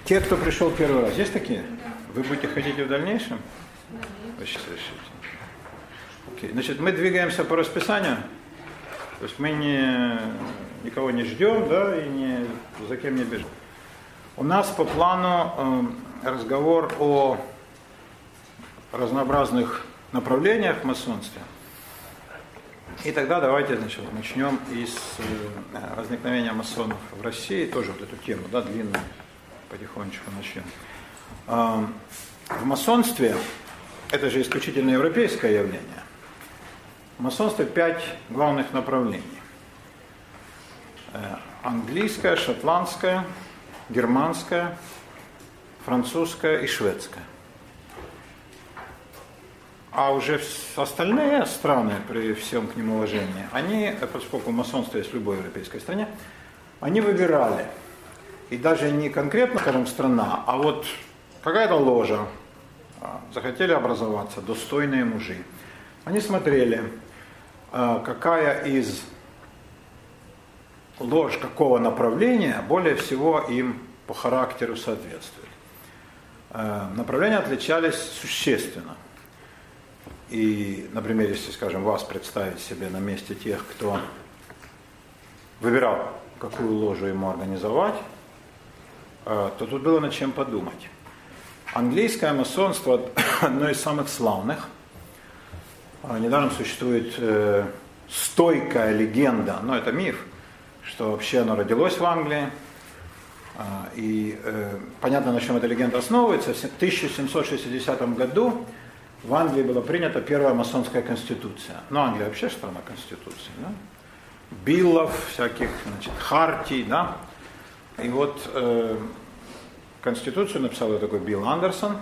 Те, кто пришел первый раз, есть такие? Вы будете ходить и в дальнейшем? Вы сейчас решите. Окей. Значит, мы двигаемся по расписанию. То есть мы никого не ждем, да, и за кем не бежим. У нас по плану разговор о разнообразных направлениях в масонстве. И тогда давайте, значит, начнем из возникновения масонов в России, тоже вот эту тему, да, длинную, потихонечку начнем. В масонстве, это же исключительно европейское явление, в масонстве 5 главных направлений. Английское, шотландское, германское, французское и шведское. А уже остальные страны, при всем к ним уважении, они, поскольку масонство есть в любой европейской стране, они выбирали. И даже не конкретно, скажем, страна, а вот какая-то ложа, захотели образоваться, достойные мужи. Они смотрели, какая из лож какого направления более всего им по характеру соответствует. Направления отличались существенно. И, например, если, скажем, вас представить себе на месте тех, кто выбирал, какую ложу ему организовать, то тут было над чем подумать. Английское масонство одно из самых славных. Недаром существует стойкая легенда, но это миф, что вообще оно родилось в Англии. И понятно, на чем эта легенда основывается. В 1760 году в Англии была принята первая масонская конституция. Ну, Англия вообще страна конституции, да? Биллов, всяких, значит, хартий, да? И вот конституцию написал такой Билл Андерсон.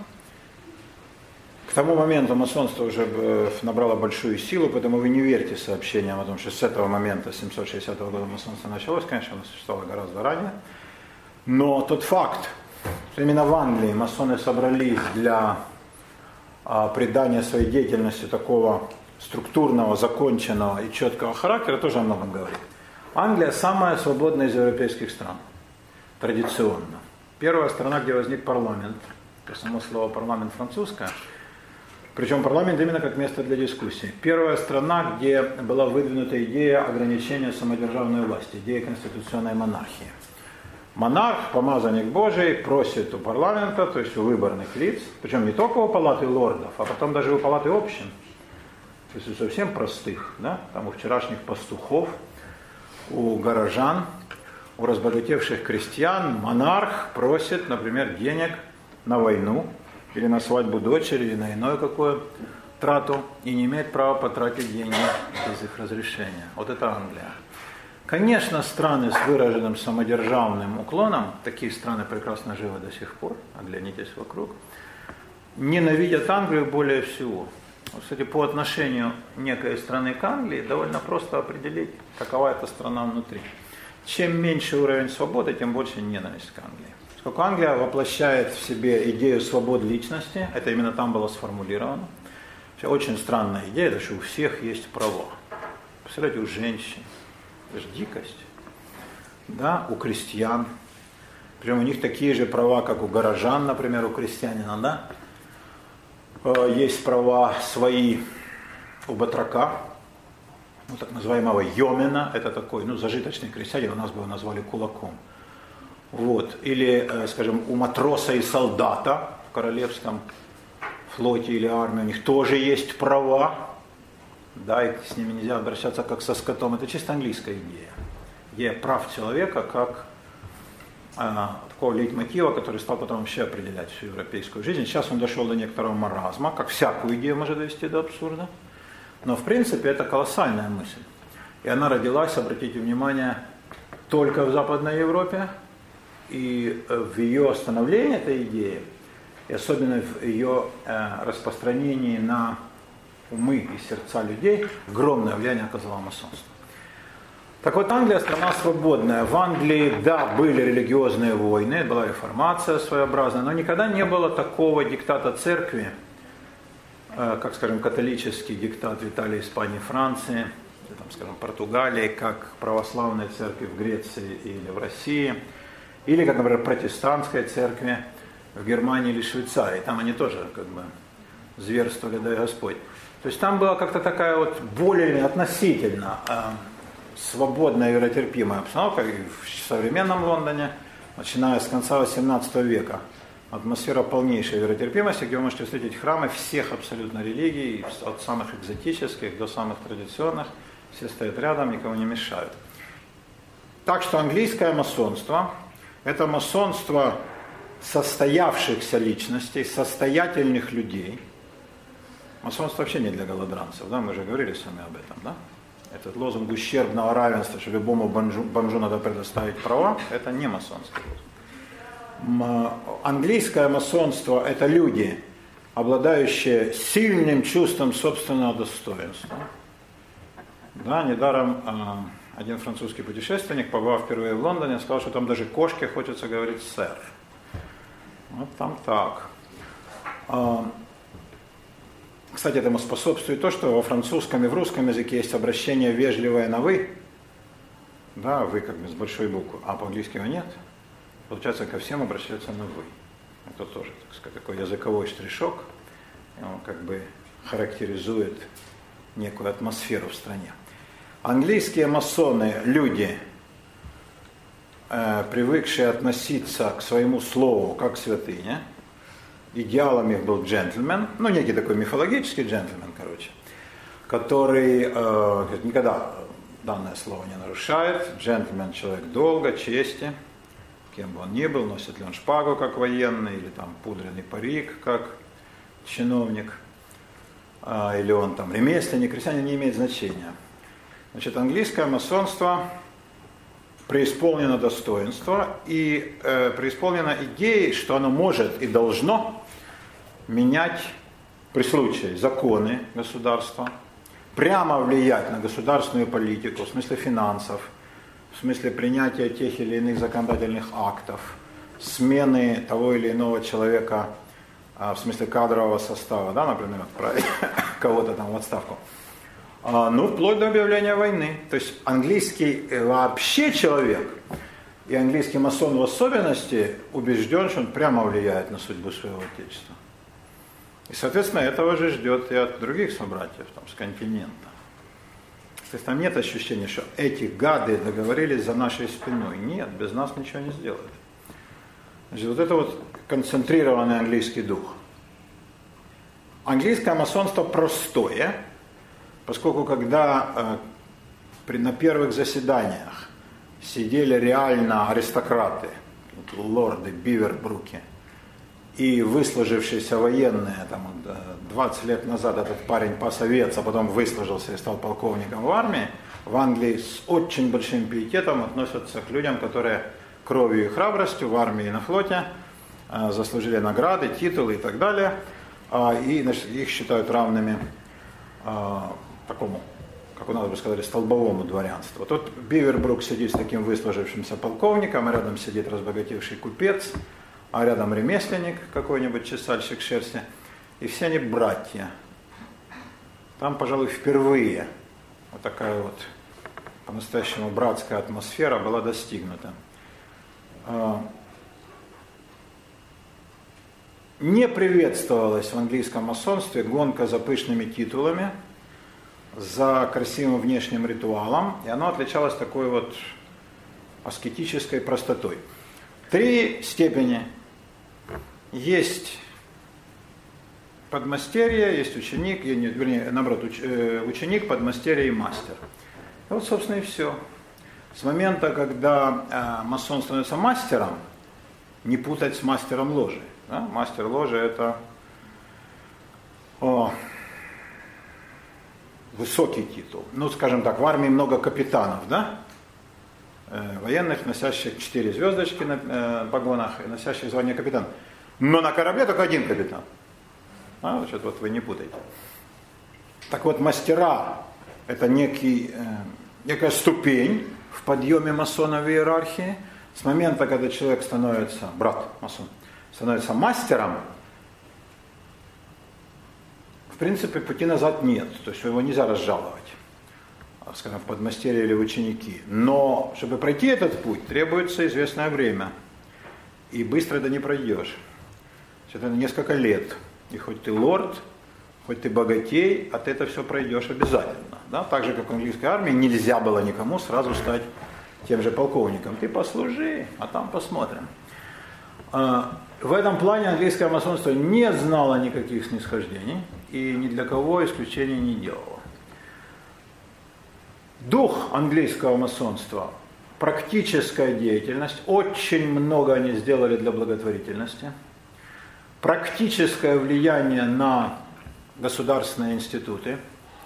К тому моменту масонство уже набрало большую силу, поэтому вы не верьте сообщениям о том, что с этого момента, с 760 года масонство началось. Конечно, оно существовало гораздо ранее. Но тот факт, что именно в Англии масоны собрались для придания своей деятельности такого структурного, законченного и четкого характера, тоже о многом говорит. Англия самая свободная из европейских стран, традиционно. Первая страна, где возник парламент, само слово парламент французское, причем парламент именно как место для дискуссии. Первая страна, где была выдвинута идея ограничения самодержавной власти, идея конституционной монархии. Монарх, помазанник Божий, просит у парламента, то есть у выборных лиц, причем не только у палаты лордов, а потом даже у палаты общин, то есть у совсем простых, да, там у вчерашних пастухов, у горожан, у разбогатевших крестьян, монарх просит, например, денег на войну, или на свадьбу дочери, или на иное какое трату, и не имеет права потратить деньги без их разрешения. Вот это Англия. Конечно, страны с выраженным самодержавным уклоном, такие страны прекрасно живы до сих пор, оглянитесь вокруг, ненавидят Англию более всего. Вот, кстати, по отношению некой страны к Англии довольно просто определить, какова эта страна внутри. Чем меньше уровень свободы, тем больше ненависть к Англии. Поскольку Англия воплощает в себе идею свободы личности, это именно там было сформулировано. Очень странная идея, что у всех есть права. Представляете, у женщин. Это же дикость. Да, у крестьян. Причем у них такие же права, как у горожан, например, у крестьянина, да. Есть права свои у батрака, ну, так называемого йомена, это такой, ну, зажиточный крестьянин, у нас бы его назвали кулаком. Вот. Или, скажем, у матроса и солдата в королевском флоте или армии, у них тоже есть права. Да, и с ними нельзя обращаться как со скотом. Это чисто английская идея. Идея прав человека как такого лейтмотива, который стал потом вообще определять всю европейскую жизнь. Сейчас он дошел до некоторого маразма, как всякую идею может довести до абсурда. Но в принципе это колоссальная мысль. И она родилась, обратите внимание, только в Западной Европе. И в ее становлении этой идеи, и особенно в ее распространении на умы и сердца людей, огромное влияние оказало масонство. Так вот, Англия страна свободная. В Англии, да, были религиозные войны, была реформация своеобразная, но никогда не было такого диктата церкви, как, скажем, католический диктат в Италии, Испании, Франции, или, там, скажем, Португалии, как православной церкви в Греции или в России, Или, как, например, протестантской церкви в Германии или Швейцарии. Там они тоже как бы зверствовали, дай Господь. То есть там была как-то такая вот более относительно свободная и веротерпимая обстановка и в современном Лондоне, начиная с конца XVIII века. Атмосфера полнейшей веротерпимости, где вы можете встретить храмы всех абсолютно религий, от самых экзотических до самых традиционных. Все стоят рядом, никому не мешают. Так что английское масонство – это масонство состоявшихся личностей, состоятельных людей. Масонство вообще не для голодранцев, да? Мы же говорили с вами об этом, да? Этот лозунг ущербного равенства, что любому бомжу надо предоставить права, это не масонский лозунг. Английское масонство – это люди, обладающие сильным чувством собственного достоинства. Да, недаром один французский путешественник, побывав впервые в Лондоне, сказал, что там даже кошке хочется говорить «сэр». Вот там так. Кстати, этому способствует то, что во французском и в русском языке есть обращение вежливое на «вы». Да, «вы» как бы с большой буквы, а по-английски его нет. Получается, ко всем обращаются на «вы». Это тоже, так сказать, такой языковой штришок. Он как бы характеризует некую атмосферу в стране. Английские масоны – люди, привыкшие относиться к своему слову как к святыне. Идеалом их был джентльмен, ну некий такой мифологический джентльмен, короче, который никогда данное слово не нарушает. Джентльмен – человек долга, чести, кем бы он ни был, носит ли он шпагу как военный, или там пудренный парик как чиновник, или он там ремесленник, крестьянин, не имеет значения. Значит, английское масонство преисполнено достоинства и преисполнено идеей, что оно может и должно менять при случае законы государства, прямо влиять на государственную политику в смысле финансов, в смысле принятия тех или иных законодательных актов, смены того или иного человека в смысле кадрового состава, да, например, отправить кого-то там в отставку. Ну, вплоть до объявления войны. То есть английский вообще человек, и английский масон в особенности, убежден, что он прямо влияет на судьбу своего отечества. И, соответственно, этого же ждет и от других собратьев там, с континента. То есть там нет ощущения, что эти гады договорились за нашей спиной. Нет, без нас ничего не сделают. Значит, вот это вот концентрированный английский дух. Английское масонство простое, поскольку когда на первых заседаниях сидели реально аристократы, лорды Бивербруки, и выслужившиеся военные, там, 20 лет назад этот парень пас овец, а потом выслужился и стал полковником в армии, в Англии с очень большим пиететом относятся к людям, которые кровью и храбростью в армии и на флоте заслужили награды, титулы и так далее, и значит, их считают равными такому, как у нас бы сказали, столбовому дворянству. Тут Бивербрук сидит с таким выслужившимся полковником, а рядом сидит разбогатевший купец, а рядом ремесленник, какой-нибудь чесальщик шерсти, и все они братья. Там, пожалуй, впервые вот такая вот по-настоящему братская атмосфера была достигнута. Не приветствовалась в английском масонстве гонка за пышными титулами, за красивым внешним ритуалом, и оно отличалось такой вот аскетической простотой. 3 степени. Есть подмастерье, есть ученик, вернее, наоборот, ученик, подмастерье и мастер. И вот, собственно, и все. С момента, когда масон становится мастером, не путать с мастером ложи. Да? Мастер ложи – это высокий титул. Ну, скажем так, в армии много капитанов, да? Военных, носящих 4 звездочки на погонах и носящих звание капитан. Но на корабле только 1 капитан. Значит, вот вы не путайте. Так вот, мастера – это некая ступень в подъеме масона в иерархии. С момента, когда человек становится, брат масон, становится мастером, в принципе, пути назад нет. То есть его нельзя разжаловать, скажем, в подмастерье или в ученики. Но, чтобы пройти этот путь, требуется известное время. И быстро это не пройдешь. Это несколько лет. И хоть ты лорд, хоть ты богатей, а ты это все пройдешь обязательно. Да? Так же, как в английской армии, нельзя было никому сразу стать тем же полковником. Ты послужи, а там посмотрим. В этом плане английское масонство не знало никаких снисхождений и ни для кого исключений не делало. Дух английского масонства, практическая деятельность, очень много они сделали для благотворительности, практическое влияние на государственные институты.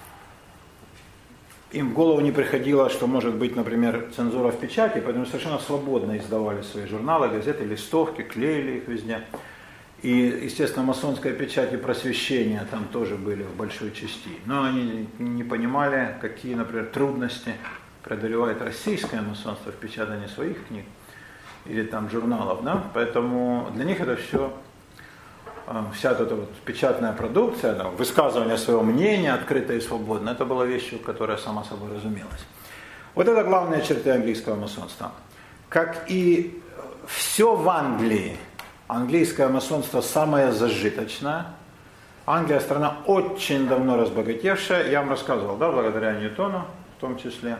Им в голову не приходило, что может быть, например, цензура в печати, поэтому совершенно свободно издавали свои журналы, газеты, листовки, клеили их везде. И, естественно, масонская печать и просвещение там тоже были в большой части. Но они не понимали, какие, например, трудности преодолевает российское масонство в печатании своих книг или там журналов. Да? Поэтому для них это все, вся эта вот печатная продукция, там, высказывание своего мнения, открытое и свободное, это была вещь, которая сама собой разумелась. Вот это главные черты английского масонства. Как и все в Англии, английское масонство самое зажиточное. Англия страна очень давно разбогатевшая, я вам рассказывал, да, благодаря Ньютону в том числе,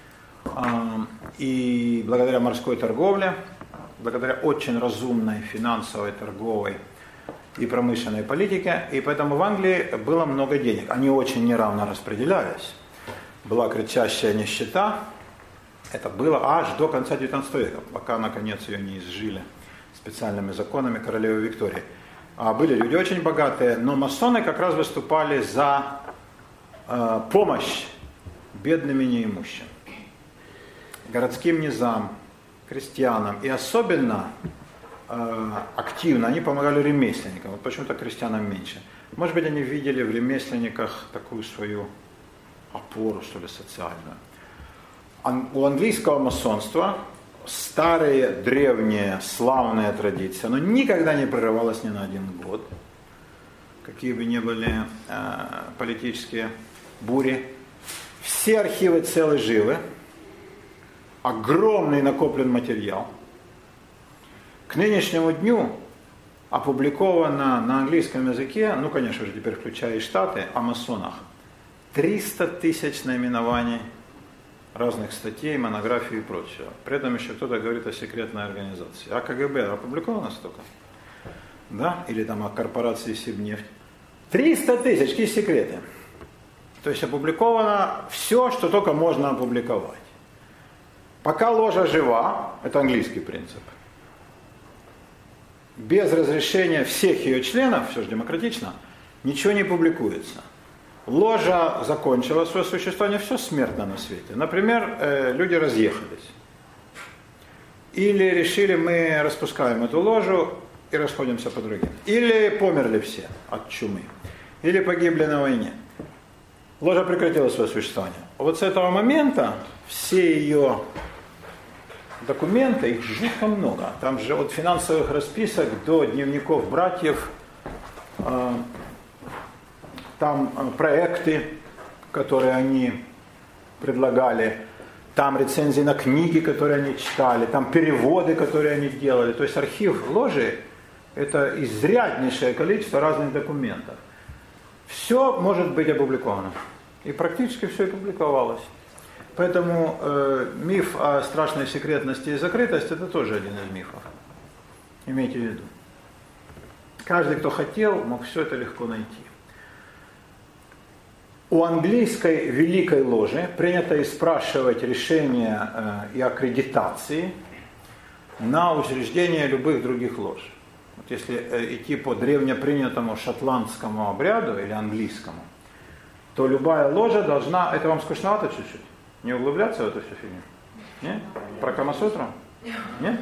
и благодаря морской торговле, благодаря очень разумной финансовой, торговой и промышленной политике, и поэтому в Англии было много денег. Они очень неравно распределялись. Была кричащая нищета, это было аж до конца XIX века, пока наконец ее не изжили специальными законами королевы Виктории. Были люди очень богатые, но масоны как раз выступали за помощь бедным и неимущим, городским низам, крестьянам. И особенно активно они помогали ремесленникам. Вот почему-то крестьянам меньше. Может быть, они видели в ремесленниках такую свою опору, что ли, социальную. У английского масонства старые, древние, славные традиции. Оно никогда не прерывалось ни на один год. Какие бы ни были политические бури. Все архивы целы живы. Огромный накоплен материал. К нынешнему дню опубликовано на английском языке, ну, конечно же, теперь включая и Штаты, о масонах, 300 тысяч наименований разных статей, монографий и прочего. При этом еще кто-то говорит о секретной организации. А КГБ опубликовано столько? Да? Или там о корпорации Сибнефть. 300 тысяч, какие секреты? То есть опубликовано все, что только можно опубликовать. Пока ложа жива, это английский принцип, без разрешения всех ее членов, все же демократично, ничего не публикуется. Ложа закончила свое существование, все смертно на свете. Например, люди разъехались. Или решили, мы распускаем эту ложу и расходимся по другим. Или померли все от чумы. Или погибли на войне. Ложа прекратила свое существование. Вот с этого момента все ее документы, их жутко много. Там же от финансовых расписок до дневников братьев, там проекты, которые они предлагали, там рецензии на книги, которые они читали, там переводы, которые они делали. То есть архив ложи – это изряднейшее количество разных документов. Все может быть опубликовано. И практически все и публиковалось. Поэтому миф о страшной секретности и закрытости – это тоже один из мифов. Имейте в виду. Каждый, кто хотел, мог все это легко найти. У английской великой ложи принято спрашивать решения и аккредитации на учреждение любых других лож. Вот если идти по древнепринятому шотландскому обряду или английскому, то любая ложа должна... Это вам скучновато чуть-чуть? Не углубляться в эту всю фигню? Нет? Про Камасутру? Нет?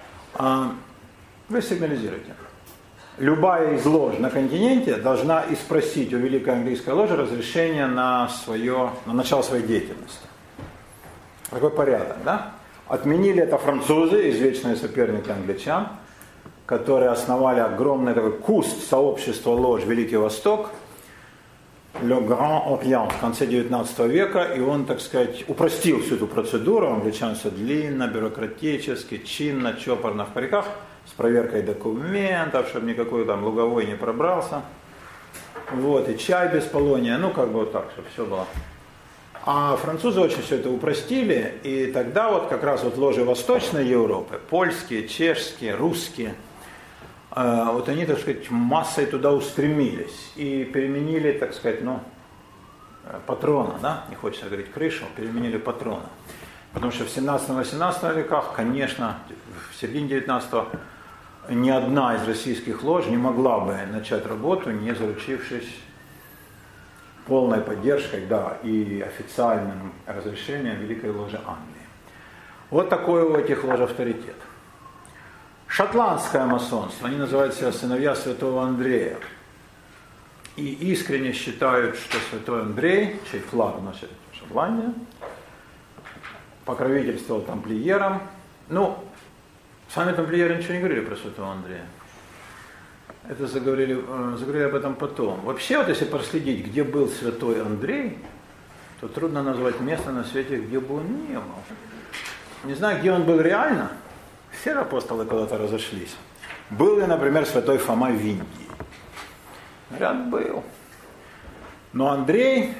Вы сигнализируете. Любая из лож на континенте должна и спросить у Великой английской ложи разрешение на начало своей деятельности. Такой порядок, да? Отменили это французы, извечные соперники англичан, которые основали огромный такой куст сообщества лож Великий Восток, Le Grand Orient в конце 19 века, и он, так сказать, упростил всю эту процедуру. Англичан все длинно, бюрократически, чинно, чопорно в париках. с проверкой документов, чтобы никакой там луговой не пробрался. Вот, и чай без полония, ну как бы вот так, чтобы все было. А французы очень все это упростили, и тогда вот как раз вот ложи Восточной Европы, польские, чешские, русские, вот они, так сказать, массой туда устремились и переменили, так сказать, ну, патрона, да, не хочется говорить крышу, переменили патрона. Потому что в 17-18 веках, конечно, в середине 19-го ни одна из российских лож не могла бы начать работу, не заручившись полной поддержкой, да, и официальным разрешением Великой Ложи Англии. Вот такой у этих лож авторитет. Шотландское масонство, они называют себя сыновья святого Андрея. И искренне считают, что святой Андрей, чей флаг носит Шотландия, покровительствовал тамплиерам. Ну, сами тамплиеры ничего не говорили про святого Андрея. Это заговорили об этом потом. Вообще, вот если проследить, где был святой Андрей, то трудно назвать место на свете, где бы он не был. Не знаю, где он был реально. Все апостолы куда-то разошлись. Был ли, например, святой Фома в Индии? Говорят, был. Но Андрей,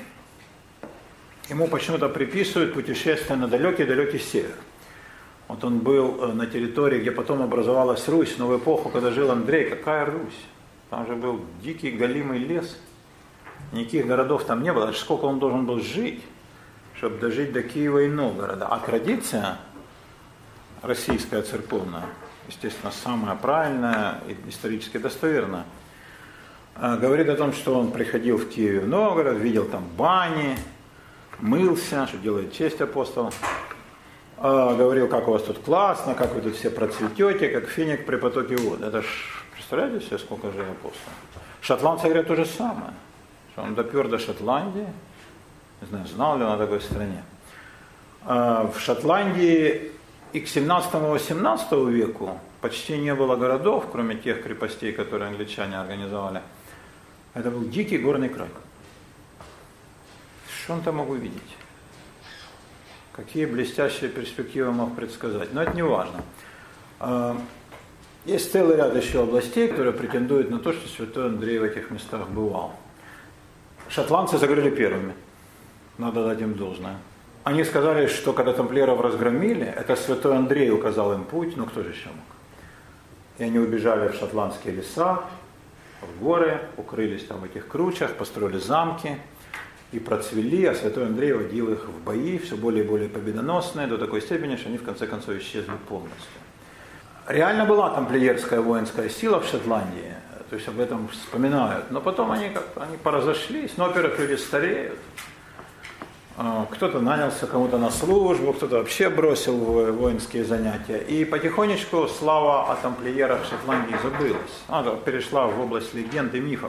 ему почему-то приписывают путешествие на далекий-далекий север. Вот он был на территории, где потом образовалась Русь, но в эпоху, когда жил Андрей, какая Русь? Там же был дикий галимый лес, никаких городов там не было. Сколько он должен был жить, чтобы дожить до Киева и Новгорода. А традиция российская церковная, естественно, самая правильная и исторически достоверная, говорит о том, что он приходил в Киев и в Новгород, видел там бани, мылся, что делает честь апостолам. Говорил, как у вас тут классно, как вы тут все процветете, как финик при потоке воды. Это ж, представляете себе, сколько же апостолов? Шотландцы говорят то же самое, что он допер до Шотландии, не знаю, знал ли он о такой стране. В Шотландии и к 17-18 веку почти не было городов, кроме тех крепостей, которые англичане организовали. Это был дикий горный край. Что он там мог увидеть? Какие блестящие перспективы мог предсказать? Но это не важно. Есть целый ряд еще областей, которые претендуют на то, что святой Андрей в этих местах бывал. Шотландцы заговорили первыми. Надо дать им должное. Они сказали, что когда тамплиеров разгромили, это святой Андрей указал им путь, ну кто же еще мог? И они убежали в шотландские леса, в горы, укрылись там в этих кручах, построили замки и процвели, а святой Андрей водил их в бои, все более и более победоносные, до такой степени, что они в конце концов исчезли полностью. Реально была тамплиерская воинская сила в Шотландии, то есть об этом вспоминают, но потом они поразошлись, ну, во-первых, люди стареют, кто-то нанялся кому-то на службу, кто-то вообще бросил воинские занятия, и потихонечку слава о тамплиерах в Шотландии забылась, она перешла в область легенд и мифов.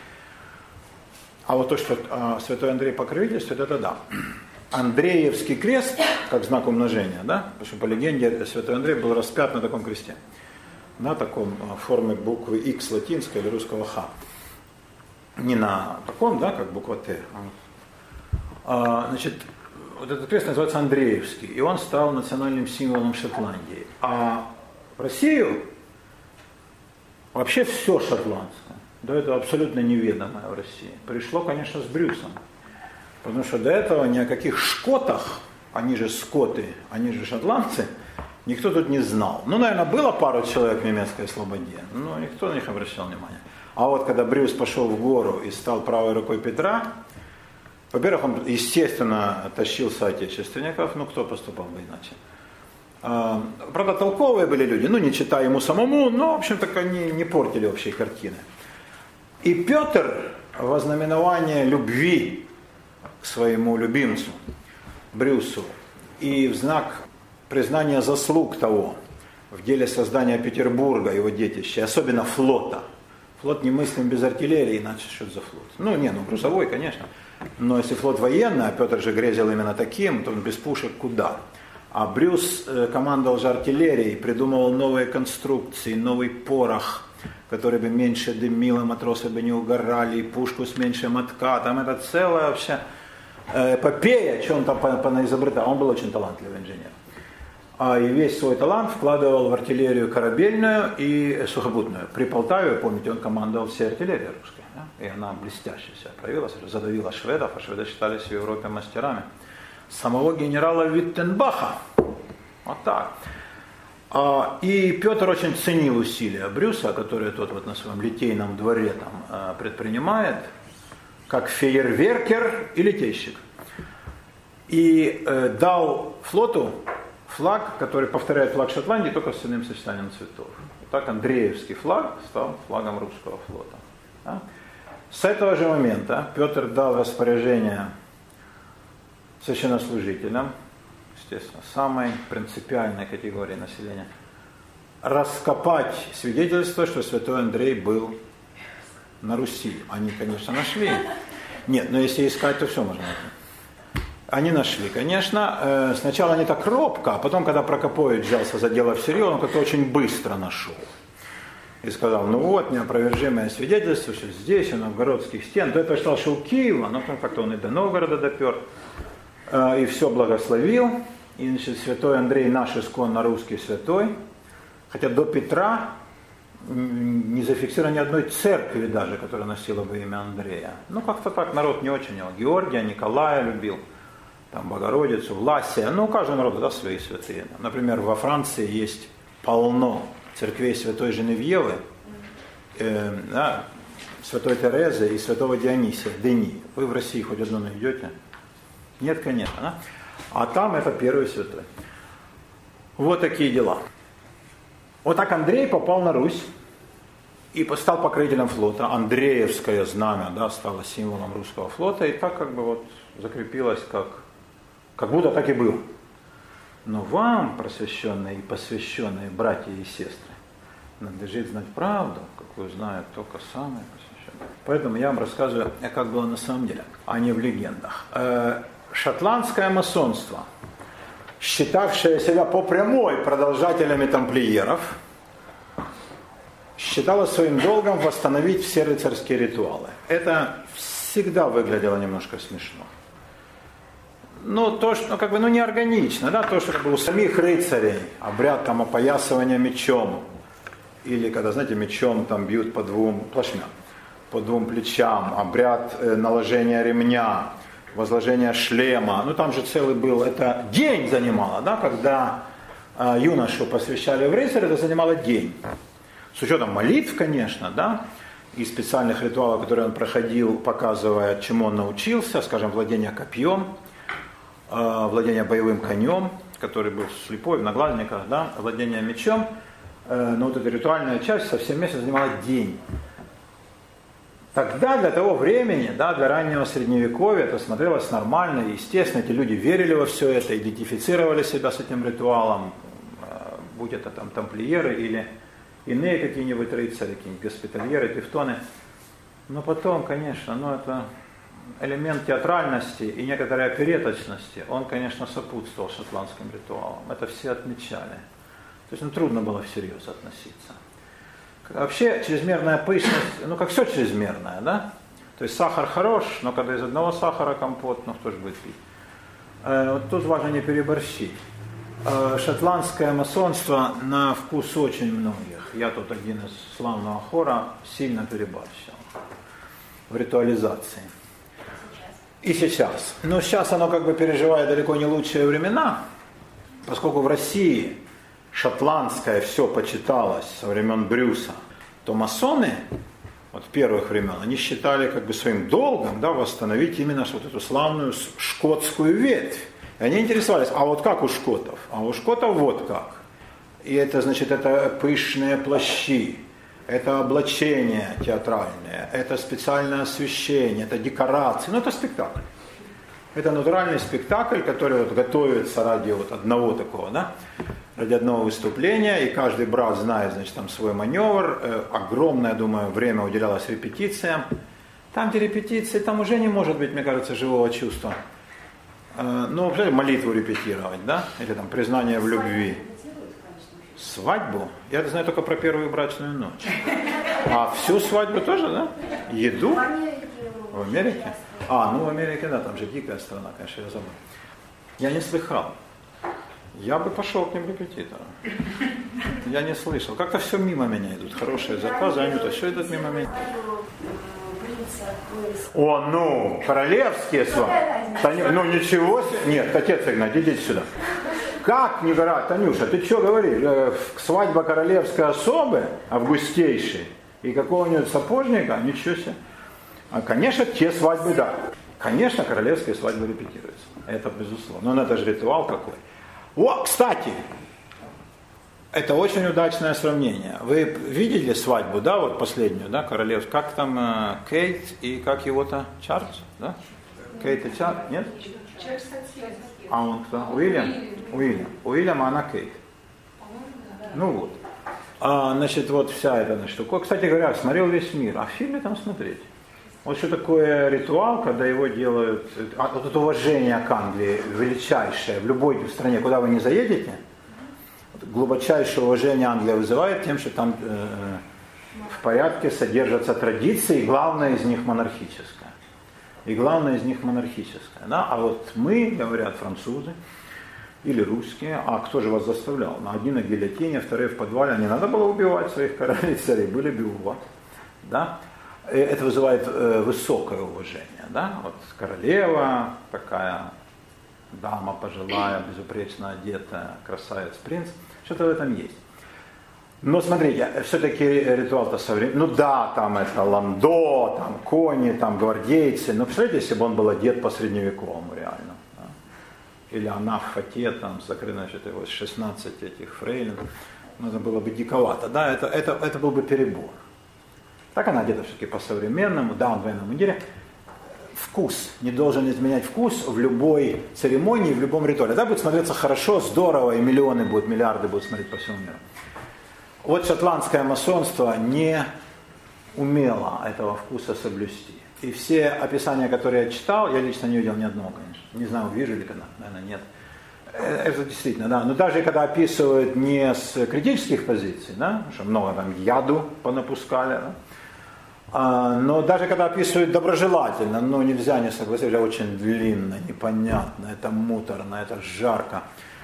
А вот то, что святой Андрей покровительствует, это да. Андреевский крест, как знак умножения, да? Потому что по легенде святой Андрей был распят на таком кресте. На таком форме буквы X латинской или русского Х. Не на таком, да, как буква Т. Значит, вот этот крест называется Андреевский, и он стал национальным символом Шотландии. А в Россию вообще все шотландское. До этого абсолютно неведомое в России. Пришло, конечно, с Брюсом. Потому что до этого ни о каких шкотах, они же скоты, они же шотландцы, никто тут не знал. Ну, наверное, было пару человек в немецкой слободе, но никто на них обращал внимание. А вот когда Брюс пошел в гору и стал правой рукой Петра, во-первых, он, естественно, тащил соотечественников, ну, кто поступал бы иначе. Правда, толковые были люди, ну, не читая ему самому, но, в общем-то, они не портили общей картины. И Петр в ознаменование любви к своему любимцу, Брюсу, и в знак признания заслуг того в деле создания Петербурга, его детища, особенно флота. Флот не мыслим без артиллерии, иначе что это за флот? Ну, грузовой, конечно. Но если флот военный, а Петр же грезил именно таким, то он без пушек куда? А Брюс командовал же артиллерией, придумывал новые конструкции, новый порох, который бы меньше дымил, и матросы бы не угорали, и пушку с меньшим откатом. Это целая вообще эпопея, что он там понаизобретал. Он был очень талантливый инженер. и весь свой талант вкладывал в артиллерию корабельную и сухопутную. При Полтаве, помните, он командовал всей артиллерией русской. Да? И она блестяще себя проявила, задавила шведов, а шведы считались в Европе мастерами. Самого генерала Виттенбаха. Вот так. И Петр очень ценил усилия Брюса, которые тот вот на своем литейном дворе там предпринимает, как фейерверкер и литейщик. И дал флоту флаг, который повторяет флаг Шотландии, только с иным сочетанием цветов. Так Андреевский флаг стал флагом русского флота. Да? С этого же момента Петр дал распоряжение священнослужителям, естественно, самой принципиальной категории населения, раскопать свидетельство, что святой Андрей был на Руси. Они, конечно, нашли. Нет, но если искать, то все можно найти. Они нашли, конечно. Сначала не так робко, а потом, когда Прокопович взялся за дело всерьез, он как-то очень быстро нашел. И сказал, ну вот, неопровержимое свидетельство, что здесь, у новгородских стен. То я прочитал, что у Киева, но потом как-то он и до Новгорода допер. И все благословил. И, значит, святой Андрей наш исконно русский святой. Хотя до Петра не зафиксировано ни одной церкви даже, которая носила бы имя Андрея. Ну, как-то так народ не очень его. Георгия, Николая любил, там, Богородицу, Власия. Ну, у каждого народа, да, свои святые. Например, во Франции есть полно церквей святой Женевьевы, да, святой Терезы и святого Дионисия, Дени. Вы в России хоть одну найдете? Нет, конечно. Да? А там это первый святой. Вот такие дела. Вот так Андрей попал на Русь и стал покровителем флота. Андреевское знамя, да, стало символом русского флота. И так как бы вот закрепилось, как будто так и было. Но вам, просвещенные и посвященные братья и сестры, надлежит знать правду, какую знают только самые посвященные. Поэтому я вам рассказываю, как было на самом деле, а не в легендах. Шотландское масонство, считавшее себя по прямой продолжателями тамплиеров, считало своим долгом восстановить все рыцарские ритуалы. Это всегда выглядело немножко смешно. Ну, то, что, как бы, ну, неорганично, да, то, что как бы у самих рыцарей обряд там опоясывания мечом, или когда, знаете, мечом там бьют по двум плашмям, по двум плечам, обряд наложения ремня, возложения шлема, ну, там же целый был, это день занимало, да, когда юношу посвящали в рыцарь, это занимало день. С учетом молитв, конечно, да, и специальных ритуалов, которые он проходил, показывая, чему он научился, скажем, владение копьем, владение боевым конем, который был слепой, в наглазниках, да, владение мечом, но вот эта ритуальная часть со всем вместе занимала день. Тогда, для того времени, да, для раннего средневековья, это смотрелось нормально, естественно, эти люди верили во все это, идентифицировали себя с этим ритуалом, будь это там тамплиеры или иные какие-нибудь рыцари, какие-нибудь госпитальеры, тевтоны. Но потом, конечно, ну это элемент театральности и некоторой опереточности, он, конечно, сопутствовал шотландским ритуалам. Это все отмечали. То есть, ну, трудно было всерьез относиться. Вообще, чрезмерная пышность, ну, как все чрезмерное, да? То есть, сахар хорош, но когда из одного сахара компот, ну, кто же будет пить? Вот тут важно не переборщить. Шотландское масонство на вкус очень многих. Я тут один из славного хора сильно переборщил в ритуализации. И сейчас. Но сейчас оно как бы переживает далеко не лучшие времена, поскольку в России шотландское все почиталось со времен Брюса, то масоны вот первых времен, они считали как бы своим долгом, да, восстановить именно вот эту славную шкотскую ветвь. И они интересовались, а вот как у шкотов? А у шкотов вот как. И это, значит, это пышные плащи, это облачение театральное, это специальное освещение, это декорации, ну это спектакль. Это натуральный спектакль, который вот готовится ради вот одного такого, да, ради одного выступления, и каждый брат знает, значит, там свой маневр, огромное, думаю, время уделялось репетициям. Там, где репетиции, там уже не может быть, мне кажется, живого чувства. Ну, вообще молитву репетировать, да, или там признание в любви. Свадьбу? Я знаю только про первую брачную ночь. А всю свадьбу тоже, да? Еду? В Америке? Ну в Америке, да, там же дикая страна, конечно, я забыл. Я не слыхал. Я бы пошел к ним репетитору. Я не слышал. Как-то все мимо меня идут. Хорошие заказы, Анюта, все идут мимо меня. О, ну, королевские свадьбы. Ну, ничего себе. Нет, отец Игнатий, идите сюда. Как не гора, Танюша, ты что говоришь? Свадьба королевской особы, августейшей, и какого-нибудь сапожника? Ничего себе. А, конечно, те свадьбы, да. Конечно, королевские свадьбы репетируются. Это безусловно. Но это же ритуал какой. О, кстати, это очень удачное сравнение. Вы видели свадьбу, да, вот последнюю, да, королевскую? Как там Кейт и как его-то? Чарльз, да? Кейт и Чарльз, нет? А он кто? Уильям? У Уильяма она Кейт. Ну вот. Значит, вот вся эта штука. Кстати говоря, смотрел весь мир. А в фильме там смотреть. Вот что такое ритуал, когда его делают, вот это уважение к Англии величайшее в любой стране, куда вы не заедете, глубочайшее уважение Англия вызывает тем, что там в порядке содержатся традиции, и главное из них монархическое. Да? А вот мы, говорят французы или русские, а кто же вас заставлял? Одни на гильотине, вторые в подвале, не надо было убивать своих королей, царей, были бы у вас. Да? Это вызывает высокое уважение. Да? Вот королева, такая дама пожилая, безупречно одетая, красавец-принц, что-то в этом есть. Но смотрите, все-таки ритуал-то современный. Ну да, там это ландо, там кони, там гвардейцы. Но представляете, если бы он был одет по средневековому реально. Да? Или она в фате, там, закрыта, значит, его 16 этих фрейлин. Ну, это было бы диковато. Да, это был бы перебор. Так она одета все-таки по-современному, да, он в военном мундире. Вкус, не должен изменять вкус в любой церемонии, в любом ритуале. Да, будет смотреться хорошо, здорово, и миллионы будут, миллиарды будут смотреть по всему миру. Вот шотландское масонство не умело этого вкуса соблюсти. И все описания, которые я читал, я лично не видел ни одного, конечно. Не знаю, вижу ли когда, наверное, нет. Это действительно, да. Но даже когда описывают не с критических позиций, да, что много там яду понапускали, да, но даже когда описывают доброжелательно, но нельзя не согласиться, очень длинно, непонятно, это муторно, это жарко.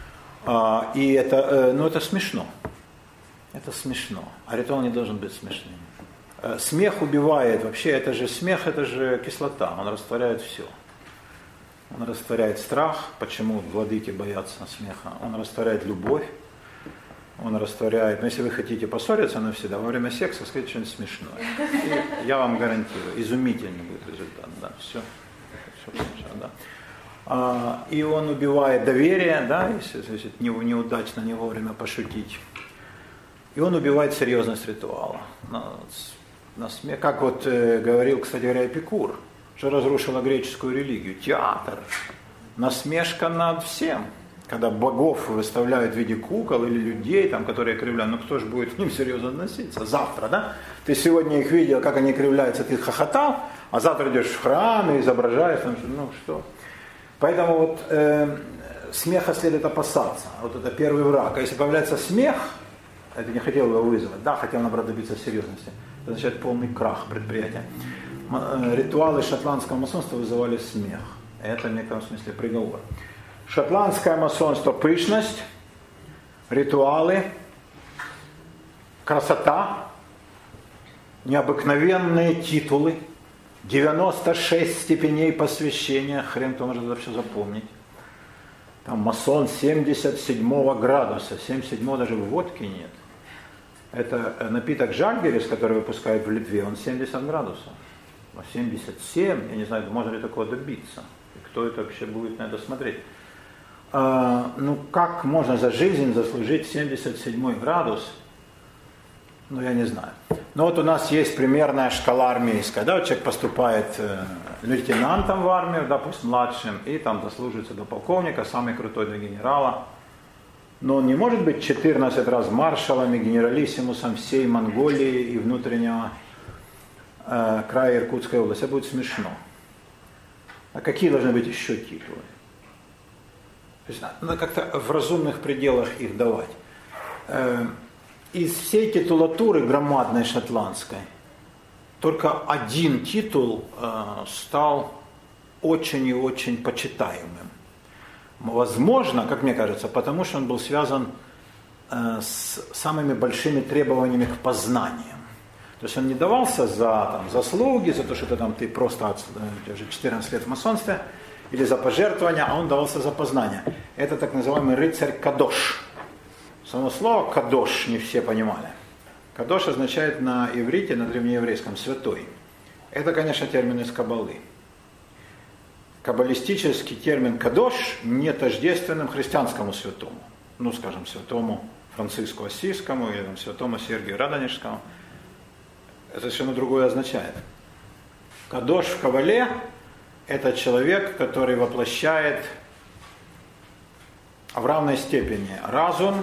И это, ну, это смешно. Это смешно. А ритуал не должен быть смешным. Смех убивает. Вообще, это же смех, это же кислота. Он растворяет все. Он растворяет страх. Почему владыки боятся смеха? Он растворяет любовь. Он растворяет. Но если вы хотите поссориться навсегда, во время секса скажите что-нибудь смешное. И я вам гарантирую, изумительный будет результат. Да, все хорошо, да. И он убивает доверие, да, если неудачно, не вовремя пошутить. И он убивает серьезность ритуала. На смех. Как вот говорил, кстати говоря, Эпикур, что разрушила греческую религию. Театр. Насмешка над всем. Когда богов выставляют в виде кукол или людей, там, которые кривляют, ну кто же будет к ним серьезно относиться? Завтра, да? Ты сегодня их видел, как они кривляются, ты хохотал, а завтра идешь в храм и изображаешь, там, ну что. Поэтому вот смеха следует опасаться. Вот это первый враг. А если появляется смех, это не хотел его вызвать, да, хотел, наоборот, добиться серьезности. Это означает полный крах предприятия. Ритуалы шотландского масонства вызывали смех. Это в некотором смысле приговор. Шотландское масонство – пышность, ритуалы, красота, необыкновенные титулы, 96 степеней посвящения, хрен кто может это все запомнить. Там масон 77 градуса, 77 даже в водке нет. Это напиток Жальгерис, который выпускают в Литве, он 70 градусов. 77, я не знаю, можно ли такого добиться. И кто это вообще будет на это смотреть? Ну, как можно за жизнь заслужить 77 градус? Ну, я не знаю. Но вот у нас есть примерная шкала армейская. Да, вот человек поступает лейтенантом в армию, да, пусть младшим, и там дослуживается до полковника, самый крутой до генерала. Но он не может быть 14 раз маршалом и генералиссимусом всей Монголии и внутреннего края Иркутской области. Это будет смешно. А какие должны быть еще титулы? То есть надо как-то в разумных пределах их давать. Из всей титулатуры громадной шотландской только один титул стал очень и очень почитаемым. Возможно, как мне кажется, потому что он был связан с самыми большими требованиями к познаниям. То есть он не давался за заслуги, за то, что ты просто уже 14 лет в масонстве, или за пожертвования, а он давался за познание. Это так называемый рыцарь Кадош. Само слово Кадош не все понимали. Кадош означает на иврите, на древнееврейском святой. Это, конечно, термин из Каббалы. Каббалистический термин Кадош не тождественным христианскому святому. Ну, скажем, святому Франциску Ассизскому или святому Сергию Радонежскому. Это совершенно другое означает. Кадош в Каббале – это человек, который воплощает в равной степени разум,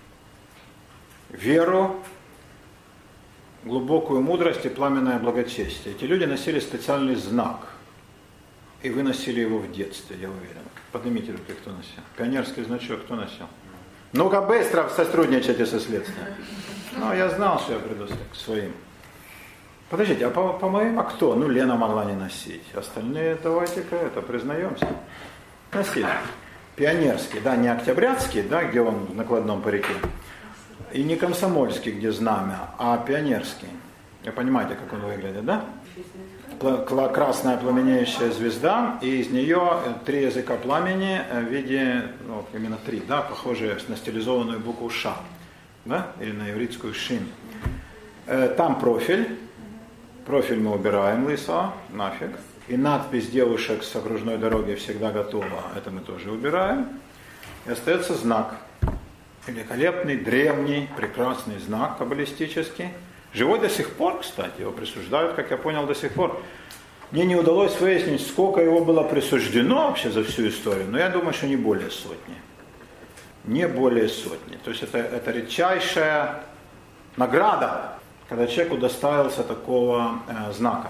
веру, глубокую мудрость и пламенное благочестие. Эти люди носили специальный знак. И вы носили его в детстве, я уверен. Поднимите руки, кто носил. Пионерский значок кто носил? Ну-ка быстро сотрудничайте со следствием. Ну, я знал, что я приду к своим. Подождите, а по-моему, кто? Ну, Лена могла не носить. Остальные, давайте-ка это, признаемся. Носили. Пионерский, да, не октябрятский, да, где он в накладном парике. И не комсомольский, где знамя, а пионерский. Вы понимаете, как он выглядит, да? Красная пламенеющая звезда, и из нее 3 языка пламени в виде, ну, именно 3, да, похожие на стилизованную букву Ш, да, или на ивритскую Шин. Там профиль мы убираем лысого, нафиг. И надпись девушек с окружной дороги всегда готова, это мы тоже убираем. И остается знак. Великолепный, древний, прекрасный знак каббалистический. Живой до сих пор, кстати, его присуждают, как я понял, до сих пор. Мне не удалось выяснить, сколько его было присуждено вообще за всю историю, но я думаю, что не более сотни. Не более сотни. То есть это редчайшая награда, когда человеку доставился такого знака.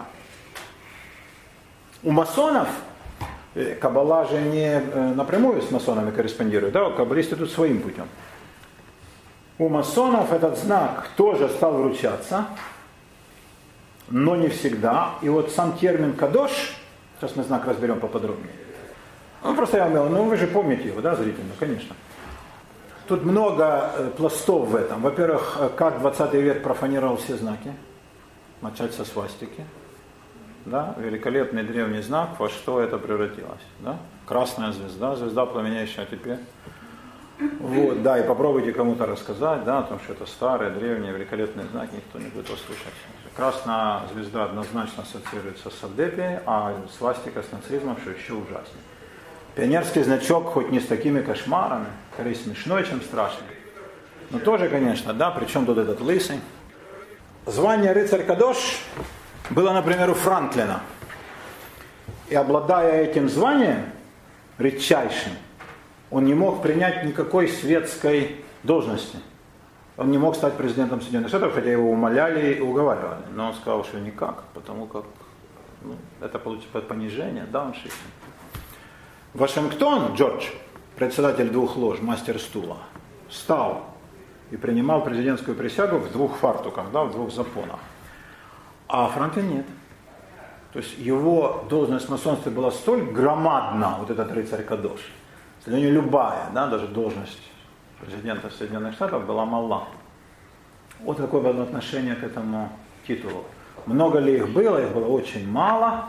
У масонов, каббала же не напрямую с масонами корреспондирует, да, каббалисты тут своим путем. У масонов этот знак тоже стал вручаться, но не всегда. И вот сам термин «кадош», сейчас мы знак разберем поподробнее. Ну, просто я говорил, ну вы же помните его, да, зрительно, конечно. Тут много пластов в этом. Во-первых, как 20 век профанировал все знаки. Начать со свастики. Да? Великолепный древний знак, во что это превратилось. Да? Красная звезда, звезда пламеняющая теперь. Вот, да, и попробуйте кому-то рассказать, да, о том, что это старый, древний, великолепный знак, никто не будет услышать. Красная звезда однозначно ассоциируется с Савдепией, а свастика с нацизмом, что еще ужаснее. Пионерский значок, хоть не с такими кошмарами, скорее смешной, чем страшный. Но тоже, конечно, да, причем тут этот лысый. Звание рыцарь Кадош было, например, у Франклина. И обладая этим званием, редчайшим, он не мог принять никакой светской должности. Он не мог стать президентом Соединенных Штатов, хотя его умоляли и уговаривали. Но он сказал, что никак, потому как это получится понижение, дауншифтинг. Вашингтон, Джордж, председатель 2 лож, мастер стула, встал и принимал президентскую присягу в 2 фартуках, да, в 2 запонах. А Франклин нет. То есть его должность в масонстве была столь громадна, вот этот рыцарь Кадош, к сожалению, любая, да, даже должность президента Соединенных Штатов была мала. Вот такое было отношение к этому титулу. Много ли их было? Их было очень мало.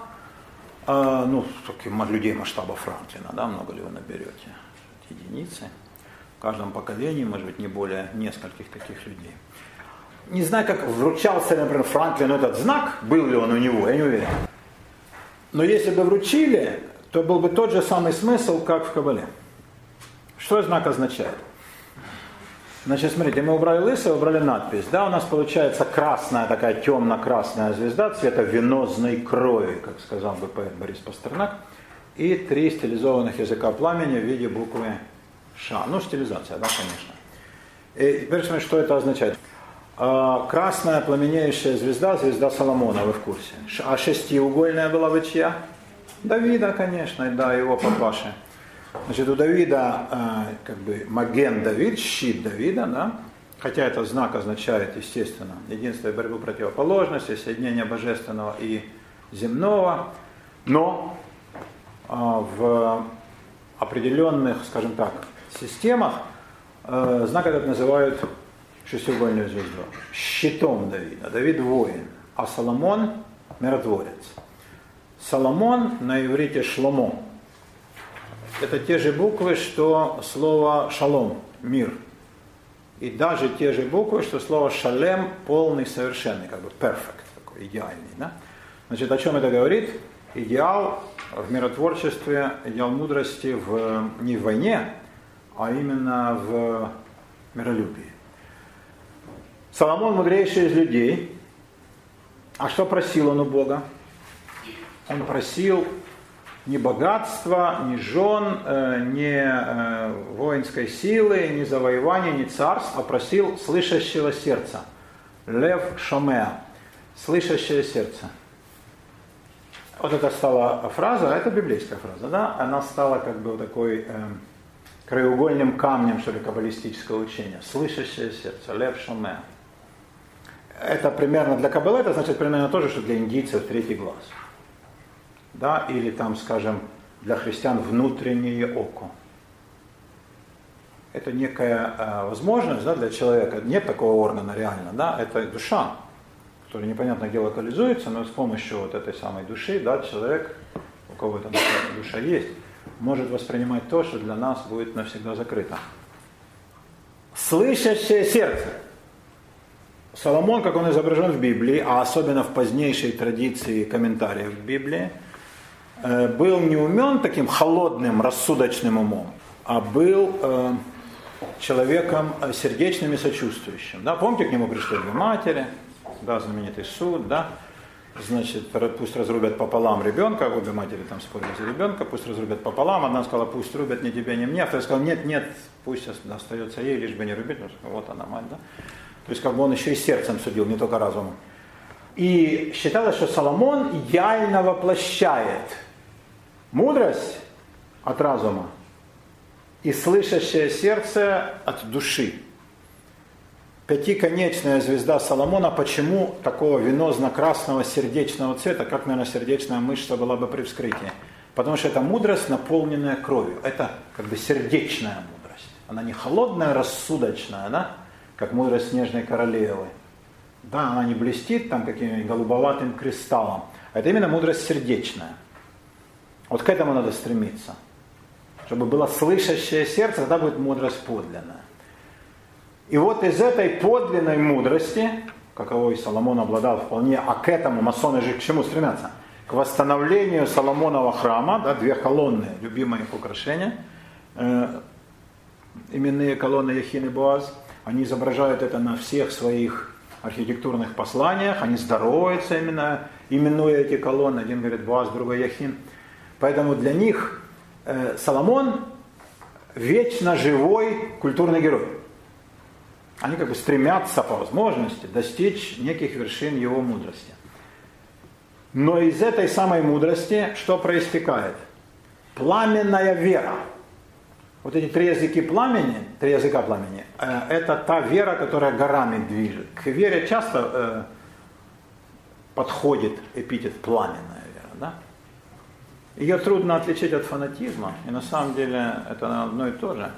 Людей масштаба Франклина, да, много ли вы наберете? Единицы. В каждом поколении, может быть, не более нескольких таких людей. Не знаю, как вручался, например, Франклину этот знак, был ли он у него, я не уверен. Но если бы вручили, то был бы тот же самый смысл, как в Каббале. Что знак означает? Значит, смотрите, мы убрали лысый, убрали надпись. Да, у нас получается красная, такая темно-красная звезда цвета венозной крови, как сказал бы поэт Борис Пастернак. И 3 стилизованных языка пламени в виде буквы Ш. Ну, стилизация, да, конечно. И теперь смотрите, что это означает. Красная пламенеющая звезда, звезда Соломона, вы в курсе. А шестиугольная была бы чья? Давида, конечно, да, его папаши. Значит, у Давида Маген Давид, щит Давида, да? Хотя этот знак означает, естественно, единство и борьбу противоположностей, соединение божественного и земного, но в определенных, скажем так, системах знак этот называют шестиугольную звезду. Щитом Давида. Давид воин, а Соломон миротворец. Соломон на иврите шломо. Это те же буквы, что слово шалом, мир. И даже те же буквы, что слово шалем, полный, совершенный, как бы perfect, такой идеальный. Да? Значит, о чем это говорит? Идеал в миротворчестве, идеал мудрости не в войне, а именно в миролюбии. Соломон мудрейший из людей. А что просил он у Бога? Он просил ни богатства, ни жен, ни воинской силы, ни завоевания, ни царств, а просил слышащего сердца. Лев шомеа. Слышащее сердце. Вот это стала фраза, это библейская фраза, да? Она стала как бы такой краеугольным камнем, что ли, каббалистического учения. Слышащее сердце. Лев шомеа. Это примерно для каббалы, это значит примерно то же, что для индийцев третий глаз. Да, или там, скажем, для христиан внутреннее око. Это некая возможность, да, для человека. Нет такого органа реально, да, это душа, которая непонятно где локализуется, но с помощью вот этой самой души, да, человек, у кого эта душа есть, может воспринимать то, что для нас будет навсегда закрыто. Слышащее сердце. Соломон, как он изображен в Библии, а особенно в позднейшей традиции комментариев в Библии, был не умен таким холодным, рассудочным умом, а был человеком сердечным и сочувствующим. Да? Помните, к нему пришли две матери, да, знаменитый суд, да? Значит, пусть разрубят пополам ребенка, обе матери там спорили за ребенка, пусть разрубят пополам, одна сказала, пусть рубят ни тебе, ни мне, а вторая сказала, нет, пусть остается ей, лишь бы не рубить, потому что вот она мать, да? То есть как бы он еще и сердцем судил, не только разумом. И считалось, что Соломон идеально воплощает мудрость от разума и слышащее сердце от души. Пятиконечная звезда Соломона, почему такого венозно-красного сердечного цвета, как, наверное, сердечная мышца была бы при вскрытии? Потому что это мудрость, наполненная кровью. Это как бы сердечная мудрость. Она не холодная, рассудочная, да? Как мудрость снежной королевы. Да, она не блестит там каким-нибудь голубоватым кристаллом. Это именно мудрость сердечная. Вот к этому надо стремиться. Чтобы было слышащее сердце, тогда будет мудрость подлинная. И вот из этой подлинной мудрости, каковой Соломон обладал вполне, а к этому масоны же к чему стремятся? К восстановлению Соломонова храма, да, две колонны, любимые их украшения, именные колонны Яхин и Боаз, они изображают это на всех своих архитектурных посланиях, они здороваются именно, именуя эти колонны, один говорит Боаз, другой Яхин. Поэтому для них Соломон вечно живой культурный герой. Они как бы стремятся по возможности достичь неких вершин его мудрости. Но из этой самой мудрости что проистекает? Пламенная вера. Вот эти три языка пламени, это та вера, которая горами движет. К вере часто подходит эпитет пламенная вера. Да? Ее трудно отличить от фанатизма, и на самом деле это одно и то же.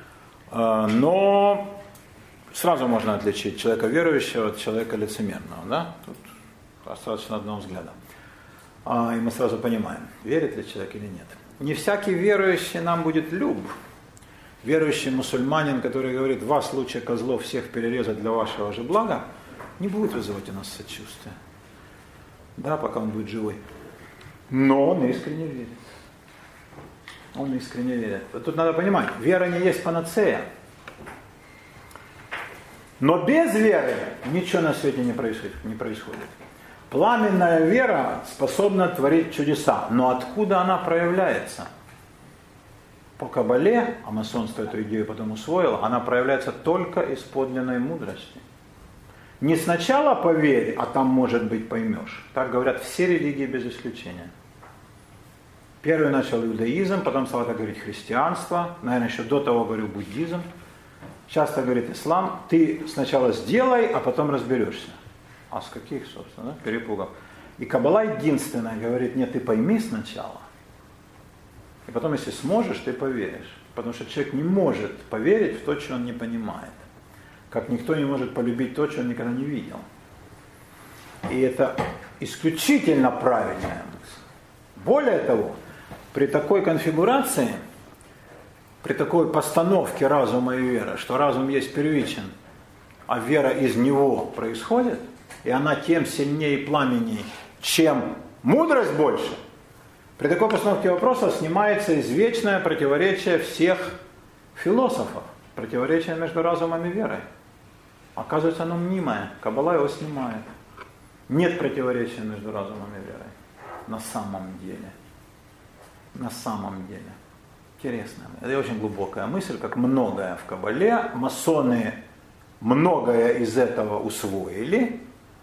Но сразу можно отличить человека верующего от человека лицемерного. Да? Тут достаточно одного взгляда. И мы сразу понимаем, верит ли человек или нет. Не всякий верующий нам будет люб. Верующий мусульманин, который говорит, вас лучше козлов всех перерезать для вашего же блага, не будет вызывать у нас сочувствия. Да, пока он будет живой. Но он искренне верит. Он искренне верит. Тут надо понимать, вера не есть панацея. Но без веры ничего на свете не происходит. Пламенная вера способна творить чудеса. Но откуда она проявляется? По Кабале, а масонство эту идею потом усвоило, она проявляется только из подлинной мудрости. Не сначала по вере, а там, может быть, поймешь. Так говорят все религии без исключения. Первый начал иудаизм, потом стало так говорить христианство, наверное, еще до того говорил буддизм. Часто говорит ислам, ты сначала сделай, а потом разберешься. А с каких, собственно, перепугов? И Каббала единственная говорит, нет, ты пойми сначала. И потом, если сможешь, ты поверишь. Потому что человек не может поверить в то, что он не понимает. Как никто не может полюбить то, что он никогда не видел. И это исключительно правильная мысль. Более того, при такой конфигурации, при такой постановке разума и веры, что разум есть первичен, а вера из него происходит, и она тем сильнее и пламенней, чем мудрость больше, при такой постановке вопроса снимается извечное противоречие всех философов, противоречие между разумом и верой. Оказывается, оно мнимое, Каббала его снимает. Нет противоречия между разумом и верой. На самом деле. На самом деле. Интересно. Это очень глубокая мысль, как многое в Каббале. Масоны многое из этого усвоили.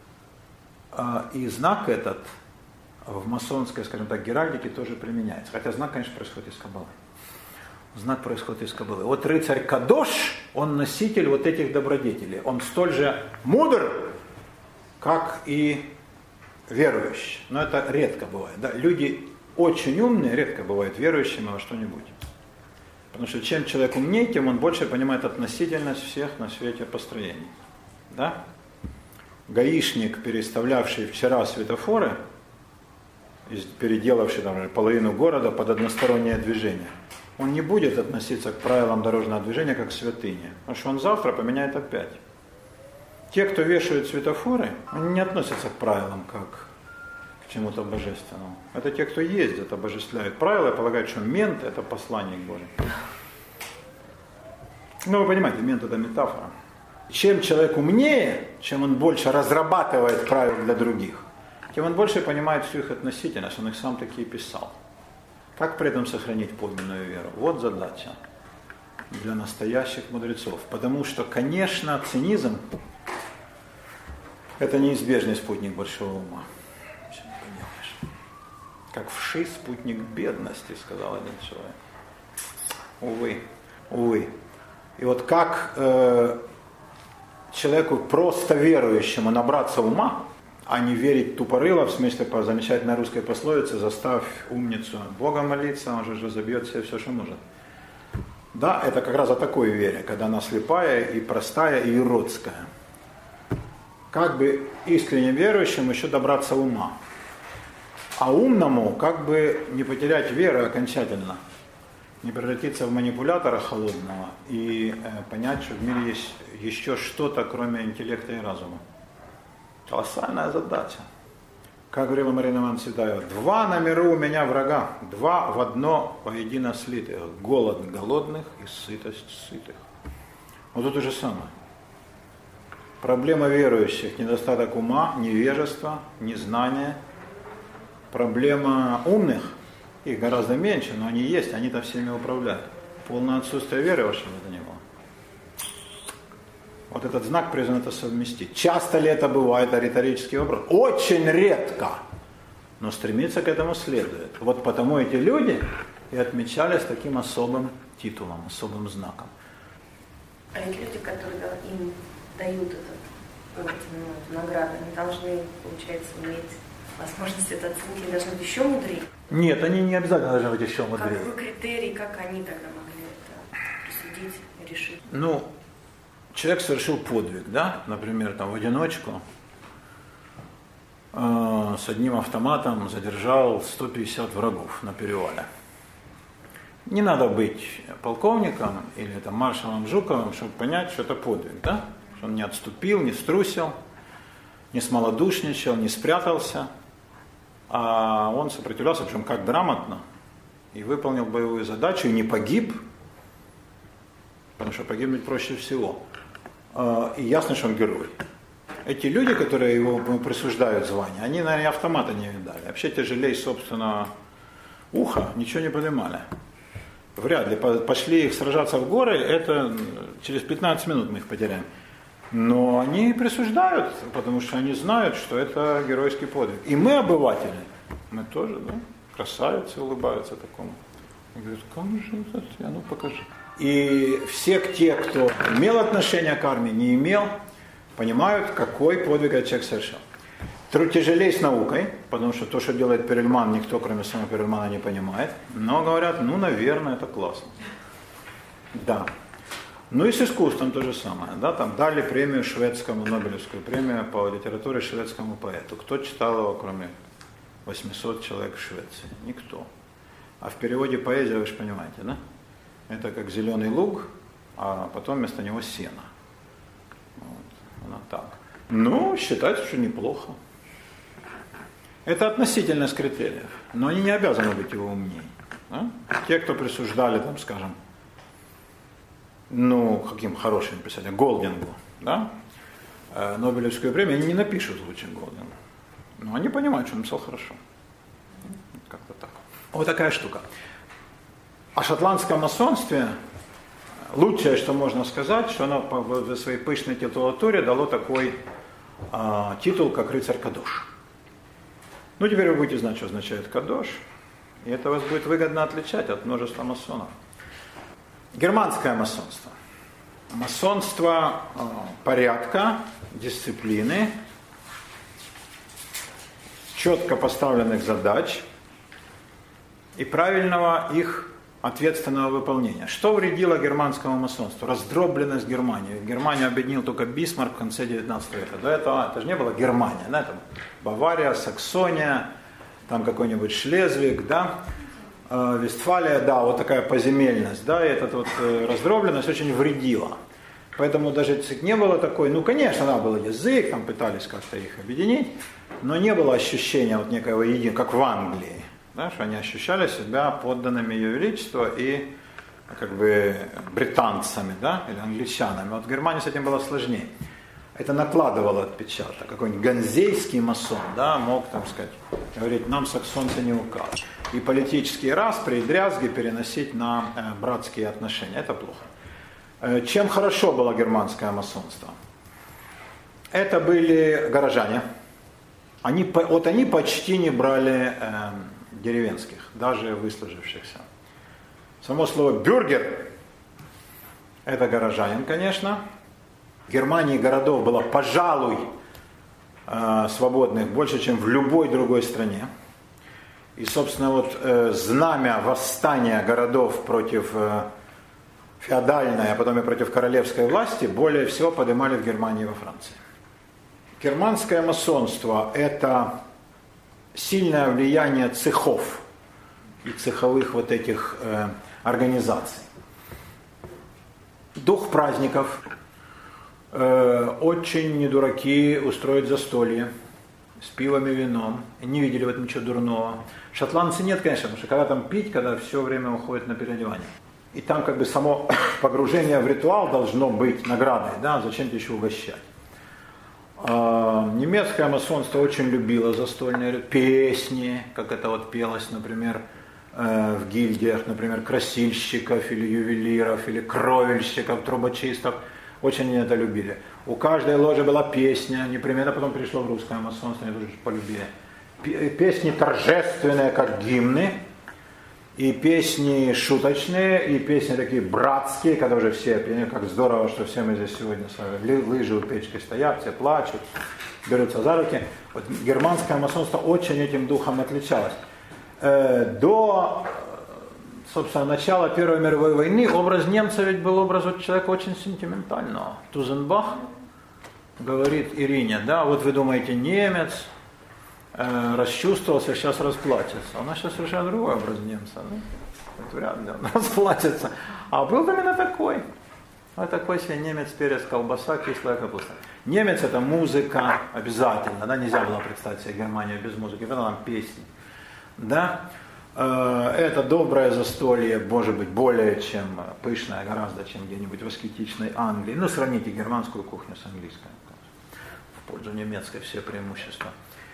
И знак этот в масонской, скажем так, геральдике тоже применяется. Хотя знак, конечно, происходит из Каббалы. Знак происходит из Каббалы. Вот рыцарь Кадош, он носитель вот этих добродетелей. Он столь же мудр, как и верующий. Но это редко бывает. Да? Люди очень умные редко бывают верующими во что-нибудь. Потому что чем человек умнее, тем он больше понимает относительность всех на свете построений. Да? Гаишник, переставлявший вчера светофоры, переделавший там, половину города под одностороннее движение, он не будет относиться к правилам дорожного движения как к святыне, потому что он завтра поменяет опять. Те, кто вешают светофоры, они не относятся к правилам как к чему-то божественному. Это те, кто ездит, обожествляют правила и полагают, что мент – это посланник Божий. Ну, вы понимаете, мент – это метафора. Чем человек умнее, чем он больше разрабатывает правила для других, тем он больше понимает всю их относительность, он их сам такие писал. Как при этом сохранить подлинную веру? Вот задача для настоящих мудрецов. Потому что, конечно, цинизм – это неизбежный спутник большого ума. Ничего не поделаешь. Как вши спутник бедности, сказал один человек. Увы, увы. И вот как человеку просто верующему набраться ума, а не верить тупорыло, в смысле по замечательной русской пословице «заставь умницу Бога молиться, он же забьет себе все, что может». Да, это как раз о такой вере, когда она слепая и простая и уродская. Как бы искренне верующему еще добраться ума. А умному как бы не потерять веры окончательно, не превратиться в манипулятора холодного и понять, что в мире есть еще что-то, кроме интеллекта и разума. Колоссальная задача. Как говорила Марина Ивановна Цветаева, 2 на миру у меня врага, 2 в одно воедино слитых. Голод голодных и сытость сытых. Вот тут то же самое. Проблема верующих, недостаток ума, невежество, незнание. Проблема умных, их гораздо меньше, но они есть, они-то всеми управляют. Полное отсутствие веры во что бы то ни было. Вот этот знак призван это совместить. Часто ли это бывает, это риторический вопрос? Очень редко, но стремиться к этому следует. Вот потому эти люди и отмечались таким особым титулом, особым знаком. А эти люди, которые им дают эту награду, они должны, получается, иметь возможность это оценить, они должны быть еще мудрее? Нет, они не обязательно должны быть еще мудрее. Какой критерий, как они тогда могли это присудить и решить? Ну, человек совершил подвиг, да, например, там в одиночку, с одним автоматом задержал 150 врагов на перевале. Не надо быть полковником или там, маршалом Жуковым, чтобы понять, что это подвиг, да? Что он не отступил, не струсил, не смолодушничал, не спрятался, а он сопротивлялся, причем как грамотно, и выполнил боевую задачу, и не погиб, потому что погибнуть проще всего. И ясно, что он герой. Эти люди, которые его присуждают звание, они, наверное, автомата не видали. Вообще тяжелее собственного уха ничего не поднимали. Вряд ли. Пошли их сражаться в горы, это через 15 минут мы их потеряем. Но они присуждают, потому что они знают, что это геройский подвиг. И мы, обыватели, мы тоже, да, красавицы улыбаются такому. И говорят, как же это? А ну покажи. И все те, кто имел отношение к армии, не имел, понимают, какой подвиг этот человек совершил. Тяжелее с наукой, потому что то, что делает Перельман, никто, кроме самого Перельмана, не понимает. Но говорят, наверное, это классно. Да. Ну и с искусством то же самое. Да? Там дали премию шведскому, Нобелевскую премию по литературе шведскому поэту. Кто читал его, кроме 800 человек в Швеции? Никто. А в переводе поэзия, вы же понимаете, да? Это как зеленый луг, а потом вместо него сено. Вот. Она так. Ну, считается, что неплохо. Это относительность критериев, но они не обязаны быть его умнее. Да? Те, кто присуждали, там, скажем, каким хорошим писателям, Голдингу, да? Нобелевскую премию, они не напишут лучше Голдингу. Но они понимают, что он написал хорошо. Как-то так. Вот такая штука. О шотландском масонстве лучшее, что можно сказать, что оно в своей пышной титулатуре дало такой титул, как рыцарь Кадош. Ну, теперь вы будете знать, что означает Кадош, и это вас будет выгодно отличать от множества масонов. Германское масонство. Масонство порядка, дисциплины, четко поставленных задач и правильного их ответственного выполнения. Что вредило германскому масонству? Раздробленность Германии. Германию объединил только Бисмарк в конце 19 века. До этого это же не была Германия, да? Это Бавария, Саксония, там какой-нибудь Шлезвиг, да? Вестфалия, да, вот такая поземельность, да, и эта вот раздробленность очень вредила. Поэтому даже не было такой, конечно, да, был язык, там пытались как-то их объединить, но не было ощущения вот некого единства, как в Англии. Да, что они ощущали себя подданными Ее Величества и как бы британцами, да, или англичанами. Вот в Германии с этим было сложнее. Это накладывало отпечаток. Какой-нибудь ганзейский масон, да, мог, там сказать, говорить, нам саксонцы не указ. И политические распри, и дрязги переносить на братские отношения. Это плохо. Чем хорошо было германское масонство? Это были горожане. Они почти не брали деревенских, даже выслужившихся. Само слово «бюргер» – это горожанин, конечно. В Германии городов было, пожалуй, свободных больше, чем в любой другой стране. И, собственно, вот знамя восстания городов против феодальной, а потом и против королевской власти более всего поднимали в Германии и во Франции. Германское масонство – это сильное влияние цехов и цеховых вот этих организаций. Дух праздников, очень не дураки устроить застолье с пивом и вином. Не видели в этом ничего дурного. Шотландцы нет, конечно, потому что когда там пить, когда все время уходит на переодевание. И там как бы само погружение в ритуал должно быть наградой, да, зачем-то еще угощать. Немецкое масонство очень любило застольные песни, как это вот пелось, например, в гильдиях, например, красильщиков или ювелиров, или кровельщиков, трубочистов. Очень они это любили. У каждой ложи была песня, непременно потом пришло в русское масонство, они тоже полюбили. Песни торжественные, как гимны, и песни шуточные, и песни такие братские, когда уже все, как здорово, что все мы здесь сегодня с вами, лыжи у печки стоят, все плачут, берутся за руки. Вот германское масонство очень этим духом отличалось. До, собственно, начала Первой мировой войны образ немца ведь был образ человека очень сентиментального. Тузенбах говорит Ирине, да, вот вы думаете, немец расчувствовался, сейчас расплачется. У нас сейчас совершенно другой образ немца. Ну, это вряд ли он расплачется. А был именно такой. Вот такой себе немец, перец, колбаса, кислая капуста. Немец это музыка обязательно. Да? Нельзя было представить себе Германию без музыки. Это там песни. Да? Это доброе застолье, может быть, более чем пышное, гораздо, чем где-нибудь в аскетичной Англии. Ну, сравните германскую кухню с английской. В пользу немецкой все преимущества.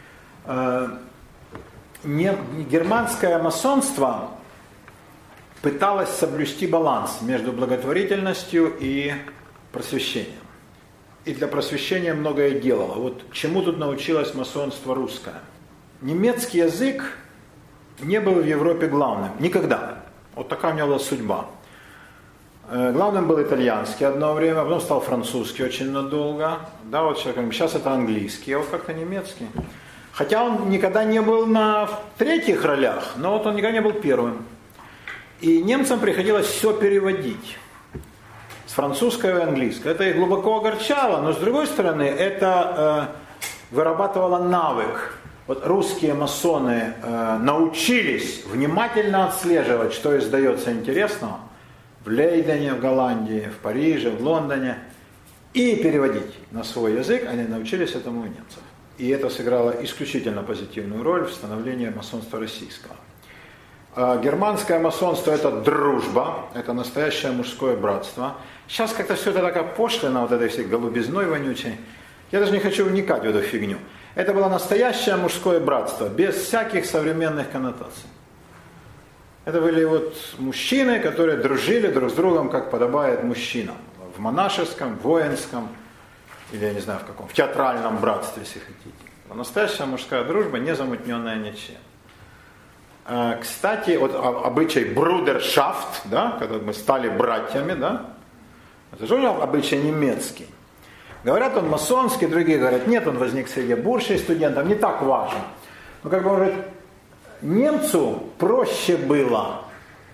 Германское масонство пыталось соблюсти баланс между благотворительностью и просвещением. И для просвещения многое делало. Вот чему тут научилось масонство русское? Немецкий язык не был в Европе главным. Никогда. Вот такая у меня была судьба. Главным был итальянский одно время, потом стал французский очень надолго. Да, вот сейчас это английский, а вот как-то немецкий. Хотя он никогда не был на третьих ролях, но вот он никогда не был первым. И немцам приходилось все переводить с французского и английского. Это их глубоко огорчало, но с другой стороны это вырабатывало навык. Вот русские масоны научились внимательно отслеживать, что издается интересного в Лейдене, в Голландии, в Париже, в Лондоне, и переводить на свой язык. Они научились этому у немцев. И это сыграло исключительно позитивную роль в становлении масонства российского. Германское масонство – это дружба, это настоящее мужское братство. Сейчас как-то все это так опошлено, вот этой всей голубизной вонючей. Я даже не хочу вникать в эту фигню. Это было настоящее мужское братство, без всяких современных коннотаций. Это были вот мужчины, которые дружили друг с другом, как подобает мужчинам. В монашеском, воинском, или я не знаю в каком, в театральном братстве, если хотите. Настоящая мужская дружба, не замутненная ничем. Кстати, вот обычай брудершафт, да, когда мы стали братьями, да, это же обычай немецкий. Говорят, он масонский, другие говорят, нет, он возник среди буршей студентов, не так важно. Но как бы он говорит, немцу проще было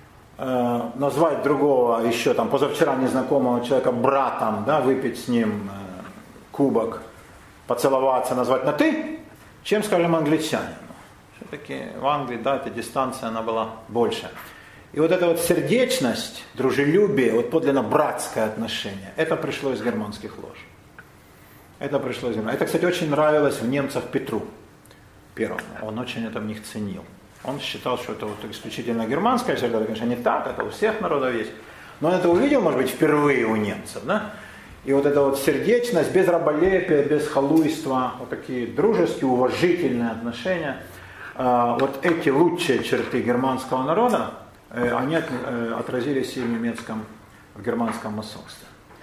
назвать другого еще там позавчера незнакомого человека братом, да, выпить с ним кубок, поцеловаться, назвать на «ты», чем, скажем, англичанину. Все-таки в Англии, да, эта дистанция, она была больше. И вот эта вот сердечность, дружелюбие, вот подлинно братское отношение, это пришло из германских лож. Это пришло из Германии. Это, кстати, очень нравилось в немцах Петру Первому. Он очень это в них ценил. Он считал, что это вот исключительно германская черта, это, конечно, не так, это у всех народов есть. Но он это увидел, может быть, впервые у немцев, да? И вот эта вот сердечность, без раболепия, без халуйства, вот такие дружеские, уважительные отношения, вот эти лучшие черты германского народа, они отразились и в германском масонстве.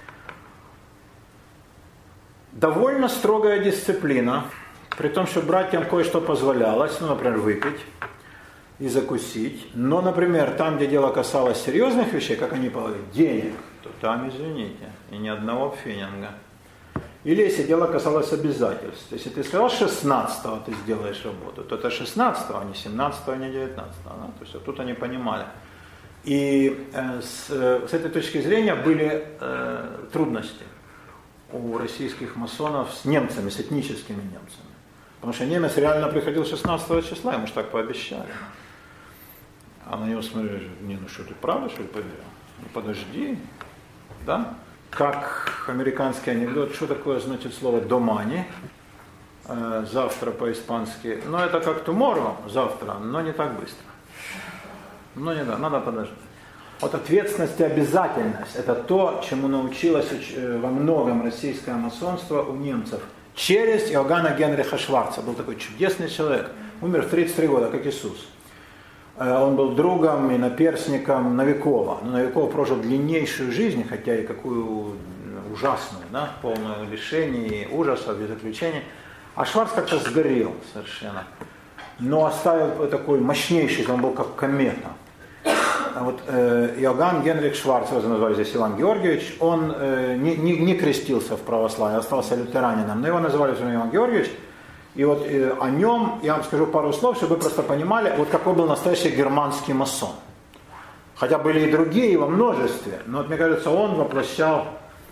Довольно строгая дисциплина, при том, что братьям кое-что позволялось, ну, например, выпить и закусить. Но, например, там, где дело касалось серьезных вещей, как они полагали, денег, то там, извините, и ни одного пфенинга. Или если дело касалось обязательств. Если ты сказал 16-го ты сделаешь работу, то это 16-го, а не 17-го, а не 19-го. Да? То есть вот тут они понимали. И с этой точки зрения были трудности у российских масонов с немцами, с этническими немцами. Потому что немец реально приходил 16 числа, ему же так пообещали. А на него смотрели, не, ну что, ты правда, что ли, поверил? Ну подожди, да? Как американский анекдот, что такое значит слово «домани», завтра по-испански. Ну это как tomorrow, завтра, но не так быстро. Ну не да, надо подождать. Вот ответственность и обязательность – это то, чему научилось во многом российское масонство у немцев. Через Иоганна Генриха Шварца. Был такой чудесный человек. Умер в 33 года, как Иисус. Он был другом и наперсником Новикова. Но Новиков прожил длиннейшую жизнь, хотя и какую ужасную, да, полную лишений, ужасов и заключений. А Шварц как-то сгорел совершенно. Но оставил такой мощнейший, он был как комета. Вот Иоганн Генрих Шварц, его назвали здесь Иван Георгиевич, он не крестился в православии, остался лютеранином, но его называли Иван Георгиевич. И вот о нем я вам скажу пару слов, чтобы вы просто понимали, вот какой был настоящий германский масон. Хотя были и другие во множестве, но вот, мне кажется, он воплощал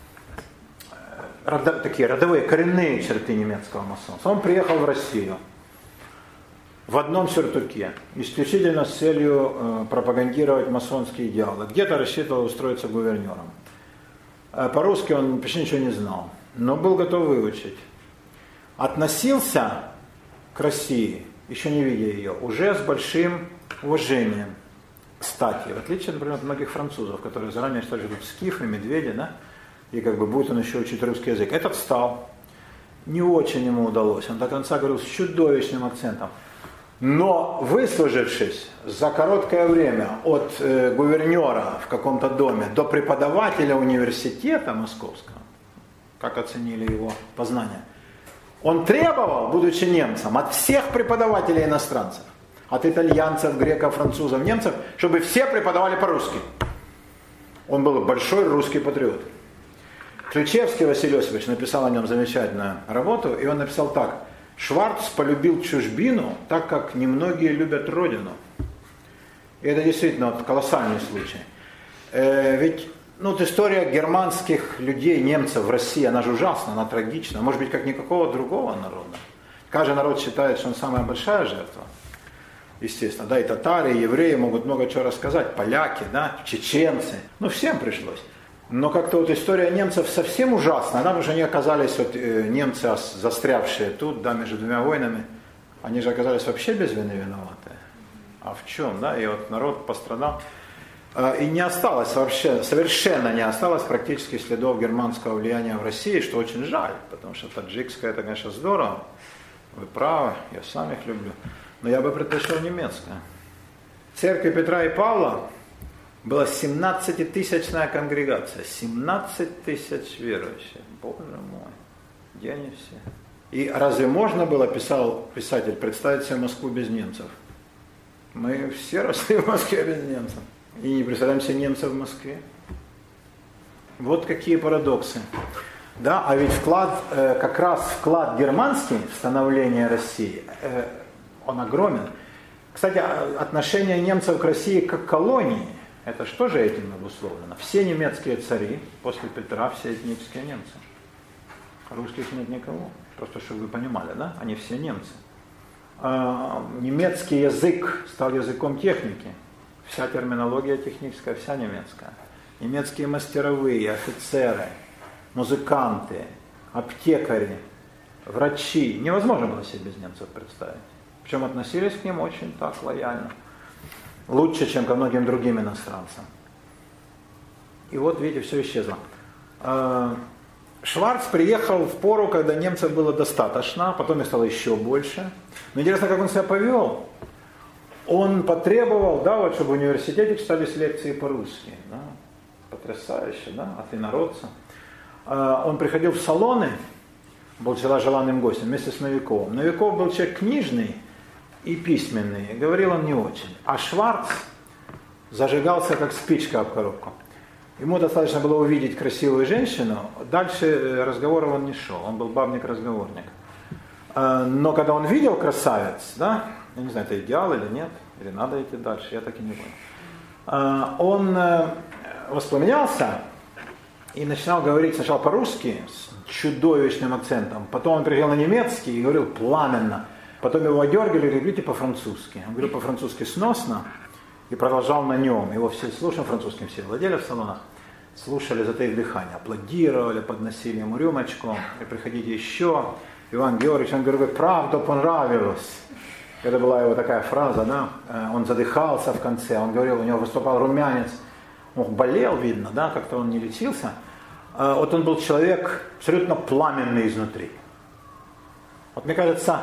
такие родовые, коренные черты немецкого масонства. Он приехал в Россию в одном сюртуке, исключительно с целью пропагандировать масонские идеалы. Где-то рассчитывал устроиться гувернером. По-русски он почти ничего не знал, но был готов выучить. Относился к России, еще не видя ее, уже с большим уважением. Кстати, в отличие, например, от многих французов, которые заранее считали, что тут скифы, медведи, да, и как бы будет он еще учить русский язык. Этот встал, не очень ему удалось, он до конца говорил с чудовищным акцентом. Но выслужившись за короткое время от гувернера в каком-то доме до преподавателя университета московского, как оценили его познания, он требовал, будучи немцем, от всех преподавателей иностранцев, от итальянцев, греков, французов, немцев, чтобы все преподавали по-русски. Он был большой русский патриот. Ключевский Василий Осипович написал о нем замечательную работу, и он написал так: Шварц полюбил чужбину, так как немногие любят родину. И это действительно вот колоссальный случай. Ведь вот история германских людей, немцев в России, она же ужасна, она трагична, может быть, как никакого другого народа. Каждый народ считает, что он самая большая жертва. Естественно, да, и татары, и евреи могут много чего рассказать, поляки, да, чеченцы, всем пришлось. Но как-то вот история немцев совсем ужасна, потому что они оказались, вот немцы, застрявшие тут, да, между двумя войнами, они же оказались вообще без вины виноваты. А в чем, да, и вот народ пострадал. И не осталось вообще, совершенно не осталось практически следов германского влияния в России, что очень жаль, потому что таджикское, это, конечно, здорово, вы правы, я сам их люблю, но я бы предпочел немецкое. В церкви Петра и Павла была 17-тысячная конгрегация, 17 тысяч верующих, боже мой, где они все? И разве можно было, писал писатель, представить себе Москву без немцев? Мы все росли в Москве без немцев. И не представляем себе немцев в Москве. Вот какие парадоксы. Да, а ведь как раз вклад германский в становление России, он огромен. Кстати, отношение немцев к России как к колонии, это что же этим обусловлено? Все немецкие цари после Петра, все этнические немцы. Русских нет никого. Просто чтобы вы понимали, да? Они все немцы. Немецкий язык стал языком техники. Вся терминология техническая, вся немецкая. Немецкие мастеровые, офицеры, музыканты, аптекари, врачи. Невозможно было себе без немцев представить. Причем относились к ним очень так лояльно. Лучше, чем ко многим другим иностранцам. И вот, видите, все исчезло. Шварц приехал в пору, когда немцев было достаточно, потом их стало еще больше. Но интересно, как он себя повел. Он потребовал, да, вот, чтобы в университете читались лекции по-русски. Да? Потрясающе, да, от инородца. Он приходил в салоны, был всегда желанным гостем, вместе с Новиковым. Новиков был человек книжный и письменный, говорил он не очень. А Шварц зажигался, как спичка об коробку. Ему достаточно было увидеть красивую женщину, дальше разговоров он не шел, он был бабник-разговорник. Но когда он видел красавец, да, я не знаю, это идеал или нет, или надо идти дальше, я так и не понял. Он воспламенялся и начинал говорить сначала по-русски с чудовищным акцентом, потом он переехал на немецкий и говорил пламенно, потом его одергали и говорили по-французски. Он говорил по-французски сносно и продолжал на нем. Его все слушали французским, все владели в салонах, слушали, затаив дыхание, аплодировали, подносили ему рюмочку, и приходите еще. Иван Георгиевич, он говорит, правда понравилось. Это была его такая фраза, да, он задыхался в конце, он говорил, у него выступал румянец, он болел, видно, да, как-то он не лечился. Вот он был человек абсолютно пламенный изнутри. Вот мне кажется,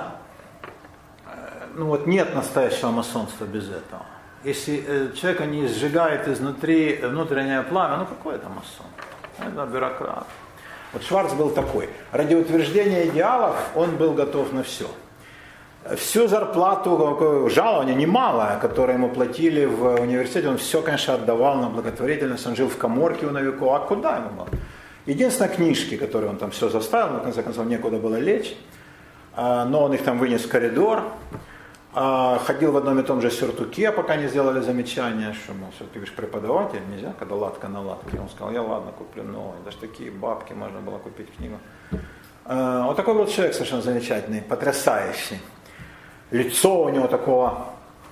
нет настоящего масонства без этого. Если человека не сжигает изнутри внутреннее пламя, какой это масон? Это бюрократ. Вот Шварц был такой. Ради утверждения идеалов он был готов на все. Всю зарплату, жалование немалое, которое ему платили в университете, он все, конечно, отдавал на благотворительность. Он жил в каморке у Новикова. А куда ему было? Единственное, книжки, которые он там все заставил, в конце концов, некуда было лечь. Но он их там вынес в коридор. Ходил в одном и том же сюртуке, пока не сделали замечание, что, мол, ты говоришь, преподаватель, нельзя, когда латка на латке. Он сказал, я ладно, куплю новый. Даже такие бабки можно было купить книгу. Вот такой был человек совершенно замечательный, потрясающий. Лицо у него такого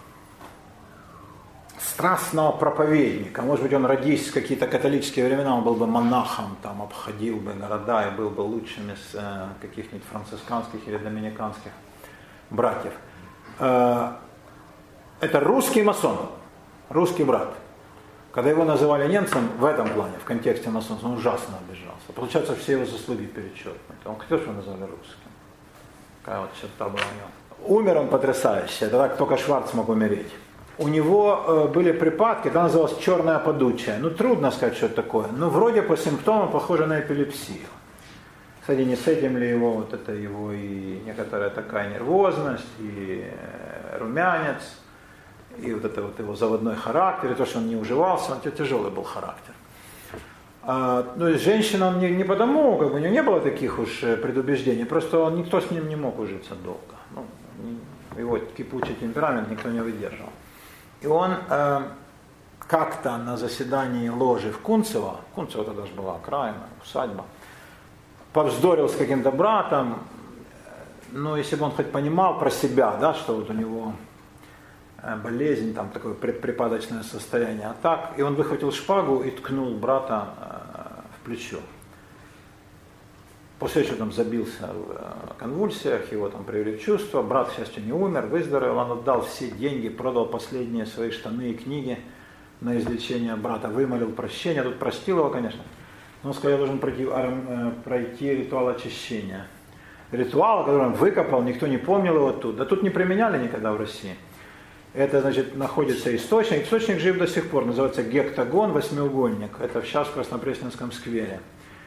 страстного проповедника. Может быть, он, родись в какие-то католические времена, он был бы монахом, там, обходил бы города и был бы лучшим из каких-нибудь францисканских или доминиканских братьев. Это русский масон, русский брат. Когда его называли немцем в этом плане, в контексте масонства, он ужасно обижался. Получается, все его заслуги перечеркнуты. Он хотел, чтобы его назвали русским. Такая вот черта была у него. Умер он потрясающе, это так только Шварц мог умереть. У него были припадки, это называлось черное подучие. Трудно сказать, что это такое. Вроде по симптомам похоже на эпилепсию. Кстати, не с этим ли его, вот это его и некоторая такая нервозность, и румянец, и вот это вот его заводной характер, и то, что он не уживался, он тяжелый был характер. Ну, и женщина он не потому, как бы у него не было таких уж предубеждений, просто никто с ним не мог ужиться долго. Ну, его кипучий темперамент никто не выдерживал. И он как-то на заседании ложи в Кунцево тогда же была окраина, усадьба, повздорил с каким-то братом, ну, если бы он хоть понимал про себя, да, что вот у него болезнь, там такое предприпадочное состояние, а так, и он выхватил шпагу и ткнул брата в плечо. После чего там забился в конвульсиях, его там привели в чувство, брат, к счастью, не умер, выздоровел, он отдал все деньги, продал последние свои штаны и книги на излечение брата, вымолил прощение, тут простил его, конечно, но он сказал, я должен пройти ритуал очищения. Ритуал, который он выкопал, никто не помнил его тут, да тут не применяли никогда в России. Это, значит, находится источник жив до сих пор, называется гектагон, восьмиугольник, это сейчас в Краснопресненском сквере.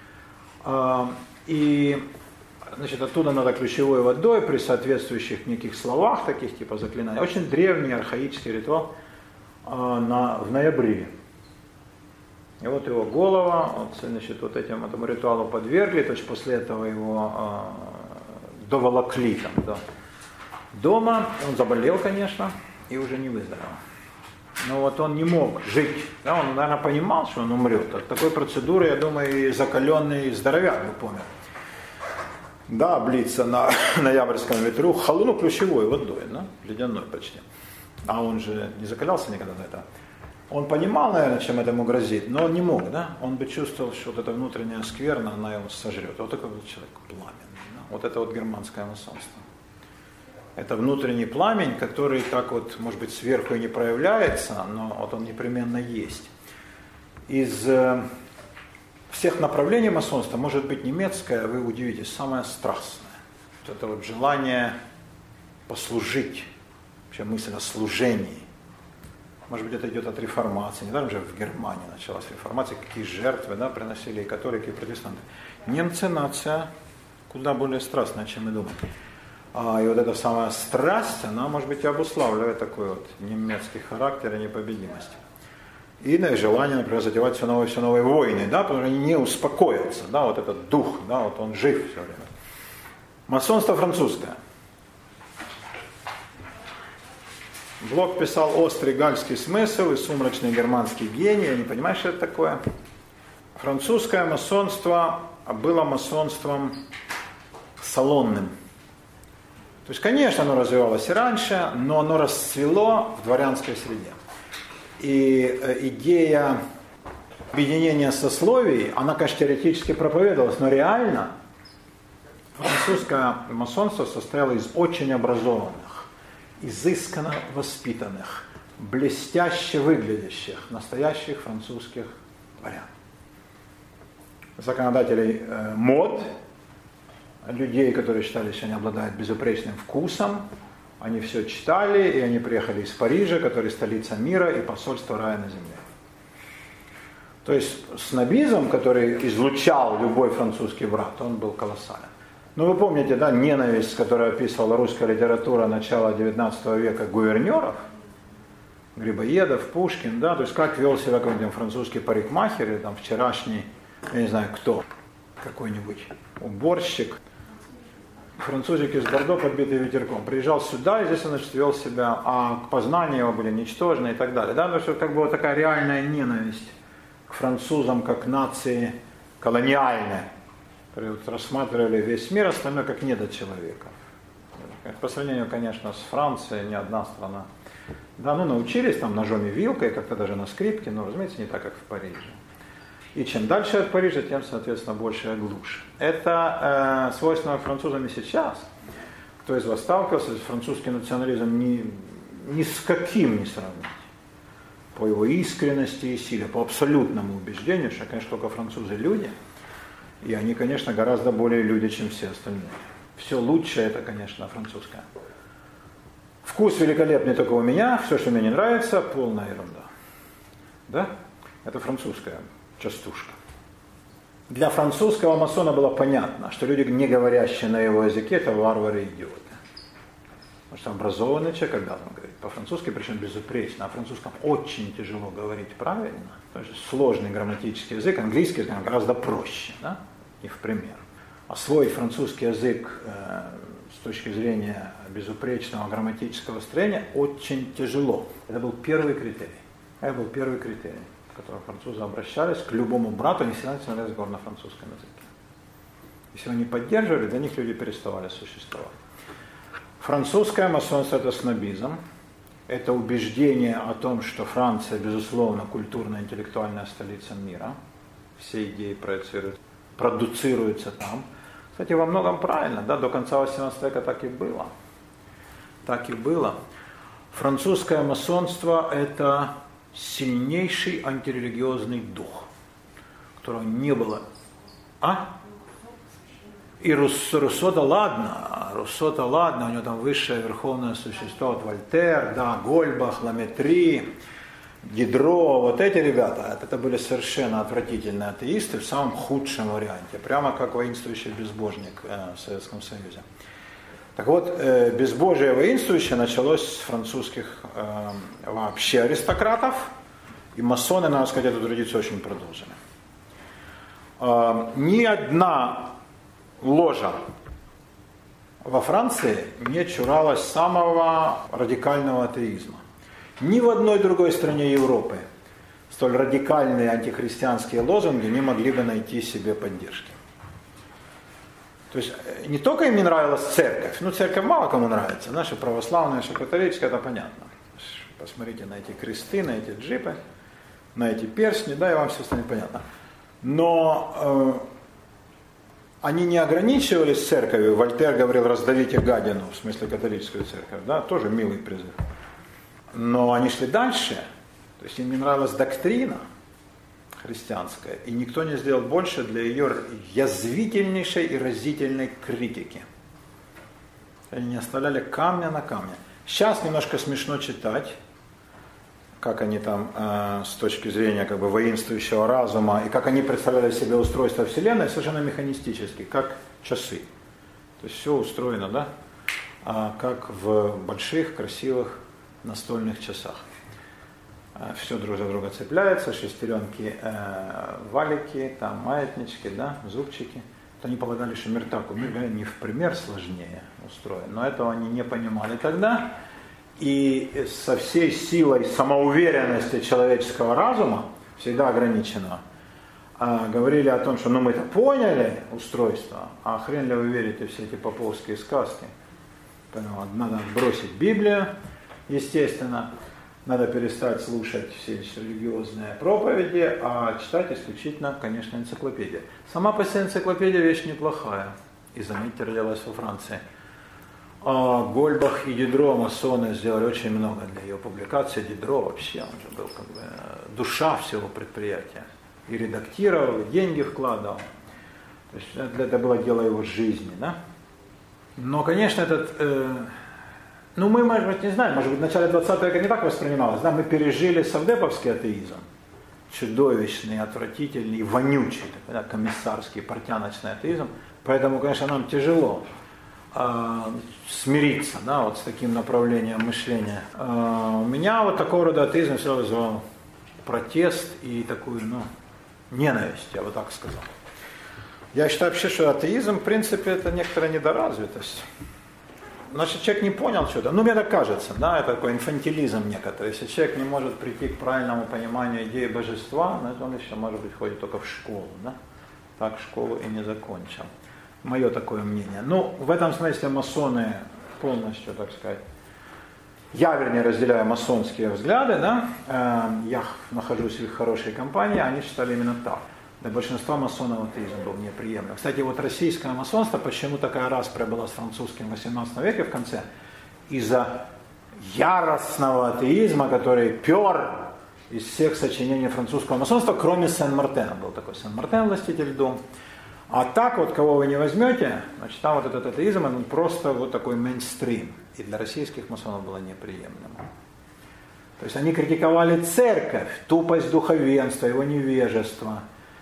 И, значит, оттуда надо ключевой водой при соответствующих неких словах, таких типа заклинаний. Очень древний архаический ритуал в ноябре. И вот его голова, вот, значит, вот этому ритуалу подвергли, то есть после этого его доволокли там, до дома, он заболел, конечно, и уже не выздоровел. Но вот он не мог жить, да, он, наверное, понимал, что он умрет. От такой процедуры, я думаю, и закаленный здоровяк бы помер. Да, облиться на ноябрьском ветру, холодной ключевой водой, да, ледяной почти. А он же не закалялся никогда до этого. Он понимал, наверное, чем этому грозит, но он не мог, да? Он бы чувствовал, что вот эта внутренняя скверна, она его сожрет. Вот такой был человек пламенный. Да? Вот это вот германское масонство. Это внутренний пламень, который так вот, может быть, сверху и не проявляется, но вот он непременно есть. Из всех направлений масонства, может быть, немецкое, вы удивитесь, самое страстное. Вот это вот желание послужить, вообще мысль о служении. Может быть, это идет от реформации. Недаром же в Германии началась реформация, какие жертвы, да, приносили и католики, и протестанты. Немцы нация куда более страстная, чем мы думаем. И вот эта самая страсть, она, может быть, и обуславливает такой вот немецкий характер и непобедимость. И желание, например, затевать все новые войны, да, потому что они не успокоятся, да, вот этот дух, да, вот он жив все время. Масонство французское. Блок писал острый гальский смысл и сумрачный германский гений. Я не понимаю, что это такое. Французское масонство было масонством салонным. То есть, конечно, оно развивалось и раньше, но оно расцвело в дворянской среде. И идея объединения сословий, она, конечно, теоретически проповедовалась, но реально французское масонство состояло из очень образованных, изысканно воспитанных, блестяще выглядящих, настоящих французских дворян. Законодателей мод, людей, которые считали, что они обладают безупречным вкусом, они все читали, и они приехали из Парижа, который столица мира и посольство рая на земле. То есть снобизм, который излучал любой французский брат, он был колоссален. Ну вы помните, да, ненависть, которую описывала русская литература начала XIX века гувернеров, Грибоедов, Пушкин, да, то есть как вел себя какой-нибудь французский парикмахер или там вчерашний, я не знаю кто, какой-нибудь уборщик, французик из Бордо, подбитый ветерком, приезжал сюда, и здесь он, значит, вел себя, а познания его были ничтожны и так далее. Да, потому что как бы вот такая реальная ненависть к французам, как нации колониальной, которые вот рассматривали весь мир, остальное как недочеловека. По сравнению, конечно, с Францией, ни одна страна. Да, ну научились там ножом и вилкой, как-то даже на скрипке, но, разумеется, не так, как в Париже. И чем дальше от Парижа, тем, соответственно, больше и глубже. Это свойственно французам и сейчас. Кто из вас сталкивался, французский национализм ни с каким не сравнить. По его искренности и силе, по абсолютному убеждению, что, конечно, только французы люди. И они, конечно, гораздо более люди, чем все остальные. Все лучшее это, конечно, французское. Вкус великолепный только у меня, все, что мне не нравится, полная ерунда. Да? Это французская частушка. Для французского масона было понятно, что люди, не говорящие на его языке, это варвары и идиоты. Потому что образованный человек обязан говорить по-французски, причем безупречно. На французском очень тяжело говорить правильно. То есть сложный грамматический язык, английский язык гораздо проще, да? И в пример. Освоить французский язык с точки зрения безупречного грамматического строения очень тяжело. Это был первый критерий. Это был первый критерий, к которому французы обращались к любому брату, не всегда начинали разговор на французском языке. Если его не поддерживали, для них люди переставали существовать. Французское масонство – это снобизм. Это убеждение о том, что Франция, безусловно, культурная, интеллектуальная столица мира. Все идеи продуцируются там. Кстати, во многом правильно, да, до конца 18 века так и было. Так и было. Французское масонство – это сильнейший антирелигиозный дух, которого не было. И Руссо-то ладно, у него там высшее верховное существо, вот Вольтер, да, Гольбах, Ламетри, Дидро, вот эти ребята, это были совершенно отвратительные атеисты в самом худшем варианте, прямо как воинствующий безбожник в Советском Союзе. Так вот, безбожие воинствующее началось с французских вообще аристократов, и масоны, надо сказать, эту традицию очень продолжили. Ни одна ложа во Франции не чуралась самого радикального атеизма. Ни в одной другой стране Европы столь радикальные антихристианские лозунги не могли бы найти себе поддержки. То есть не только им не нравилась церковь, церковь мало кому нравится, наша православная, наша католическая, это понятно. Посмотрите на эти кресты, на эти джипы, на эти перстни, да, и вам все станет понятно. Но они не ограничивались церковью. Вольтер говорил: раздавите гадину, в смысле католическую церковь, да, тоже милый призыв. Но они шли дальше, то есть им не нравилась доктрина христианская, и никто не сделал больше для ее язвительнейшей и разительной критики. Они не оставляли камня на камне. Сейчас немножко смешно читать, как они там с точки зрения как бы воинствующего разума, и как они представляли себе устройство Вселенной совершенно механистически, как часы. То есть все устроено, да, как в больших, красивых настольных часах. Все друг за друга цепляется, шестеренки, валики, там маятнички, да, зубчики. То они полагали, что мир так, мир не в пример сложнее устроен, но этого они не понимали тогда. И со всей силой самоуверенности человеческого разума, всегда ограниченного, говорили о том, что мы-то поняли устройство, а хрен ли вы верите в все эти поповские сказки. Поэтому надо отбросить Библию, естественно, надо перестать слушать все эти религиозные проповеди, а читать исключительно, конечно, энциклопедия. Сама по себе энциклопедия вещь неплохая, и, заметьте, родилась во Франции. Гольбах и Дидро, масоны, сделали очень много для ее публикации. Дидро вообще, он же был как бы душа всего предприятия. И редактировал, и деньги вкладывал. То есть это было дело его жизни, да? Но, конечно, мы, может быть, не знаем, может быть, в начале 20 века не так воспринималось, да? Мы пережили совдеповский атеизм, чудовищный, отвратительный, вонючий, такой, да, комиссарский, портяночный атеизм. Поэтому, конечно, нам тяжело смириться, да, вот с таким направлением мышления. У меня вот такого рода атеизм всегда вызывал протест и такую, ненависть, я бы так сказал. Я считаю вообще, что атеизм, в принципе, это некоторая недоразвитость. Значит, человек не понял что-то, мне так кажется, да, это такой инфантилизм некоторый. Если человек не может прийти к правильному пониманию идеи божества, значит, он еще, может быть, ходит только в школу, да, так школу и не закончил. Мое такое мнение. В этом смысле масоны полностью, так сказать, я, вернее, разделяю масонские взгляды, да, я нахожусь в их хорошей компании, они считали именно так. Для большинства масонов атеизм был неприемлем. Кстати, вот российское масонство, почему такая распря была с французским в 18 веке в конце, из-за яростного атеизма, который пер из всех сочинений французского масонства, кроме Сен-Мартена. Был такой Сен-Мартен, властитель дум. А так вот, кого вы не возьмете, значит, там вот этот атеизм, он просто вот такой мейнстрим. И для российских масонов было неприемлемо. То есть они критиковали церковь, тупость духовенства, его невежество,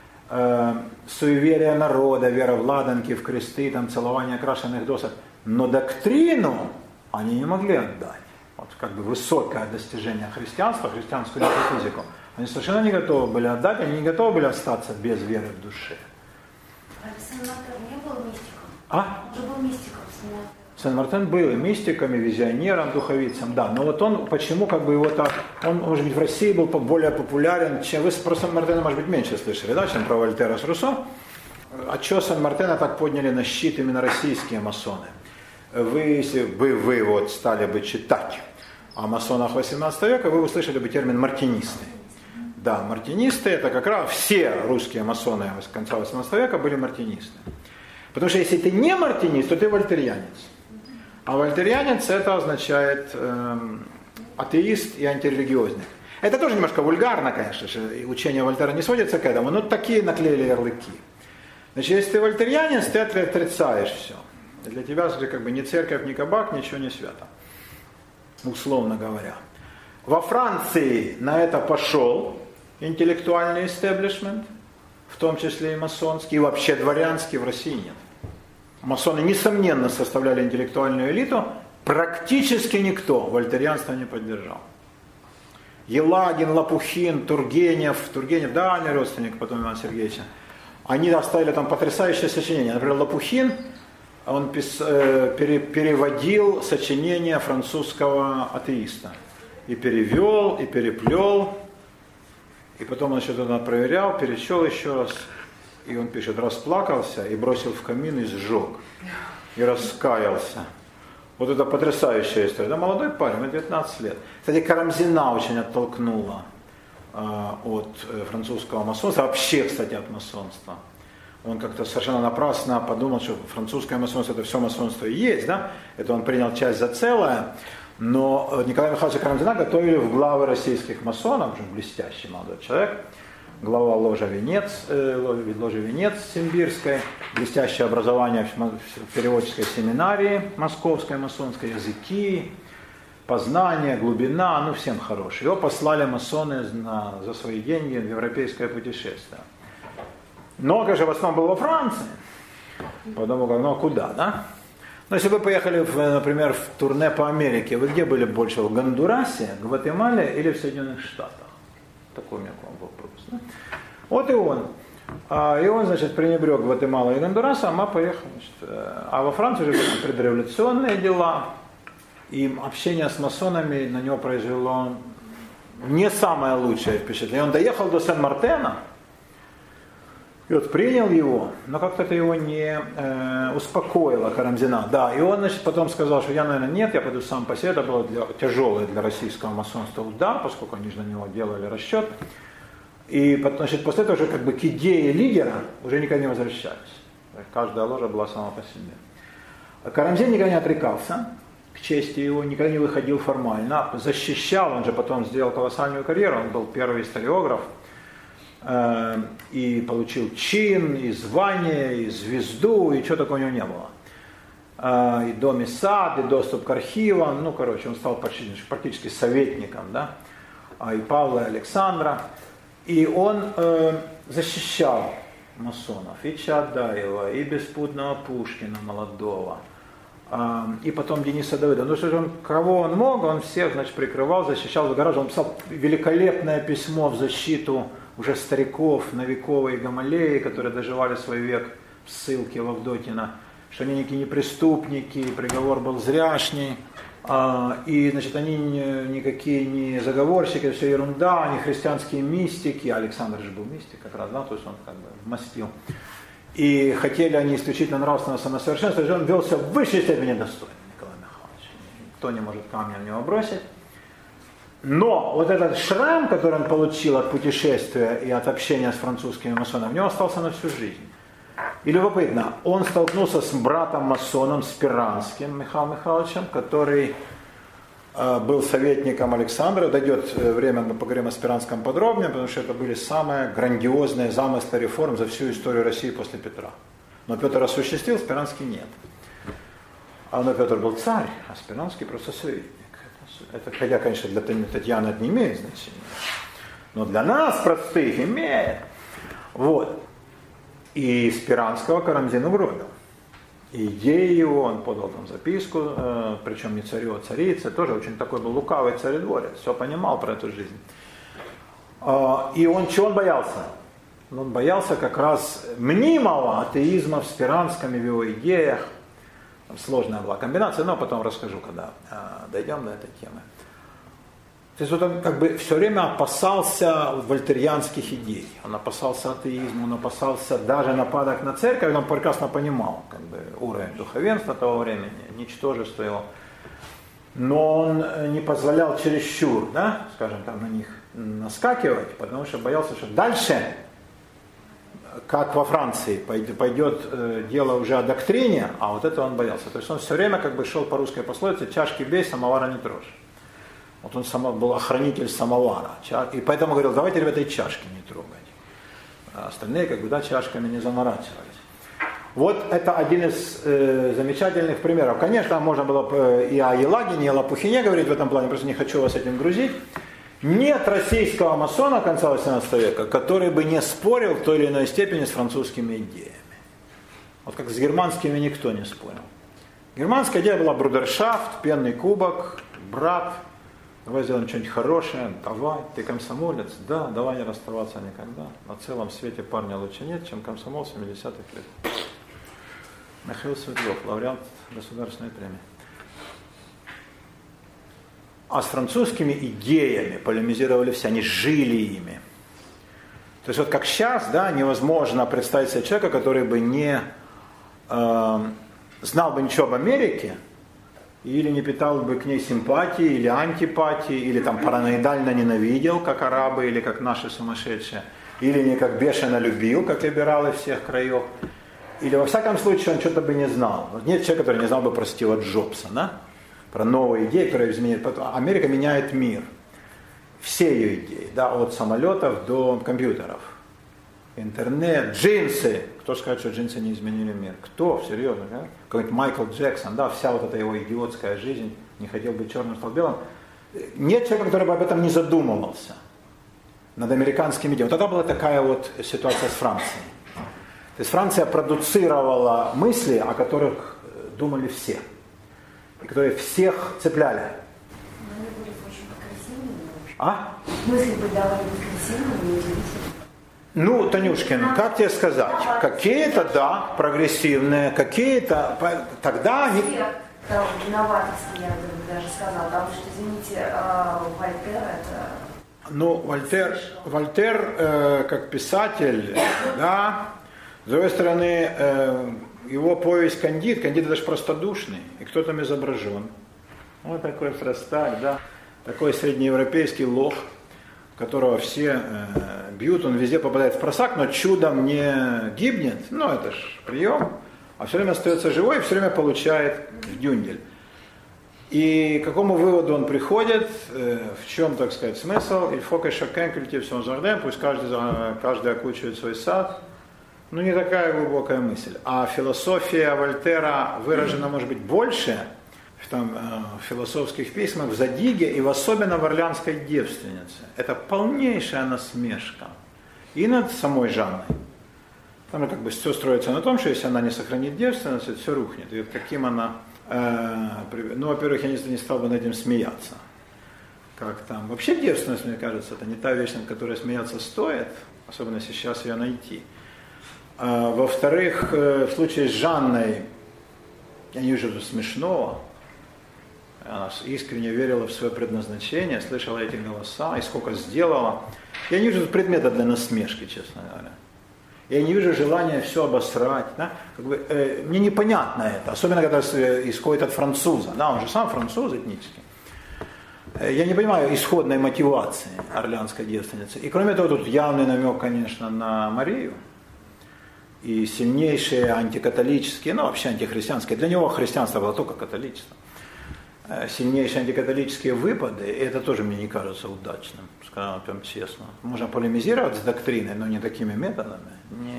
суеверие народа, вера в ладанки, в кресты, там, целование окрашенных досок. Но доктрину они не могли отдать. Вот как бы высокое достижение христианства, христианскую метафизику. Они совершенно не готовы были отдать, они не готовы были остаться без веры в душе. А Сен-Мартен не был мистиком? А? Он же был мистиком Сен-Мартен. Сен-Мартен был и мистиком, и визионером, духовицем, да. Но вот он, почему как бы его так, он, может быть, в России был более популярен, чем вы про Сен-Мартена, может быть, меньше слышали, да, чем про Вольтера с Руссо. А что Сен-Мартена так подняли на щит именно российские масоны? Вы, если бы вы вот стали бы читать о масонах 18 века, вы услышали бы термин «мартинисты». Да, мартинисты, это как раз все русские масоны с конца 18 века были мартинисты. Потому что если ты не мартинист, то ты вольтерианец. А вольтерианец это означает атеист и антирелигиозник. Это тоже немножко вульгарно, конечно же, учение Вольтера не сводится к этому, но такие наклеили ярлыки. Значит, если ты вольтерианец, ты отрицаешь все. Для тебя как бы ни церковь, ни кабак, ничего не свято. Условно говоря. Во Франции на это пошел интеллектуальный истеблишмент, в том числе и масонский, и вообще дворянский, в России нет. Масоны, несомненно, составляли интеллектуальную элиту, практически никто вольтерианство не поддержал. Елагин, Лопухин, Тургенев, да, не родственник потом Ивана Сергеевича, они оставили там потрясающее сочинение. Например, Лопухин, он переводил сочинение французского атеиста. И перевел, и переплел, и потом он что-то проверял, перечел еще раз. И он пишет, расплакался и бросил в камин и сжег. И раскаялся. Вот это потрясающая история. Да, молодой парень, 19 лет. Кстати, Карамзина очень оттолкнула от французского масонства. Вообще, кстати, от масонства. Он как-то совершенно напрасно подумал, что французское масонство это все масонство и есть. Да? Это он принял часть за целое. Но Николая Михайловича Карамзина готовили в главы российских масонов, уже блестящий молодой человек. Глава ложи Венец Симбирской, блестящее образование в переводческой семинарии московской масонской, языки, познание, глубина, ну всем хороший. Его послали масоны за свои деньги в европейское путешествие. Много же в основном было во Франции. Потому как, ну а куда, да? Но если вы поехали, например, в турне по Америке, вы где были больше? В Гондурасе, Гватемале или в Соединенных Штатах? Такой у меня к вам вопрос. Да? Вот и он. И он, значит, пренебрег Гватемалу и Гондурасом, а поехал. Значит, а во Франции уже были предреволюционные дела. И общение с масонами на него произвело не самое лучшее впечатление. Он доехал до Сен-Мартена. И вот принял его, но как-то это его не успокоило, Карамзина. Да, и он, значит, потом сказал, что я, наверное, нет, я пойду сам по себе. Это было тяжелый для российского масонства удар, поскольку они же на него делали расчет. И, значит, после этого уже как бы к идее лидера уже никогда не возвращались. Каждая ложа была сама по себе. Карамзин никогда не отрекался, к чести его, никогда не выходил формально. Защищал, он же потом сделал колоссальную карьеру, он был первый историограф. И получил чин, и звание, и звезду, и чего такого у него не было. И дом, и сад, и доступ к архивам, ну, короче, он стал практически советником, да, и Павла, и Александра. И он защищал масонов, и Чаадаева, и беспутного Пушкина молодого, и потом Дениса Давыдова. Ну, что же он, кого он мог, он всех, значит, прикрывал, защищал, загораживал. Он писал великолепное письмо в защиту уже стариков, Новикова и Гамалеи, которые доживали свой век в ссылке в Авдотино, что они никакие не преступники, приговор был зряшний, и, значит, они никакие не заговорщики, это все ерунда, они христианские мистики, Александр же был мистик как раз, да, то есть он как бы вмостил. И хотели они исключительно нравственного самосовершенства, и он велся в высшей степени достойно, Николай Михайлович. Никто не может камня в него бросить. Но вот этот шрам, который он получил от путешествия и от общения с французскими масонами, у него остался на всю жизнь. И любопытно, он столкнулся с братом-масоном Спиранским, Михаилом Михайловичем, который был советником Александра. Дойдет время, мы поговорим о Спиранском подробнее, потому что это были самые грандиозные замыслы реформ за всю историю России после Петра. Но Петр осуществил, Спиранский нет. Но Петр был царь, а Спиранский просто советник. Это, хотя, конечно, для Татьяны это не имеет значения. Но для нас, простых, имеет. Вот. И Спиранского Карамзин угробил. идеи его, он подал там записку, причем не царю, а царице, тоже очень такой был лукавый царедворец, все понимал про эту жизнь. И чего он боялся? Он боялся как раз мнимого атеизма в Спиранском и в его идеях. Там сложная была комбинация, но потом расскажу, когда дойдем до этой темы. То есть вот он как бы все время опасался вольтерианских идей, он опасался атеизма, он опасался даже нападок на церковь, он прекрасно понимал как бы, уровень духовенства того времени, ничтожество его. Но он не позволял чересчур, да, скажем, там, на них наскакивать, потому что боялся, что дальше, как во Франции, пойдет дело уже о доктрине, а вот это он боялся. То есть он все время как бы шел по русской пословице: чашки бей, самовара не трожь. Вот он был охранитель самовара. И поэтому говорил: давайте, ребята, и чашки не трогать. А остальные как бы, да, чашками не заморачивались. Вот это один из замечательных примеров. Конечно, можно было и о Елагине, и о Лопухине говорить в этом плане, просто не хочу вас этим грузить. Нет российского масона конца 18 века, который бы не спорил в той или иной степени с французскими идеями. Вот как с германскими никто не спорил. Германская идея была брудершафт, пенный кубок, брат, давай сделаем что-нибудь хорошее, давай, ты комсомолец, да, давай не расставаться никогда. На целом свете парня лучше нет, чем комсомол 70-х лет. Михаил Светлов, лауреат Государственной премии. А с французскими идеями полемизировали все, они жили ими. То есть вот как сейчас, да, невозможно представить себе человека, который бы не знал бы ничего об Америке, или не питал бы к ней симпатии, или антипатии, или там параноидально ненавидел, как арабы, или как наши сумасшедшие, или не как бешено любил, как либералы всех краев, или во всяком случае он что-то бы не знал. Вот нет человека, который не знал бы про Стива Джобса, да? Про новые идеи, которые изменяют. Америка меняет мир. Все ее идеи, да, от самолетов до компьютеров. Интернет, джинсы. Кто скажет, что джинсы не изменили мир? Кто? Серьезно, да? Какой-нибудь Майкл Джексон, да, вся вот эта его идиотская жизнь, не хотел быть черным, стал белым. Нет человека, который бы об этом не задумывался. Над американскими идеями. Вот тогда была такая вот ситуация с Францией. То есть Франция продуцировала мысли, о которых думали все. И которые всех цепляли. Но они были очень красивыми. А? Мысли были довольно красивыми и удивительными. Ну, Танюшкин, как тебе сказать? Какие-то, да, прогрессивные, какие-то, тогда они... Новаторские, я бы даже сказала, потому что, извините, Вольтер это... Ну, Вольтер как писатель, да, с другой стороны, его повесть «Кандид», Кандид это же простодушный, и кто там изображен? Вот такой простак, да, такой среднеевропейский лох, которого все бьют, он везде попадает в просак, но чудом не гибнет, ну это ж прием, а все время остается живой и все время получает в дюндель. И к какому выводу он приходит, в чем, так сказать, смысл? «Il faut que chacun cultive son jardin», пусть каждый окучивает свой сад. Ну, не такая глубокая мысль. А философия Вольтера выражена, может быть, больше в философских письмах, в «Задиге» и особенно в «Орлеанской девственнице». Это полнейшая насмешка и над самой Жанной. Там как бы все строится на том, что если она не сохранит девственность, это все рухнет. И вот каким она... Ну, во-первых, я не стал бы над этим смеяться. Как там... Вообще девственность, мне кажется, это не та вещь, над которой смеяться стоит, особенно если сейчас ее найти. Во-вторых, в случае с Жанной, я не вижу смешного. Она искренне верила в свое предназначение, слышала эти голоса и сколько сделала. Я не вижу предмета для насмешки, честно говоря. Я не вижу желания все обосрать. Да? Как бы, мне непонятно это, особенно когда исходит от француза. Да, он же сам француз этнический. Я не понимаю исходной мотивации орлеанской девственницы. И кроме того, тут явный намек, конечно, на Марию. И сильнейшие антикатолические, ну вообще антихристианские. Для него христианство было только католичество. Сильнейшие антикатолические выпады, и это тоже мне не кажется удачным, скажем прям честно. Можно полемизировать с доктриной, но не такими методами,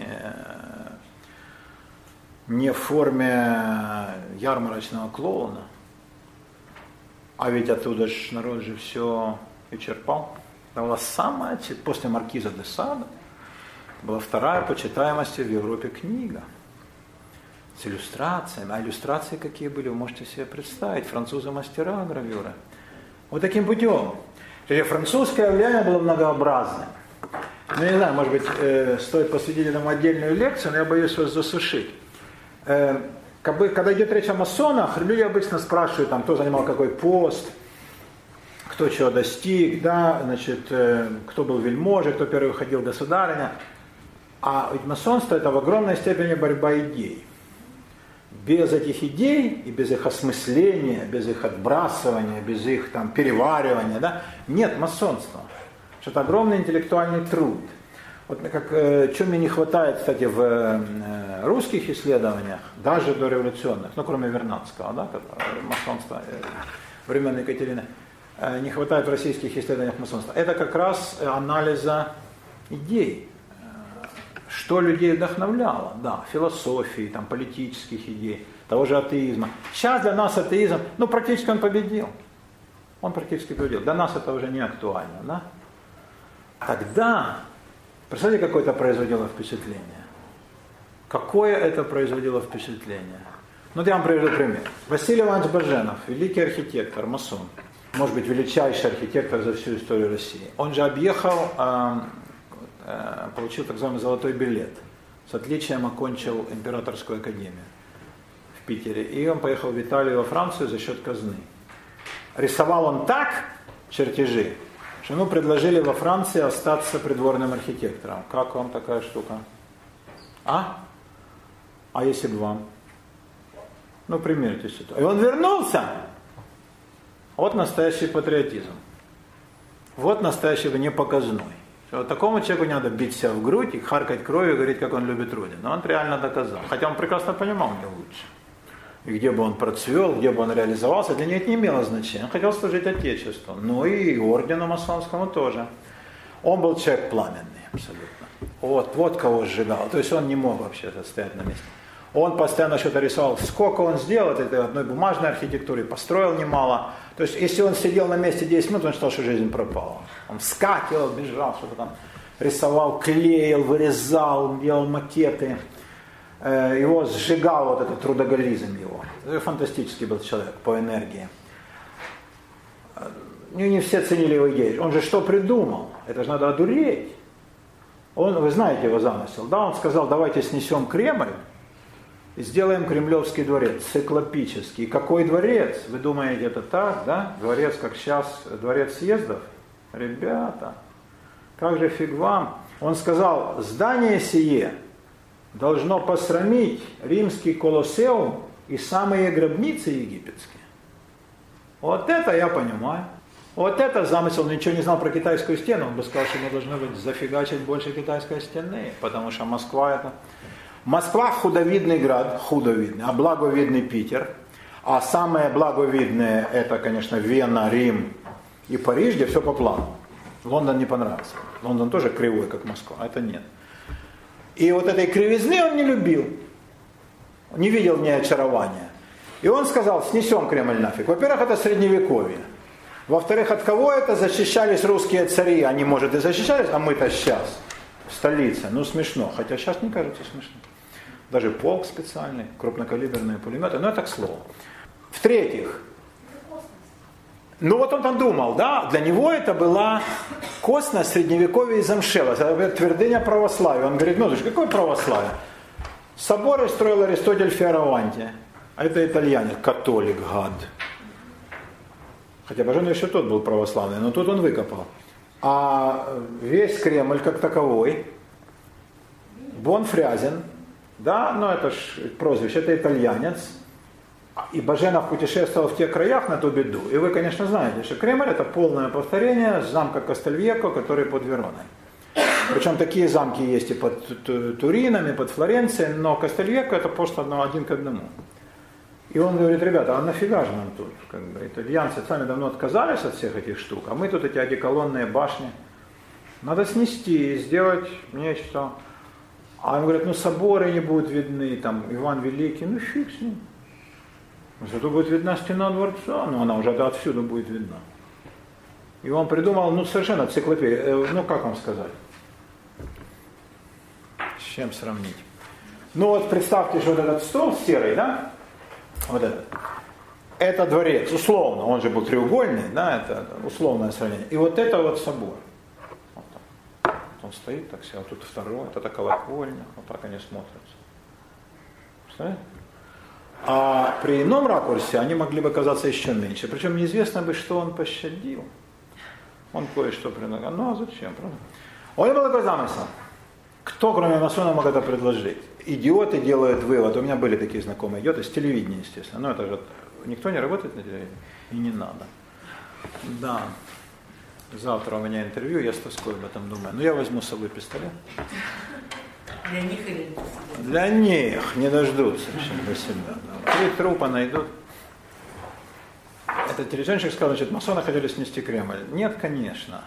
не в форме ярмарочного клоуна. А ведь оттуда же народ же все и черпал. Это была самая, после Маркиза де Сада, была вторая по читаемости в Европе книга. с иллюстрациями. А иллюстрации какие были, вы можете себе представить. Французы-мастера гравюры. Вот таким путем. Французское влияние было многообразным. Ну, не знаю, может быть, стоит посвятить этому отдельную лекцию, но я боюсь вас засушить. Когда идет речь о масонах, люди обычно спрашивают, там, кто занимал какой пост, кто чего достиг, да, значит, кто был вельможей, кто первый выходил государиня. А ведь масонство это в огромной степени борьба идей. Без этих идей и без их осмысления, без их отбрасывания, без их там, переваривания, да, нет масонства. Это огромный интеллектуальный труд. Вот чего мне не хватает, кстати, в русских исследованиях, даже до революционных, ну кроме Вернадского, да, масонства времен Екатерины, не хватает в российских исследованиях масонства. Это как раз анализа идей. Что людей вдохновляло, да, философии, там, политических идей, того же атеизма. Сейчас для нас атеизм, ну, практически он победил. Он практически победил. Для нас это уже не актуально, да? Тогда, представьте, какое это производило впечатление. Какое это производило впечатление? Ну, я вам приведу пример. Василий Иванович Баженов, великий архитектор, масон, может быть, величайший архитектор за всю историю России. Он же объехал... получил так называемый золотой билет. С отличием окончил Императорскую академию в Питере. И он поехал в Италию, во Францию за счет казны. Рисовал он так чертежи, что ему предложили во Франции остаться придворным архитектором. Как вам такая штука? А если бы вам? Ну, примерьте ситуацию. И он вернулся. Вот настоящий патриотизм. Вот настоящий непоказной. Вот такому человеку не надо бить себя в грудь и харкать кровью и говорить, как он любит Родину. Но он реально доказал. Хотя он прекрасно понимал, где лучше. И где бы он процвел, где бы он реализовался, для него это не имело значения. Он хотел служить Отечеству. Ну и ордену масонскому тоже. Он был человек пламенный абсолютно. Вот кого сжигал. То есть он не мог вообще стоять на месте. Он постоянно что-то рисовал. Сколько он сделал этой одной бумажной архитектуры, построил немало. То есть, если он сидел на месте 10 минут, он считал, что жизнь пропала. Он вскакивал, бежал, что-то там рисовал, клеил, вырезал, делал макеты. Его сжигал вот этот трудоголизм его. Фантастический был человек по энергии. Не все ценили его идеи. Он же что придумал? Это же надо одуреть. Вы знаете его замысел. Да, он сказал, давайте снесем Кремль и сделаем Кремлевский дворец, циклопический. Какой дворец? Вы думаете, это так, да? Дворец, как сейчас, дворец съездов? Ребята, как же фиг вам? Он сказал, здание сие должно посрамить римский колоссеум и самые гробницы египетские. Вот это я понимаю. Вот это замысел. Он ничего не знал про китайскую стену. Он бы сказал, что мы должны быть зафигачить больше китайской стены, потому что Москва это... Москва худовидный град, худовидный, а благовидный Питер. А самое благовидное это, конечно, Вена, Рим и Париж, где все по плану. Лондон не понравился. Лондон тоже кривой, как Москва, а это нет. И вот этой кривизны он не любил. Не видел в ней очарования. И он сказал, снесем Кремль нафиг. Во-первых, это средневековье. Во-вторых, от кого это защищались русские цари? Они, может, и защищались, а мы-то сейчас в столице. Ну, смешно. Хотя сейчас не кажется смешно. Даже полк специальный, крупнокалиберные пулеметы. Но это к слову. В-третьих, ну вот он там думал, да, для него это была косность средневековья и замшела. Это твердыня православия. Он говорит, ну, какое православие? Соборы строил Аристотель Фиораванти. А это итальянец, католик, гад. Хотя Баженов еще тот был православный, но тут он выкопал. А весь Кремль как таковой, Бон Фрязин, да, ну это ж прозвище, это итальянец. И Баженов путешествовал в тех краях на ту беду. И вы, конечно, знаете, что Кремль это полное повторение замка Кастельвеко, который под Вероной. Причем такие замки есть и под Турином, и под Флоренцией, но Кастельвеко это просто один к одному. И он говорит, ребята, а нафига же нам тут? Как бы, итальянцы сами давно отказались от всех этих штук, а мы тут эти одеколонные башни. Надо снести и сделать нечто. А им говорят, ну соборы не будут видны, там Иван Великий, ну фиг с ним. Зато будет видна стена дворца, но она уже отсюда будет видна. И он придумал, ну совершенно циклопедию, ну как вам сказать? С чем сравнить? Ну вот представьте, что вот этот стол серый, да, вот этот, это дворец, условно, он же был треугольный, да, это условное сравнение. И вот это вот собор. Вот так. Вот он стоит так себе, а тут второй, это колокольня, вот так они смотрятся. Представляете? А при ином ракурсе они могли бы казаться еще меньше. Причем неизвестно бы, что он пощадил. Он кое-что предлагал. Ну а зачем, правда? У него был такой замысел. Кто, кроме масона, мог это предложить? Идиоты делают вывод. У меня были такие знакомые идиоты, с телевидения, естественно. Но это же никто не работает на телевидении. И не надо. Да. Завтра у меня интервью, я с тоской об этом думаю. Ну я возьму с собой пистолет. Для них или для себя? Для них не дождутся для себя. Да. 3 трупа найдут. Этот телевизионщик сказал, значит, масоны хотели снести Кремль. Нет, конечно.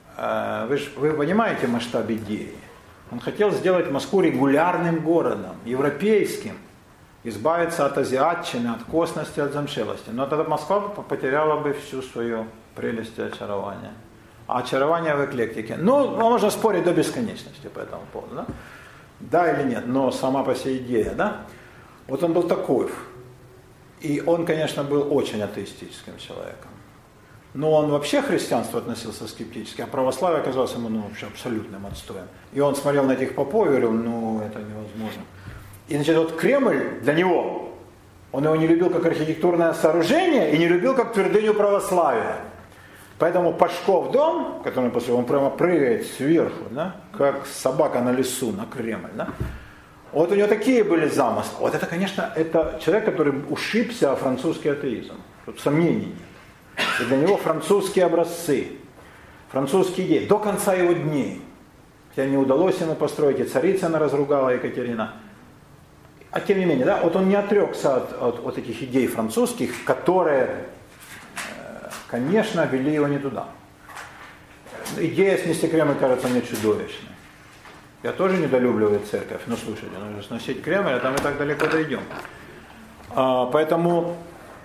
Вы понимаете масштаб идеи? Он хотел сделать Москву регулярным городом, европейским, избавиться от азиатчины, от косности, от замшелости. Но тогда Москва потеряла бы всю свою прелесть и очарование. А очарование в эклектике. Ну, можно спорить до бесконечности по этому поводу, да? Да или нет, но сама по себе идея, да? Вот он был такой. И он, конечно, был очень атеистическим человеком. Но он вообще к христианству относился скептически, а православие оказалось ему вообще абсолютным отстоем. И он смотрел на этих попов и говорил, ну это невозможно. И значит, вот Кремль для него, он его не любил как архитектурное сооружение и не любил как твердыню православия. Поэтому Пашков дом, который он построил, он прямо прыгает сверху, да, как собака на лесу, на Кремль. Да. Вот у него такие были замыслы. Вот это, конечно, это человек, который ушибся о французский атеизм. Тут сомнений нет. И для него французские образцы, французские идеи, до конца его дней. Хотя не удалось ему построить, и Царицына разругала Екатерина. А тем не менее, да, вот он не отрекся от этих идей французских, которые, конечно, вели его не туда. Идея снести Кремль кажется мне чудовищной. Я тоже недолюбливаю церковь, но слушайте, нужно сносить Кремль, а там мы так далеко дойдем. Поэтому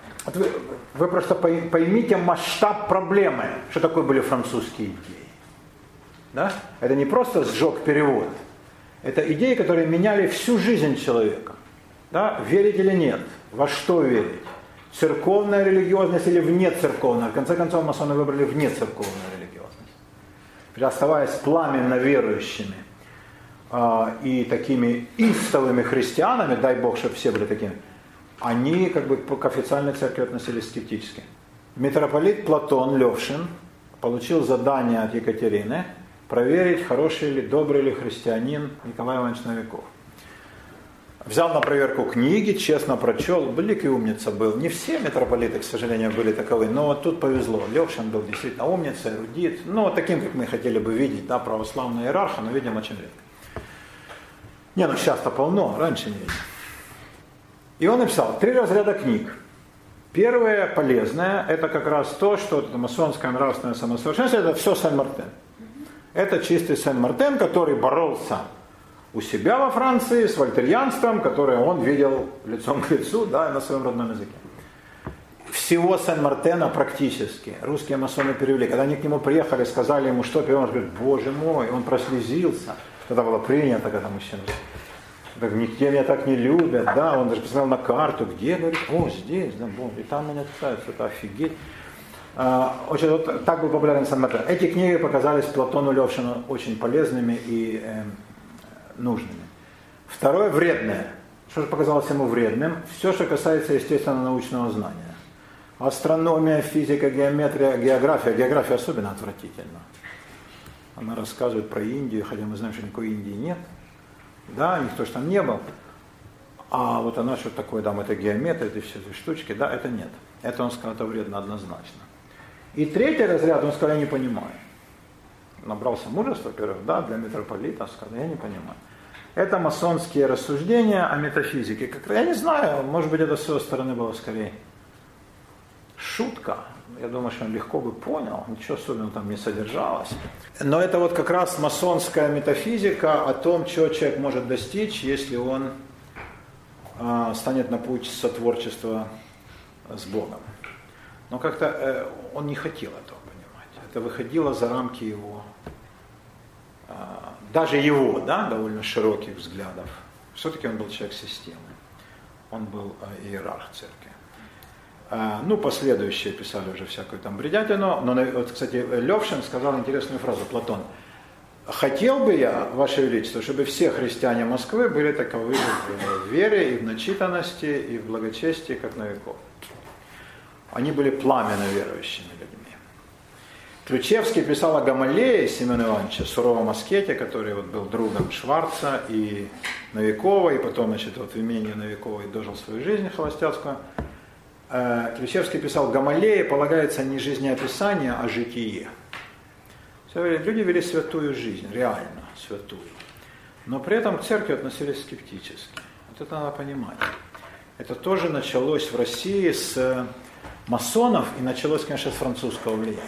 вы просто поймите масштаб проблемы, что такое были французские идеи. Да? Это не просто сжег перевод. Это идеи, которые меняли всю жизнь человека. Да? Верить или нет? Во что верить? Церковная религиозность или внецерковная? В конце концов, масоны выбрали внецерковную религиозность. Оставаясь пламенно верующими и такими истовыми христианами, дай Бог, чтобы все были такими, они как бы к официальной церкви относились скептически. Митрополит Платон Левшин получил задание от Екатерины проверить, хороший ли, добрый ли христианин Николай Иванович Новиков. Взял на проверку книги, честно прочел, великий умница был. Не все митрополиты, к сожалению, были таковы, но вот тут повезло. Левшин был действительно умница, эрудит, ну вот таким, как мы хотели бы видеть, да, православный иерарха, но видим очень редко. Не, ну сейчас-то полно, раньше не видел. И он написал 3 разряда книг. Первое, полезное, это как раз то, что это масонское нравственное самосовершенствование, это все Сен-Мартен. Это чистый Сен-Мартен, который боролся у себя во Франции с вольтерианством, которое он видел лицом к лицу, да, на своем родном языке. Всего Сен-Мартена практически русские масоны перевели. Когда они к нему приехали, сказали ему, что перевел, он говорит, боже мой, он прослезился. Тогда было принято, когда мужчина... Нигде меня так не любят, да, он даже посмотрел на карту, где, говорит, о, здесь, да, и там меня читаются, это офигеть. Очень, вот, так был популярен Сен-Мартен. Эти книги показались Платону Левшину очень полезными и нужными. Второе, вредное. Что же показалось ему вредным? Все, что касается естественно-научного знания. Астрономия, физика, геометрия, география. География особенно отвратительна. Она рассказывает про Индию, хотя мы знаем, что никакой Индии нет. Да, никто же там не был. А вот она что такое, там, это геометрия, это все эти штучки, да, это нет. Это, он сказал, это вредно однозначно. И третий разряд, он сказал, я не понимаю. Набрался мужества, во-первых, да, для митрополита, сказал, я не понимаю. Это масонские рассуждения о метафизике. Я не знаю, может быть, это с его стороны было скорее шутка. Я думаю, что он легко бы понял, ничего особенного там не содержалось. Но это вот как раз масонская метафизика о том, чего человек может достичь, если он станет на путь сотворчества с Богом. Но как-то он не хотел этого понимать. Это выходило за рамки его, даже его, да, довольно широких взглядов Все-таки он был человек системы. Он был иерарх церкви. Ну, последующие писали уже всякую там бредятину. Но вот, кстати, Левшин сказал интересную фразу, Платон. «Хотел бы я, Ваше Величество, чтобы все христиане Москвы были таковы в вере и в начитанности, и в благочестии, как новиков». Они были пламенно верующими людьми. Ключевский писал о Гамалее Семена Ивановича, суровом аскете, который вот был другом Шварца и Новикова, и потом, значит, вот в имении Новиковой дожил свою жизнь холостяцкую. Ключевский писал: Гамалее полагается не жизнеописание, а житие. Люди вели святую жизнь, реально святую. Но при этом к церкви относились скептически. Вот это надо понимать. Это тоже началось в России с масонов и началось, конечно, с французского влияния.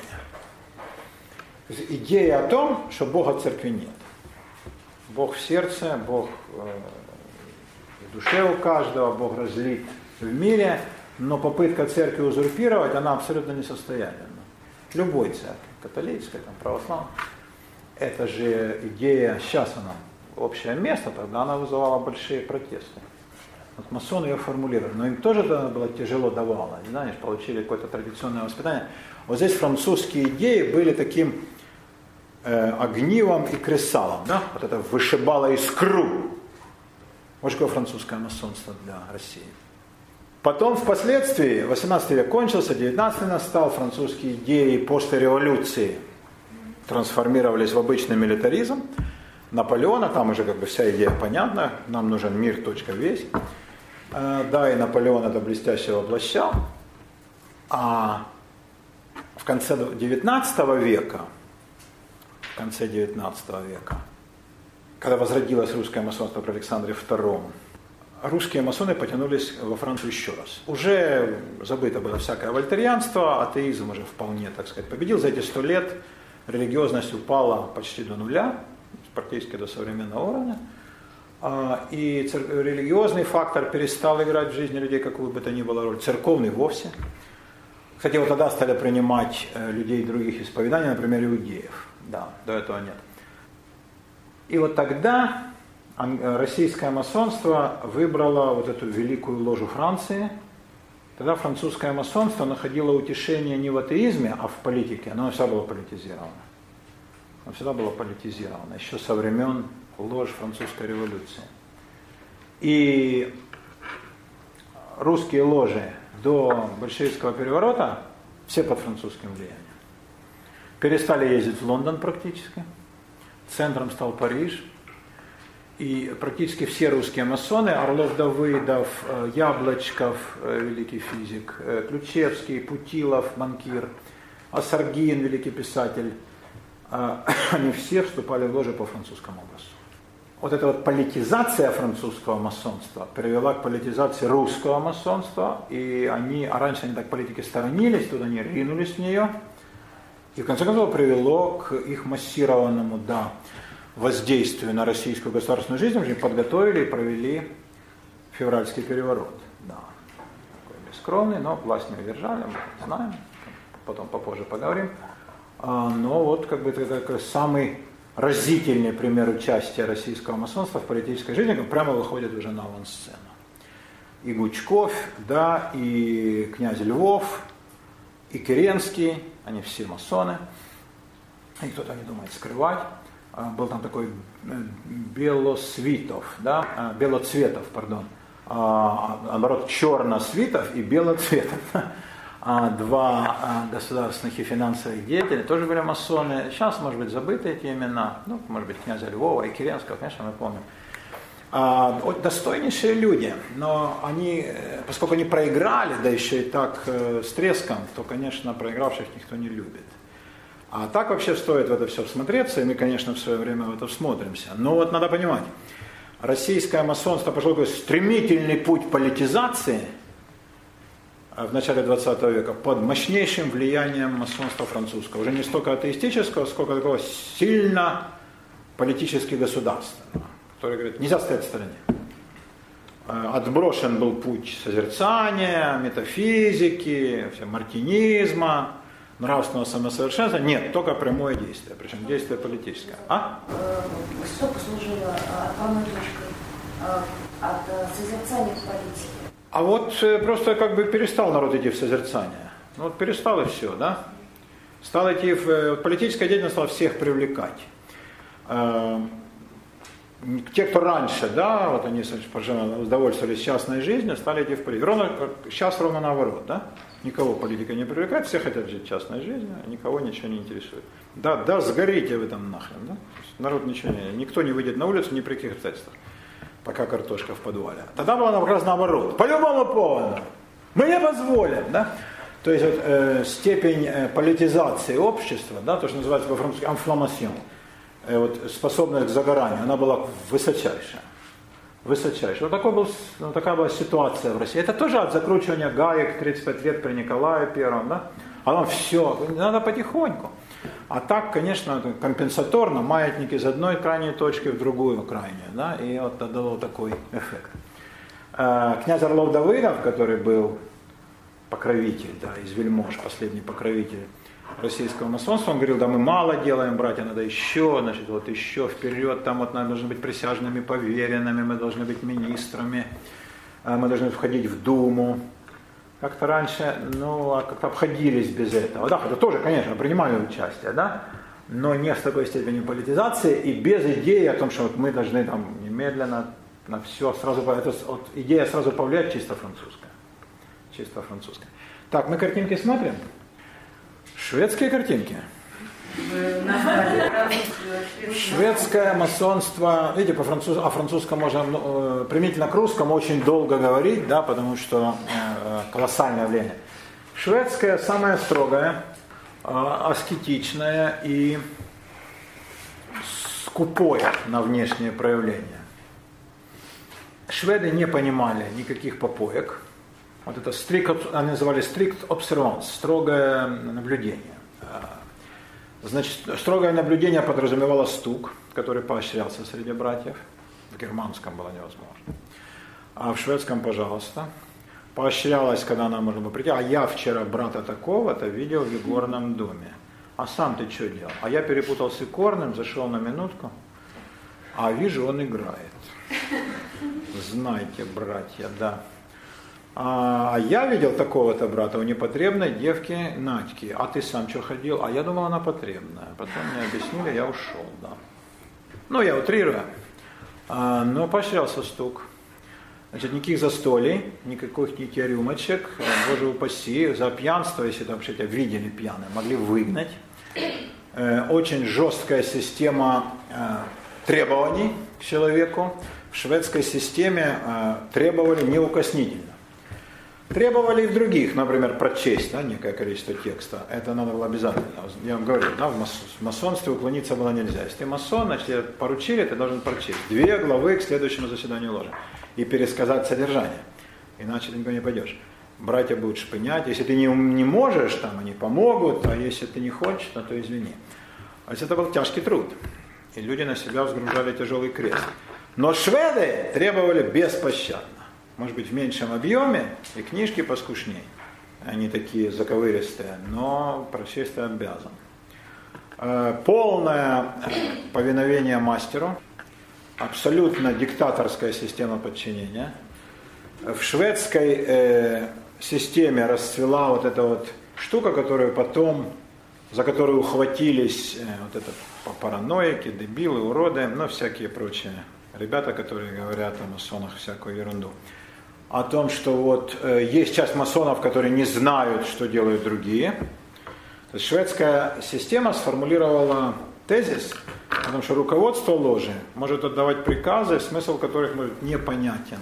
Идея о том, что Бога в церкви нет. Бог в сердце, Бог в душе у каждого, Бог разлит в мире, но попытка церкви узурпировать, она абсолютно несостоятельна. Любой церкви, католической, там, православной. Это же идея, сейчас она общее место, тогда она вызывала большие протесты. Вот масоны ее формулировали, но им тоже это было тяжело давало, не знаешь, получили какое-то традиционное воспитание. Вот здесь французские идеи были таким огнивом и кресалом, да? Вот это вышибало искру. Вот такое французское масонство для России. Потом, впоследствии, 18 век кончился, 19 настал, французские идеи после революции трансформировались в обычный милитаризм. Наполеона, там уже как бы вся идея понятна, нам нужен мир, точка, весь. Да, и Наполеон это блестяще воплощал. А в конце 19 века, когда возродилось русское масонство при Александре II, русские масоны потянулись во Францию еще раз. Уже забыто было всякое вольтерианство, атеизм уже вполне, так сказать, победил. За эти 100 лет религиозность упала почти до нуля, практически до современного уровня. И религиозный фактор перестал играть в жизни людей какую бы то ни было роль, церковный вовсе. Кстати, вот тогда стали принимать людей других исповеданий, например, иудеев. Да, до этого нет. И вот тогда российское масонство выбрало вот эту великую ложу Франции. Тогда французское масонство находило утешение не в атеизме, а в политике. Оно всегда было политизировано. Еще со времен ложь французской революции. И русские ложи до большевистского переворота все под французским влиянием. Перестали ездить в Лондон практически. Центром стал Париж. И практически все русские масоны, Орлов-Давыдов, Яблочков, великий физик, Ключевский, Путилов, банкир, Осаргин, великий писатель, они все вступали в ложи по французскому образцу. Вот эта вот политизация французского масонства привела к политизации русского масонства, и раньше они так политики сторонились, тут они ринулись в нее, и в конце концов привело к их массированному, воздействию на российскую государственную жизнь, уже подготовили и провели февральский переворот. Да, такой бескровный, но власть не удержали, мы знаем, потом попозже поговорим. Но вот как бы это такой самый разительный пример участия российского масонства в политической жизни, как прямо выходит уже на авансцену. И Гучков, да, и князь Львов, и Керенский, они все масоны, и кто-то не думает скрывать. Был там такой Белоцветов, наоборот, Черносвитов и Белоцветов. Два государственных и финансовых деятелей тоже были масоны. Сейчас, может быть, забыты эти имена. Может быть, князя Львова и Керенского, конечно, мы помним. Достойнейшие люди, но они, поскольку они проиграли, да еще и так с треском, то, конечно, проигравших никто не любит. А так вообще стоит в это все всмотреться, и мы, конечно, в свое время в это всмотримся. Но вот надо понимать, российское масонство пошло такой стремительный путь политизации в начале 20 века под мощнейшим влиянием масонства французского. Уже не столько атеистического, сколько такого сильно политически государственного, который говорит, нельзя стоять в стороне. Отброшен был путь созерцания, метафизики, мартинизма, нравственного самосовершенства. Нет, только прямое действие, причем действие политическое. Что послужило отправной точкой от созерцания политики. А вот просто как бы перестал народ идти в созерцание. Ну вот перестал и все, да? Стал идти политическая деятельность стала всех привлекать. Те, кто раньше, да, вот они удовольствовались частной жизнью, стали идти в политику. Сейчас ровно наоборот, да? Никого политика не привлекает, все хотят жить частной жизнью, а никого ничего не интересует. Да, сгорите вы там нахрен, да? Народ ничего никто не выйдет на улицу ни при каких обстоятельствах, пока картошка в подвале. Тогда было как раз наоборот. По любому поводу. Мы не позволим, да? То есть вот, степень политизации общества, да, то, что называется по-французски «инфламмation», вот, способность к загоранию, она была высочайшая. Высочайшая. Вот такая была ситуация в России. Это тоже от закручивания гаек 35 лет при Николае Первом, да? А там все, надо потихоньку. А так, конечно, компенсаторно, маятник из одной крайней точки в другую крайнюю, да? И вот это дало такой эффект. Князь Орлов-Давыдов, который был покровитель, да, из вельмож, последний покровитель российского масонства, он говорил, да мы мало делаем, братья, надо еще, значит, вот еще вперед, там вот мы должны быть присяжными поверенными, мы должны быть министрами, мы должны входить в Думу. Как-то раньше, как-то обходились без этого. Да, это тоже, конечно, принимали участие, да, но не с такой степенью политизации и без идеи о том, что вот мы должны там немедленно на все сразу, это вот, идея сразу повлиять чисто французская. Чисто французская. Так, мы картинки смотрим. Шведские картинки. Шведское масонство, видите, о французском можно применительно к русскому очень долго говорить, да, потому что колоссальное влияние. Шведское самое строгое, аскетичное и скупое на внешние проявления. Шведы не понимали никаких попоек. Вот это они называли strict observance, строгое наблюдение. Значит, строгое наблюдение подразумевало стук, который поощрялся среди братьев. В германском было невозможно. А в шведском, пожалуйста. Поощрялось, когда нам можно было прийти. А я вчера брата такого-то видел в игорном доме. А сам ты что делал? А я перепутал с икорным, зашел на минутку, а вижу, он играет. Знайте, братья, да. А я видел такого-то брата у непотребной девки Надьки. А ты сам что ходил? А я думал, она потребная. Потом мне объяснили, я ушел, да. Ну, я утрирую. Но поощрялся стук. Значит, никаких застолий, никаких ни рюмочек, боже упаси, за пьянство, если там вообще тебя видели пьяным, могли выгнать. Очень жесткая система требований к человеку. В шведской системе требовали неукоснительно. Требовали и в других, например, прочесть, да, некое количество текста. Это надо было обязательно. Я вам говорю, да, в масонстве уклониться было нельзя. Если ты масон, значит, тебе поручили, ты должен прочесть 2 главы к следующему заседанию ложи и пересказать содержание. Иначе ты никуда не пойдешь. Братья будут шпынять. Если ты не можешь, там они помогут, а если ты не хочешь, то извини. То есть это был тяжкий труд. И люди на себя взгружали тяжелый крест. Но шведы требовали беспощадно. Может быть, в меньшем объеме и книжки поскушней. Они такие заковыристые, но прочесть ты обязан. Полное повиновение мастеру, абсолютно диктаторская система подчинения. В шведской системе расцвела вот эта вот штука, которую потом, за которую ухватились вот это параноики, дебилы, уроды, ну всякие прочие ребята, которые говорят о масонах всякую ерунду. О том, что вот есть часть масонов, которые не знают, что делают другие. То есть шведская система сформулировала тезис о том, что руководство ложи может отдавать приказы, смысл которых может непонятен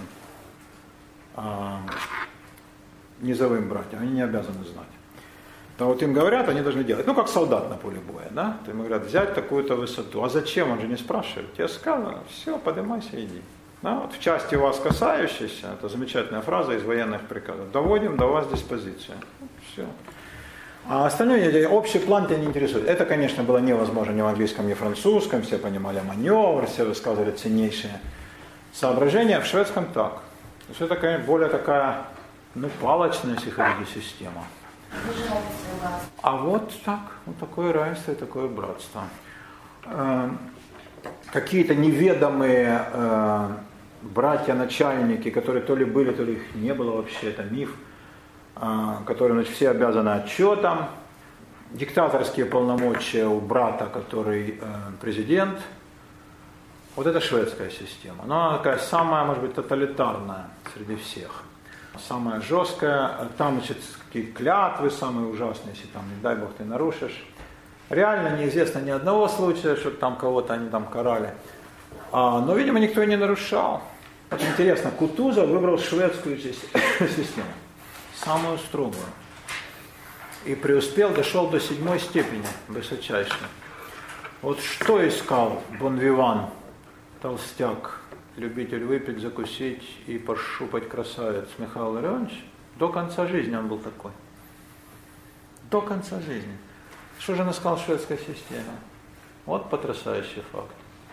низовым братьям, они не обязаны знать. Но вот им говорят, они должны делать. Ну, как солдат на поле боя, да? Им говорят, взять такую-то высоту. А зачем? Он же не спрашивает. Тебе сказано, все, поднимайся, иди. Да, вот в части вас касающейся, это замечательная фраза из военных приказов, доводим до вас диспозицию. Все. А остальное, общий план тебя не интересует. Это, конечно, было невозможно ни в английском, ни в французском, все понимали маневр, все высказывали ценнейшие соображения. В шведском так. То есть это более такая, палочная, если хотите, система. А вот так, вот такое равенство и такое братство. Какие-то неведомые братья-начальники, которые то ли были, то ли их не было вообще, это миф, которым все обязаны отчетом, диктаторские полномочия у брата, который президент. Вот это шведская система. Но она такая самая, может быть, тоталитарная среди всех. Самая жесткая. Там, значит, какие клятвы самые ужасные, если там, не дай бог, ты нарушишь. Реально неизвестно ни одного случая, что там кого-то они там карали. Но, видимо, никто и не нарушал. Очень интересно, Кутузов выбрал шведскую систему. Самую строгую. И преуспел, дошел до 7 степени высочайшей. Вот что искал бон-виван, толстяк, любитель выпить, закусить и пошупать красавец Михаил Ларионович, до конца жизни он был такой. До конца жизни. Что же он искал в шведской системе? Вот потрясающий факт.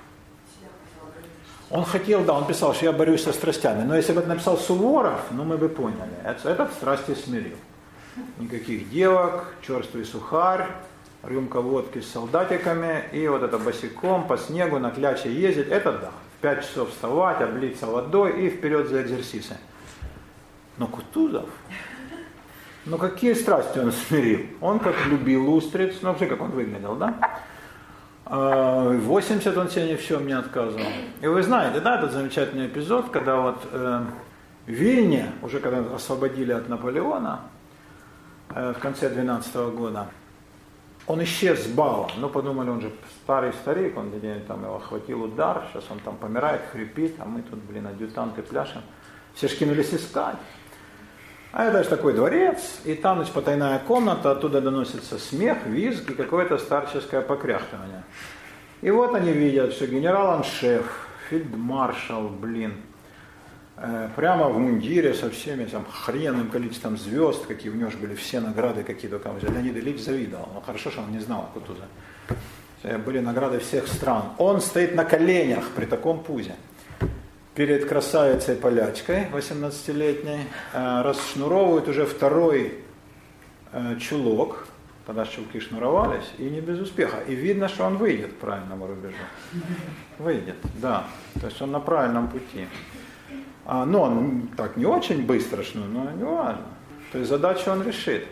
Он хотел, да, он писал, что я борюсь со страстями, но если бы это написал Суворов, ну мы бы поняли, этот страсти смирил. Никаких девок, черствый сухарь, рюмка водки с солдатиками и вот это босиком по снегу на кляче ездить, это да. В 5 часов вставать, облиться водой и вперед за экзерсисы. Но Кутузов, ну какие страсти он смирил? Он как любил устриц, ну вообще как он выглядел, да? 80 он себе ни в чем не отказывал. И вы знаете, да, этот замечательный эпизод, когда вот в Вильне, уже когда освободили от Наполеона, в конце 12 года, он исчез с бала. Ну, подумали, он же старый старик, он там его охватил удар, сейчас он там помирает, хрипит, а мы тут, адъютанты пляшем. Все ж кинулись искать. А это же такой дворец, и там, значит, потайная комната, оттуда доносится смех, визг и какое-то старческое покряхтывание. И вот они видят, что генерал-аншеф, фельдмаршал, прямо в мундире со всеми там хренным количеством звезд, какие у него же были все награды, какие только Леонид Ильич завидовал. Но хорошо, что он не знал Кутузова. Были награды всех стран. Он стоит на коленях при таком пузе. Перед красавицей-полячкой, 18-летней, расшнуровывают уже второй чулок, тогда чулки шнуровались, и не без успеха. И видно, что он выйдет к правильному рубежу. Выйдет, да. То есть он на правильном пути. Но он так не очень быстро шнур, но не важно. То есть задачу он решит.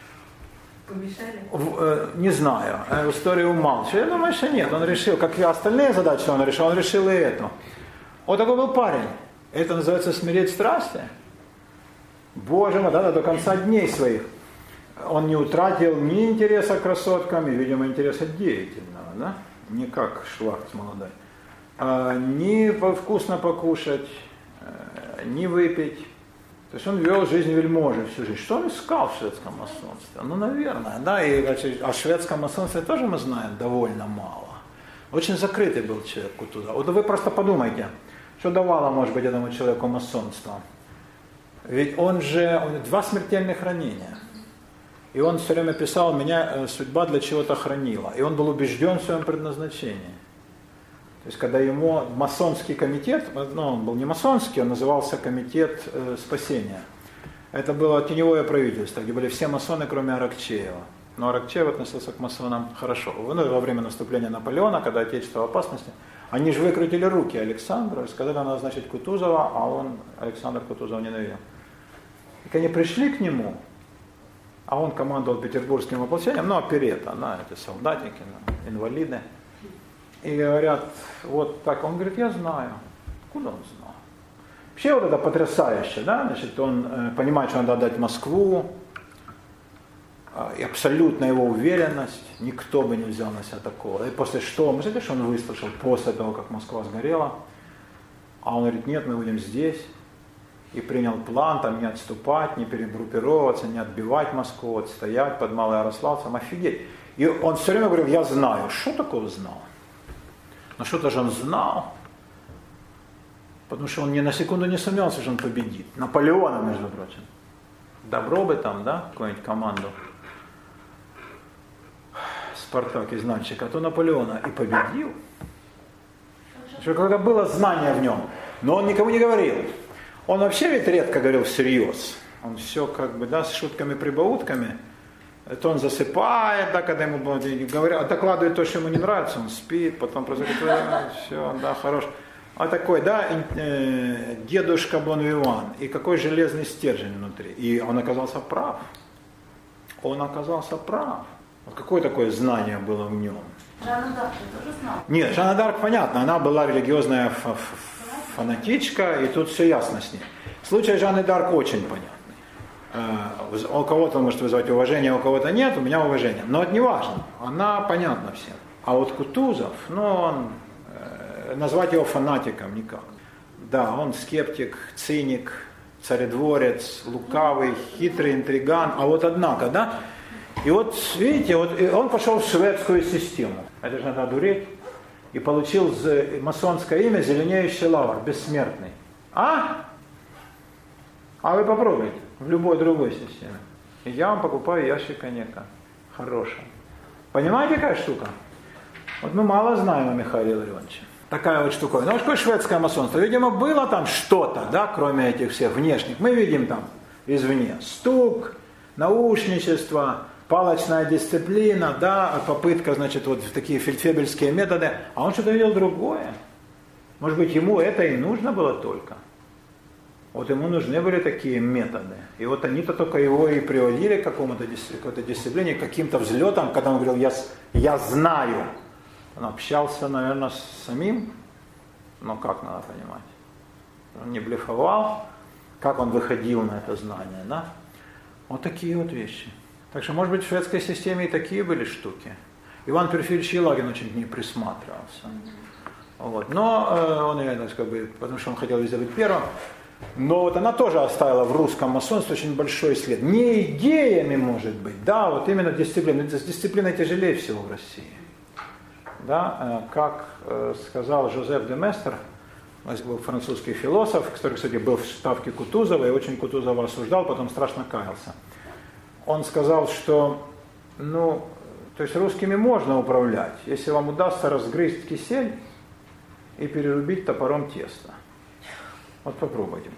Помешали? Не знаю, историю умалчиваю. Я думаю, что нет. Он решил, как и остальные задачи он решил и эту. Вот такой был парень. Это называется смирить страсти. Боже мой, да, до конца дней своих. Он не утратил ни интереса к красоткам, и, видимо, интереса деятельного, да? Не как Шварц молодой. Ни вкусно покушать, ни выпить. То есть он вел жизнь вельможи всю жизнь. Что он искал в шведском масонстве? Ну, наверное, да, и о шведском масонстве тоже мы знаем довольно мало. Очень закрытый был человек Кутузов. Вот вы просто подумайте, что давало, может быть, этому человеку масонство. Ведь у него 2 смертельных ранения. И он все время писал, меня судьба для чего-то хранила. И он был убежден в своем предназначении. То есть, когда ему масонский комитет, ну, он был не масонский, он назывался комитет спасения. Это было теневое правительство, где были все масоны, кроме Аракчеева. Но Аракчеев относился к масонам хорошо. Во время наступления Наполеона, когда Отечество в опасности, они же выкрутили руки Александру, сказали, надо назначить Кутузова, а Александр Кутузова ненавидел. И они пришли к нему, а он командовал петербургским ополчением, ну, оперета, да, это солдатики, инвалиды. И говорят, вот так, он говорит, я знаю. Куда он знал? Вообще вот это потрясающе, да, значит, он понимает, что надо отдать Москву, и абсолютно его уверенность, никто бы не взял на себя такого. И после что, мы знаете, что он выслушал после того, как Москва сгорела, а он говорит, нет, мы будем здесь, и принял план, там не отступать, не перегруппироваться, не отбивать Москву, отстоять под Малоярославцем, офигеть. И он все время говорил, я знаю, что такого знал? Но что-то же он знал, потому что он ни на секунду не сомневался, что он победит. Наполеона, между прочим. Добро бы там, да, какую-нибудь команду. Спартак из Нальчика, а то Наполеона и победил. Что когда было знание в нем, но он никому не говорил. Он вообще ведь редко говорил всерьез. Он все как бы, да, с шутками-прибаутками. Это он засыпает, да, когда ему говорят, докладывает то, что ему не нравится, он спит, потом просто говорит, все, да, хорош. А такой, да, дедушка Бон-Виван, и какой железный стержень внутри. И он оказался прав. Он оказался прав. Вот какое такое знание было в нем? Жанна Дарк тоже знала? Нет, Жанна Дарк, понятно, она была религиозная фанатичка, и тут все ясно с ней. Случай Жанны Дарк очень понятный. У кого-то может вызвать уважение, у кого-то нет, у меня уважение. Но это не важно, она понятна всем. А вот Кутузов, назвать его фанатиком никак. Да, он скептик, циник, царедворец, лукавый, хитрый интриган. А вот однако, да? И вот, видите, он пошел в шведскую систему. Это же надо дуреть. И получил масонское имя «Зеленеющий лавр», бессмертный. А вы попробуйте в любой другой системе. И я вам покупаю ящик коньяка. Хорошего. Понимаете, какая штука? Вот мы мало знаем о Михаиле Илларионовиче. Такая вот штука. Ну, какое шведское масонство? Видимо, было там что-то, да, кроме этих всех внешних. Мы видим там извне стук, наушничество, палочная дисциплина, да, попытка, значит, вот в такие фельдфебельские методы. А он что-то видел другое. Может быть, ему это и нужно было только. Вот ему нужны были такие методы. И вот они-то только его и приводили к какой-то дисциплине, к каким-то взлетам, когда он говорил, я знаю. Он общался, наверное, с самим, но как надо понимать. Он не блефовал, как он выходил на это знание, да? Вот такие вот вещи. Так что, может быть, в шведской системе и такие были штуки. Иван Перфильевич Елагин очень к ней присматривался. Вот. Но он ее, потому что он хотел везде быть первым. Но вот она тоже оставила в русском масонстве очень большой след. Не идеями, может быть, да, вот именно дисциплиной. С дисциплиной тяжелее всего в России. Да, как сказал Жозеф де Местер, был французский философ, который, кстати, был в ставке Кутузова и очень Кутузова осуждал, потом страшно каялся. Он сказал, что то есть русскими можно управлять, если вам удастся разгрызть кисель и перерубить топором тесто. Вот попробуйте.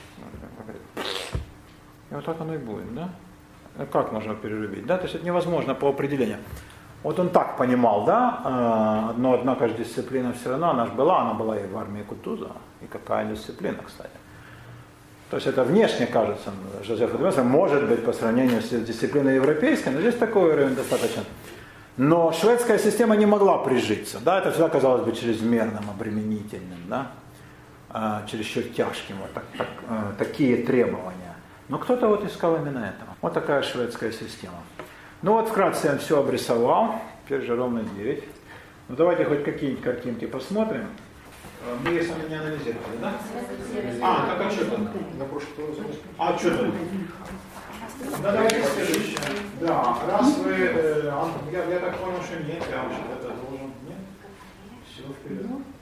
И вот так оно и будет, да? Как можно перерубить, да? То есть это невозможно по определению. Вот он так понимал, да, но однако же дисциплина все равно, она была и в армии Кутузова, и какая дисциплина, кстати. То есть это внешне кажется, Жозеф Эдмесер, может быть по сравнению с дисциплиной европейской, но здесь такой уровень достаточно. Но шведская система не могла прижиться, да, это всегда казалось бы чрезмерным, обременительным, да, чересчур тяжким, вот такие требования. Но кто-то вот искал именно этого. Вот такая шведская система. Ну вот вкратце я все обрисовал, теперь же ровно 9. Ну давайте хоть какие-нибудь картинки посмотрим. Мы их сами не анализировали, да? Так что там? Что там? Да, давайте следующее. Да, раз вы... я так понял, что нет, я вообще-то это должен... Нет? Все вперед.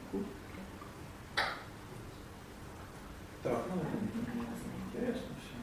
Так, интересно все.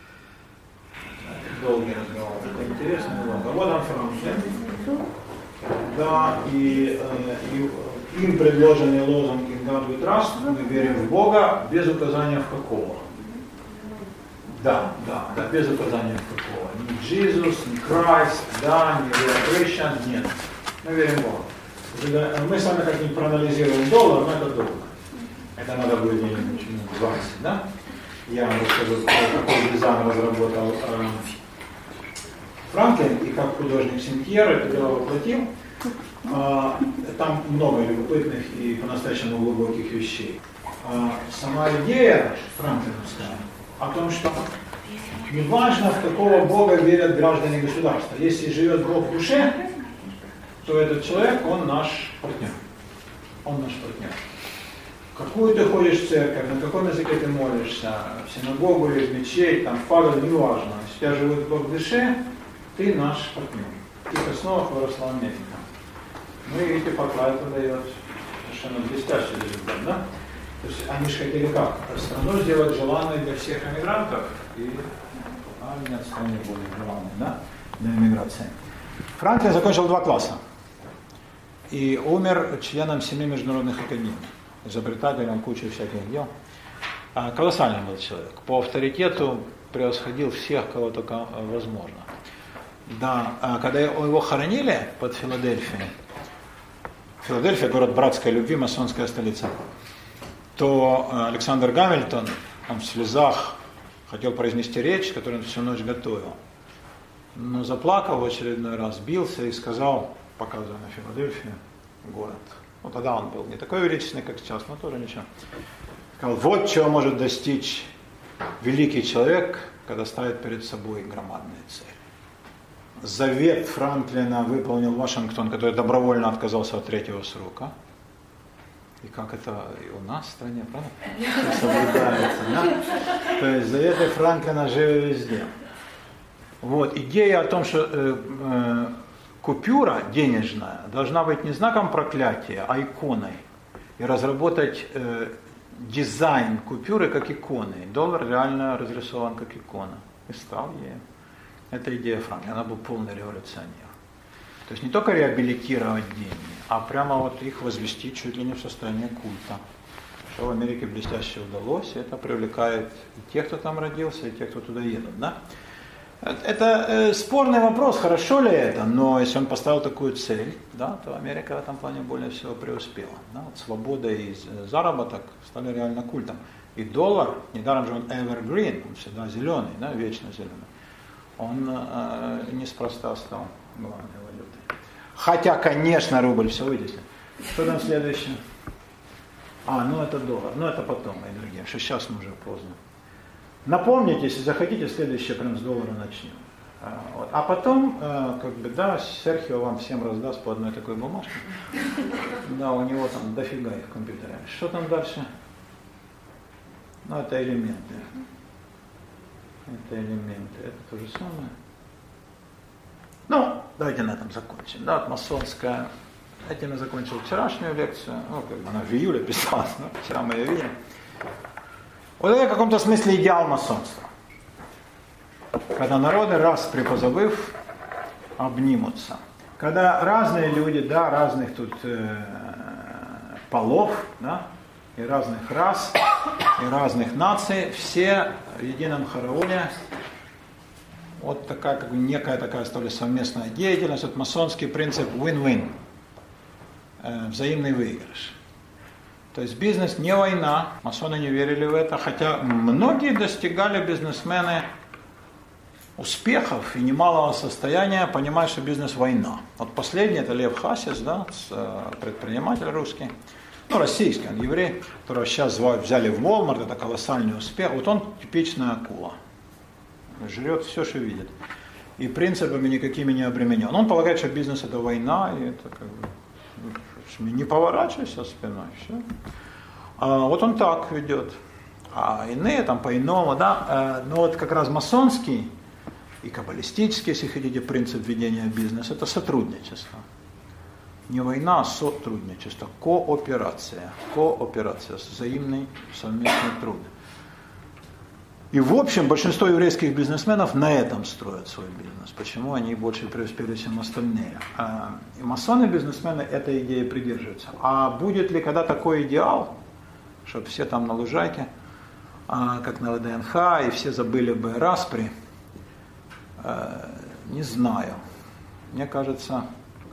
Долгий разговор, это интересно и много. Вот он Франклин. Да, и им предложенный лозунг «In God we trust», мы верим в Бога, без указания в какого. Да, без указания в какого. Ни Jesus, ни Christ, да, ни Christian, нет. Мы верим в Бога. Мы с вами как-нибудь проанализируем доллар, но это долго. Это надо будет где-нибудь минут 20, да? Я вам расскажу, какой дизайн разработал Франклин и как художник Сентьер это дело воплотил. Там много любопытных и по-настоящему глубоких вещей. Сама идея франклиновская о том, что неважно, в какого Бога верят граждане государства. Если живет Бог в душе, то этот человек, он наш партнер. Он наш партнер. Какую ты ходишь в церковь, на каком языке ты молишься, в синагогу или в мечеть, там в Павел, неважно. Если у тебя живет Бог в душе, ты наш партнер. В этих основах выросла Америка. Ну и видите, пока это дает совершенно блестящий результат, да? То есть они же хотели как? Страну сделать желанной для всех эмигрантов, и нет страны более желанной, да? Для эмиграции. Франклин закончил 2 класса и умер членом 7 международных академий, изобретателем кучи всяких дел. Колоссальный был человек. По авторитету превосходил всех, кого только возможно. Да, когда его хоронили под Филадельфией, Филадельфия, город братской любви, масонская столица. то Александр Гамильтон, он в слезах хотел произнести речь, которую он всю ночь готовил. Но заплакал в очередной раз, бился и сказал, показывая на Филадельфию, город. Ну тогда он был не такой величественный, как сейчас, но тоже ничего. Сказал, вот чего может достичь великий человек, когда ставит перед собой громадные цели. Завет Франклина выполнил Вашингтон, который добровольно отказался от 3-го срока. И как это и у нас в стране, правда? Соблюдается, да? То есть заветы Франклина живы везде. Вот, идея о том, что купюра денежная должна быть не знаком проклятия, а иконой. И разработать дизайн купюры как иконы. Доллар реально разрисован как икона. И стал ею. Это идея Франклина, она был полный революционер. То есть не только реабилитировать деньги, а прямо вот их возвести чуть ли не в состояние культа. Что в Америке блестяще удалось, и это привлекает и тех, кто там родился, и тех, кто туда едут. Да? Это спорный вопрос, хорошо ли это, но если он поставил такую цель, да, то Америка в этом плане более всего преуспела. Да? Вот свобода и заработок стали реально культом. И доллар, недаром же он evergreen, он всегда зеленый, да, вечно зеленый, он неспроста стал главной валютой. Хотя, конечно, рубль все вытеснил. Что там следующее? Ну это доллар, ну это потом, мои дорогие, что сейчас мы уже поздно. Напомните, если захотите, следующее прям с доллара начнем. Вот. А потом, как бы, да, Серхио вам всем раздаст по одной такой бумажке. Да, у него там дофига их в компьютере. Что там дальше? Ну, это элементы. Это элементы, это то же самое. Ну, давайте на этом закончим. Да, вот масонская. Этим я закончил вчерашнюю лекцию. Ну, как бы она в июле писалась, но вчера мы ее видели. Вот это в каком-то смысле идеал масонства. Когда народы, раз припозабыв, обнимутся. Когда разные люди, да, разных тут полов, да, и разных рас, и разных наций, все в едином хороводе. Вот такая, как бы, некая такая, что ли, совместная деятельность, вот масонский принцип win-win, взаимный выигрыш. То есть бизнес не война, масоны не верили в это, хотя многие достигали, бизнесмены, успехов и немалого состояния, понимая, что бизнес война. Вот последний, это Лев Хасис, да, предприниматель русский, ну российский, он еврей, которого сейчас взяли в Walmart, это колоссальный успех. Вот он типичная акула, жрет все, что видит, и принципами никакими не обременен. Он полагает, что бизнес это война, и это как бы... Не поворачивайся спиной, все. Вот он так ведет. А иные там по-иному, да. Но вот как раз масонский и каббалистический, если хотите, принцип ведения бизнеса, это сотрудничество. Не война, а сотрудничество, кооперация, взаимный совместный труд. И в общем большинство еврейских бизнесменов на этом строят свой бизнес. Почему они больше преуспели, чем остальные? И масоны-бизнесмены этой идеи придерживаются. А будет ли когда такой идеал, чтобы все там на лужайке, как на ВДНХ, и все забыли бы распри? Не знаю. Мне кажется,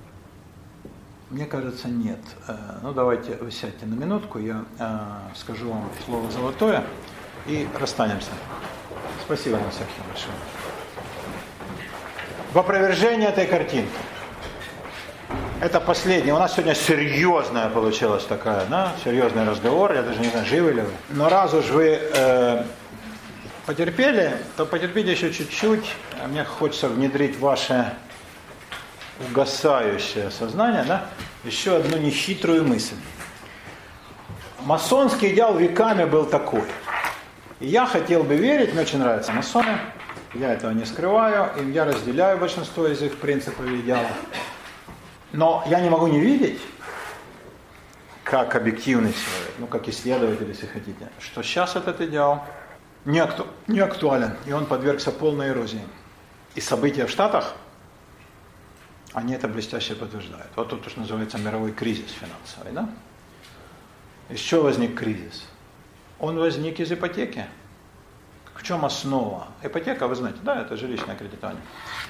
нет. Ну давайте вы сядьте на минутку, я скажу вам слово золотое. И расстанемся. Спасибо вам, Серхио, большое. В опровержение этой картинки. Это последнее. У нас сегодня серьезная получилась такая, да, серьезный разговор. Я даже не знаю, живы ли вы. Но раз уж вы потерпели, то потерпите еще чуть-чуть. Мне хочется внедрить в ваше угасающее сознание, да, еще одну нехитрую мысль. Масонский идеал веками был такой. И я хотел бы верить, мне очень нравятся масоны, я этого не скрываю, и я разделяю большинство из их принципов и идеалов. Но я не могу не видеть, как объективный человек, ну как исследователь, если хотите, что сейчас этот идеал не актуален, и он подвергся полной эрозии. И события в Штатах, они это блестяще подтверждают. Вот тут, что называется, мировой кризис финансовый, да? Из чего возник кризис? Он возник из ипотеки. В чем основа? Ипотека, вы знаете, да, это жилищное кредитование.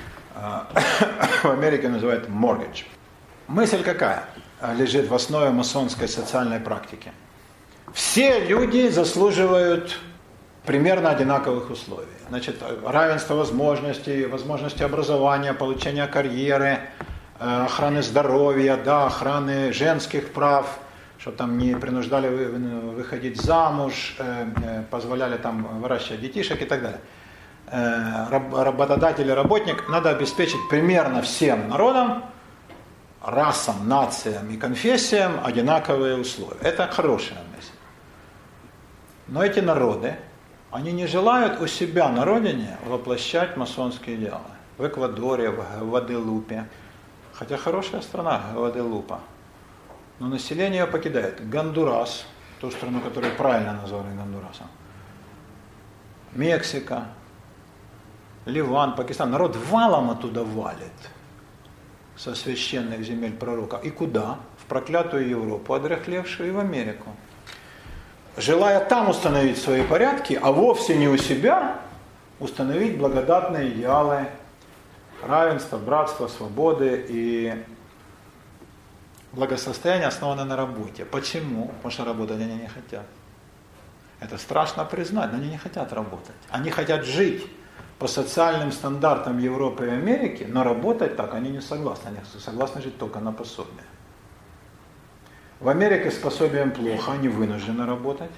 В Америке называют mortgage. Мысль какая лежит в основе масонской социальной практики? Все люди заслуживают примерно одинаковых условий. Значит, равенство возможностей, возможности образования, получения карьеры, охраны здоровья, да, охраны женских прав, чтобы там не принуждали выходить замуж, позволяли там выращивать детишек и так далее. Работодатель и работник надо обеспечить примерно всем народам, расам, нациям и конфессиям одинаковые условия. Это хорошая мысль. Но эти народы, они не желают у себя на родине воплощать масонские идеалы. В Эквадоре, в Гваделупе, хотя хорошая страна Гваделупа, но население ее покидает. Гондурас, ту страну, которую правильно назвали Гондурасом, Мексика, Ливан, Пакистан. Народ валом оттуда валит со священных земель пророка. И куда? В проклятую Европу, одряхлевшую, и в Америку. Желая там установить свои порядки, а вовсе не у себя установить благодатные идеалы равенства, братства, свободы и благосостояния, основанное на работе. Почему? Потому что работать они не хотят. Это страшно признать, но они не хотят работать. Они хотят жить по социальным стандартам Европы и Америки, но работать так они не согласны. Они согласны жить только на пособие. В Америке с пособием плохо, они вынуждены работать.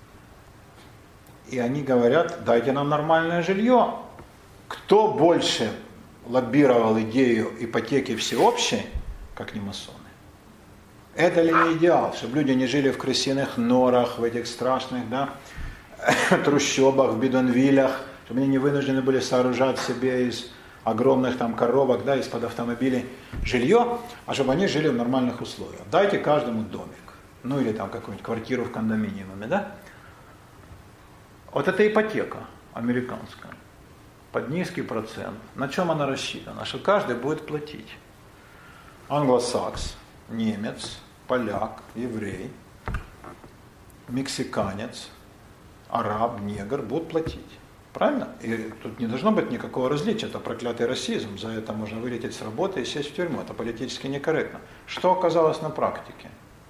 И они говорят, дайте нам нормальное жилье. Кто больше лоббировал идею ипотеки всеобщей, как не масоны? Это ли не идеал, чтобы люди не жили в крысиных норах, в этих страшных, да, трущобах, в бидонвиллях, чтобы они не вынуждены были сооружать себе из огромных там коробок, да, из-под автомобилей жилье, а чтобы они жили в нормальных условиях. Дайте каждому домик, ну или там какую-нибудь квартиру в кондоминиуме, да. Вот это ипотека американская, под низкий процент. На чем она рассчитана? Что каждый будет платить. Англосакс, немец, поляк, еврей, мексиканец, араб, негр будут платить. Правильно? И тут не должно быть никакого различия. Это проклятый расизм. За это можно вылететь с работы и сесть в тюрьму. Это политически некорректно. Что оказалось на практике?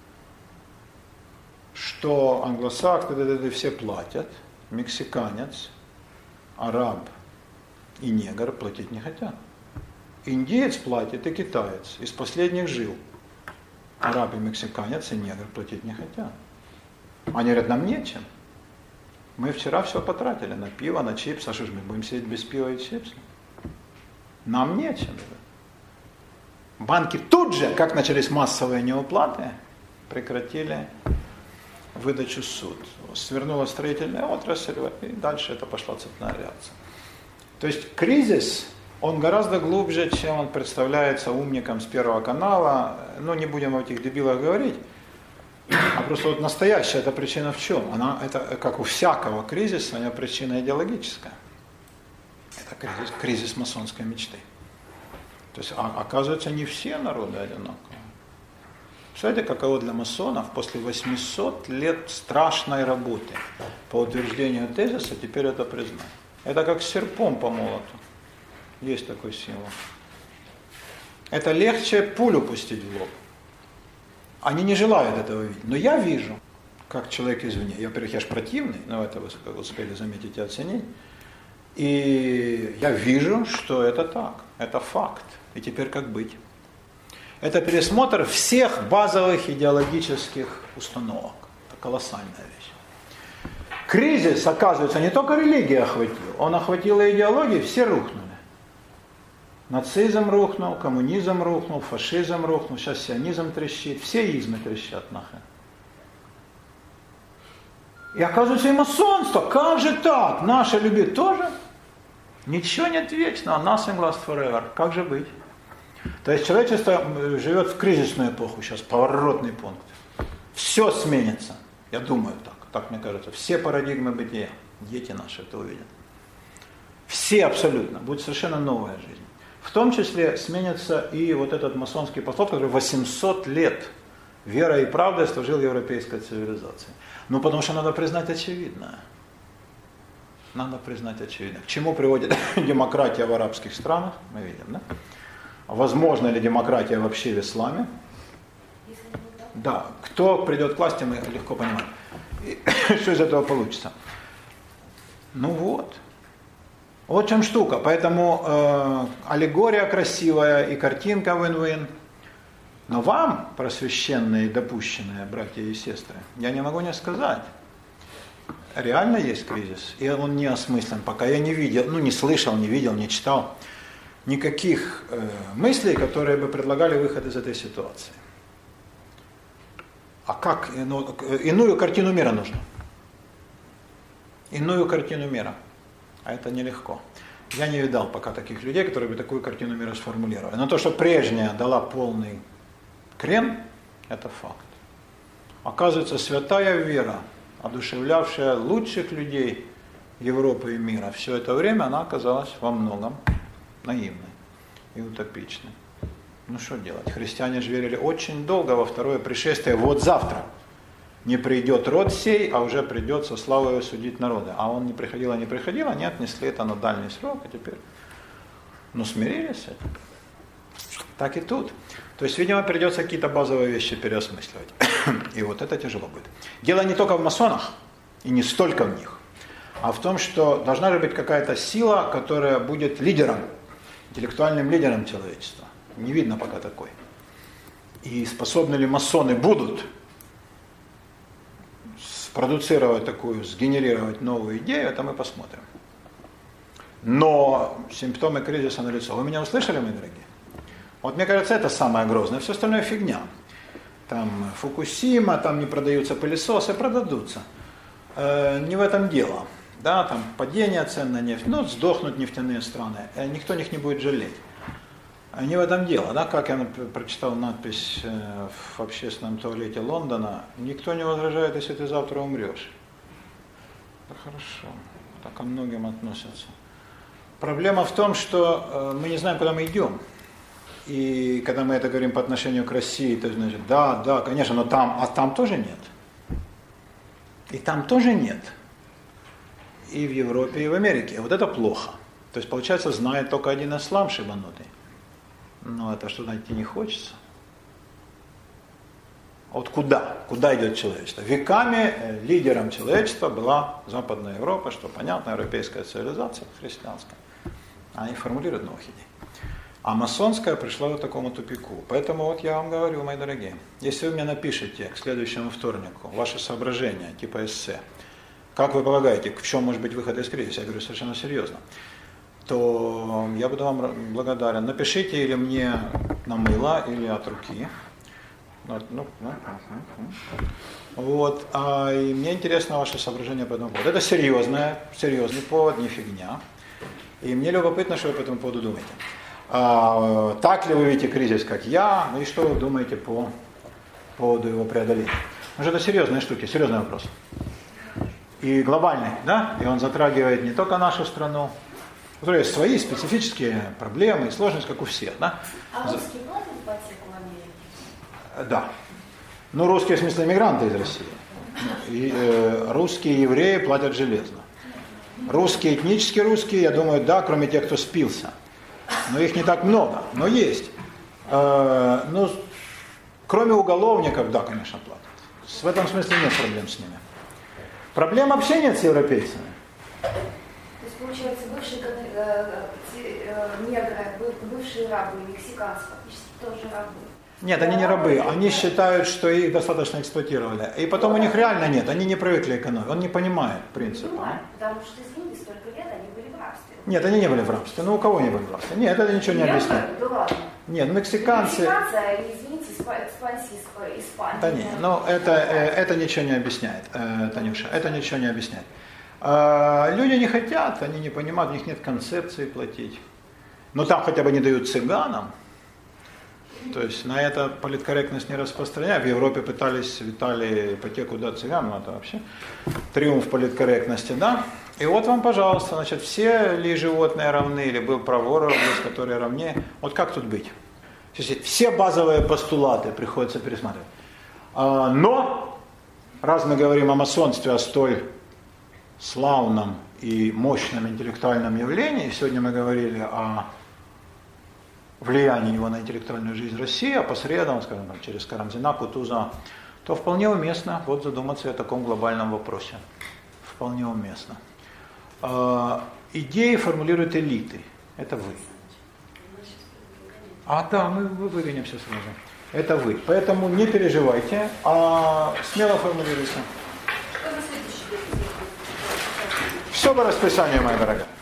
Что англосакс, все платят, мексиканец, араб и негр платить не хотят. Индиец платит и китаец. Из последних жил. Араб и мексиканец и негр платить не хотят. Они говорят, нам нечем. Мы вчера все потратили на пиво, на чипсы. А что же мы будем сидеть без пива и чипсов? Нам нечем. Банки тут же, как начались массовые неуплаты, прекратили выдачу суд. Свернула строительная отрасль, и дальше это пошла цепная реакция. То есть кризис, он гораздо глубже, чем он представляется умникам с Первого канала. Ну, не будем о этих дебилах говорить. А просто вот настоящая эта причина в чем? Она, это как у всякого кризиса, она причина идеологическая. Это кризис масонской мечты. То есть, оказывается, не все народы одинаковые. Представляете, каково для масонов после 800 лет страшной работы по утверждению тезиса теперь это признать. Это как серпом по молоту. Есть такой символ. Это легче пулю пустить в лоб. Они не желают этого видеть. Но я вижу, как человек извне. Во-первых, я же противный, но это вы успели заметить и оценить. И я вижу, что это так. Это факт. И теперь как быть? Это пересмотр всех базовых идеологических установок. Это колоссальная вещь. Кризис, оказывается, не только религия охватил. Он охватил и идеологии, все рухнули. Нацизм рухнул, коммунизм рухнул, фашизм рухнул, сейчас сионизм трещит, все измы трещат нахрен. И оказывается и масонство, как же так? Наше любит тоже? Ничего нет вечного, nothing lasts forever. Как же быть? То есть человечество живет в кризисную эпоху сейчас, поворотный пункт. Все сменится, я думаю так мне кажется. Все парадигмы бытия, дети наши это увидят. Все абсолютно, будет совершенно новая жизнь. В том числе сменится и вот этот масонский подход, который 800 лет верой и правдой служил европейской цивилизации. Ну, потому что надо признать очевидное. Надо признать очевидное. К чему приводит демократия в арабских странах, мы видим, да? Возможно ли демократия вообще в исламе? Да. Кто придет к власти, мы легко понимаем. И что из этого получится? Ну вот. Вот в чем штука. Поэтому аллегория красивая и картинка win-win. Но вам, просвещенные и допущенные братья и сестры, я не могу не сказать. Реально есть кризис, и он не осмыслен. Пока я не видел, не слышал, не видел, не читал никаких мыслей, которые бы предлагали выход из этой ситуации. А как? Иную картину мира нужно. Иную картину мира. А это нелегко. Я не видал пока таких людей, которые бы такую картину мира сформулировали. Но то, что прежняя дала полный крен, это факт. Оказывается, святая вера, одушевлявшая лучших людей Европы и мира, все это время она оказалась во многом наивной и утопичной. Ну что делать? Христиане же верили очень долго во второе пришествие. Вот завтра не придет род сей, а уже придет со славой судить народы. А он не приходил, они отнесли это на дальний срок, а теперь смирились с этим. Так и тут. То есть, видимо, придется какие-то базовые вещи переосмысливать. И вот это тяжело будет. Дело не только в масонах, и не столько в них, а в том, что должна же быть какая-то сила, которая будет лидером, интеллектуальным лидером человечества. Не видно пока такой. И способны ли масоны будут спродуцировать такую, сгенерировать новую идею, это мы посмотрим. Но симптомы кризиса налицо. Вы меня услышали, мои дорогие? Вот мне кажется, это самое грозное. Все остальное фигня. Там Фукусима, там не продаются пылесосы, продадутся. Не в этом дело. Да, там падение цен на нефть, сдохнут нефтяные страны, никто них не будет жалеть. Не в этом дело, да, как я прочитал надпись в общественном туалете Лондона, никто не возражает, если ты завтра умрешь. Да хорошо, так ко многим относятся. Проблема в том, что мы не знаем, куда мы идем. И когда мы это говорим по отношению к России, то значит, да, конечно, но там тоже нет. И там тоже нет. И в Европе, и в Америке. Вот это плохо. То есть, получается, знает только один ислам шибанутый. Но это что найти не хочется. Вот куда? Куда идет человечество? Веками лидером человечества была Западная Европа, что понятно, европейская цивилизация христианская. Они формулируют новых идей. А масонская пришла к такому тупику. Поэтому вот я вам говорю, мои дорогие, если вы мне напишете к следующему вторнику ваши соображения, типа эссе, как вы полагаете, в чем может быть выход из кризиса, я говорю совершенно серьезно, то я буду вам благодарен. Напишите или мне на мыло, или от руки. Вот. И мне интересно ваше соображение по этому поводу. Это серьезный повод, не фигня. И мне любопытно, что вы по этому поводу думаете. Так ли вы видите кризис, как я, и что вы думаете по поводу его преодоления. Потому что это серьезные штуки, серьезный вопрос. И глобальный, да? И он затрагивает не только нашу страну, у которой есть свои специфические проблемы и сложности, как у всех, да? А русские платят ипотеку в Америке? Да. Ну, русские, в смысле, иммигранты из России. И, русские евреи платят железно. Русские, этнически русские, я думаю, да, кроме тех, кто спился. Но их не так много, но есть. Ну, кроме уголовников, да, конечно, платят. В этом смысле нет проблем с ними. Проблем вообще нет с европейцами. То есть, получается, бывшие негры, бывшие рабы, мексиканцы, фактически тоже рабы. Нет, они не рабы, они считают, что их достаточно эксплуатировали. И потом у них реально нет, они не привыкли экономить, он не понимает принципа. Потому что, извините, столько лет они были в рабстве. Нет, они не были в рабстве, ну у кого не были в рабстве? Нет, это ничего не объясняет. Да ладно. Нет, мексиканцы... Извините, Испания. Да нет, но это ничего не объясняет, Танюша, это ничего не объясняет. Люди не хотят, они не понимают, у них нет концепции платить. Но там хотя бы не дают цыганам. То есть на это политкорректность не распространяют. В Европе пытались, витали ипотеку дать цыганам, это вообще триумф политкорректности, да? И вот вам, пожалуйста, значит, все ли животные равны, или был проворот, которые равнее. Вот как тут быть? Все базовые постулаты приходится пересматривать. Но, раз мы говорим о масонстве, о столь славном и мощном интеллектуальном явлении, сегодня мы говорили о влияние его на интеллектуальную жизнь России, а посредом, скажем, через Карамзина, Кутузова, то вполне уместно вот задуматься о таком глобальном вопросе. Вполне уместно. Идеи формулируют элиты. Это вы. Да, мы выдвинемся сразу. Это вы. Поэтому не переживайте, а смело формулируйте. Что на следующий год? Все по расписанию, моя дорогая.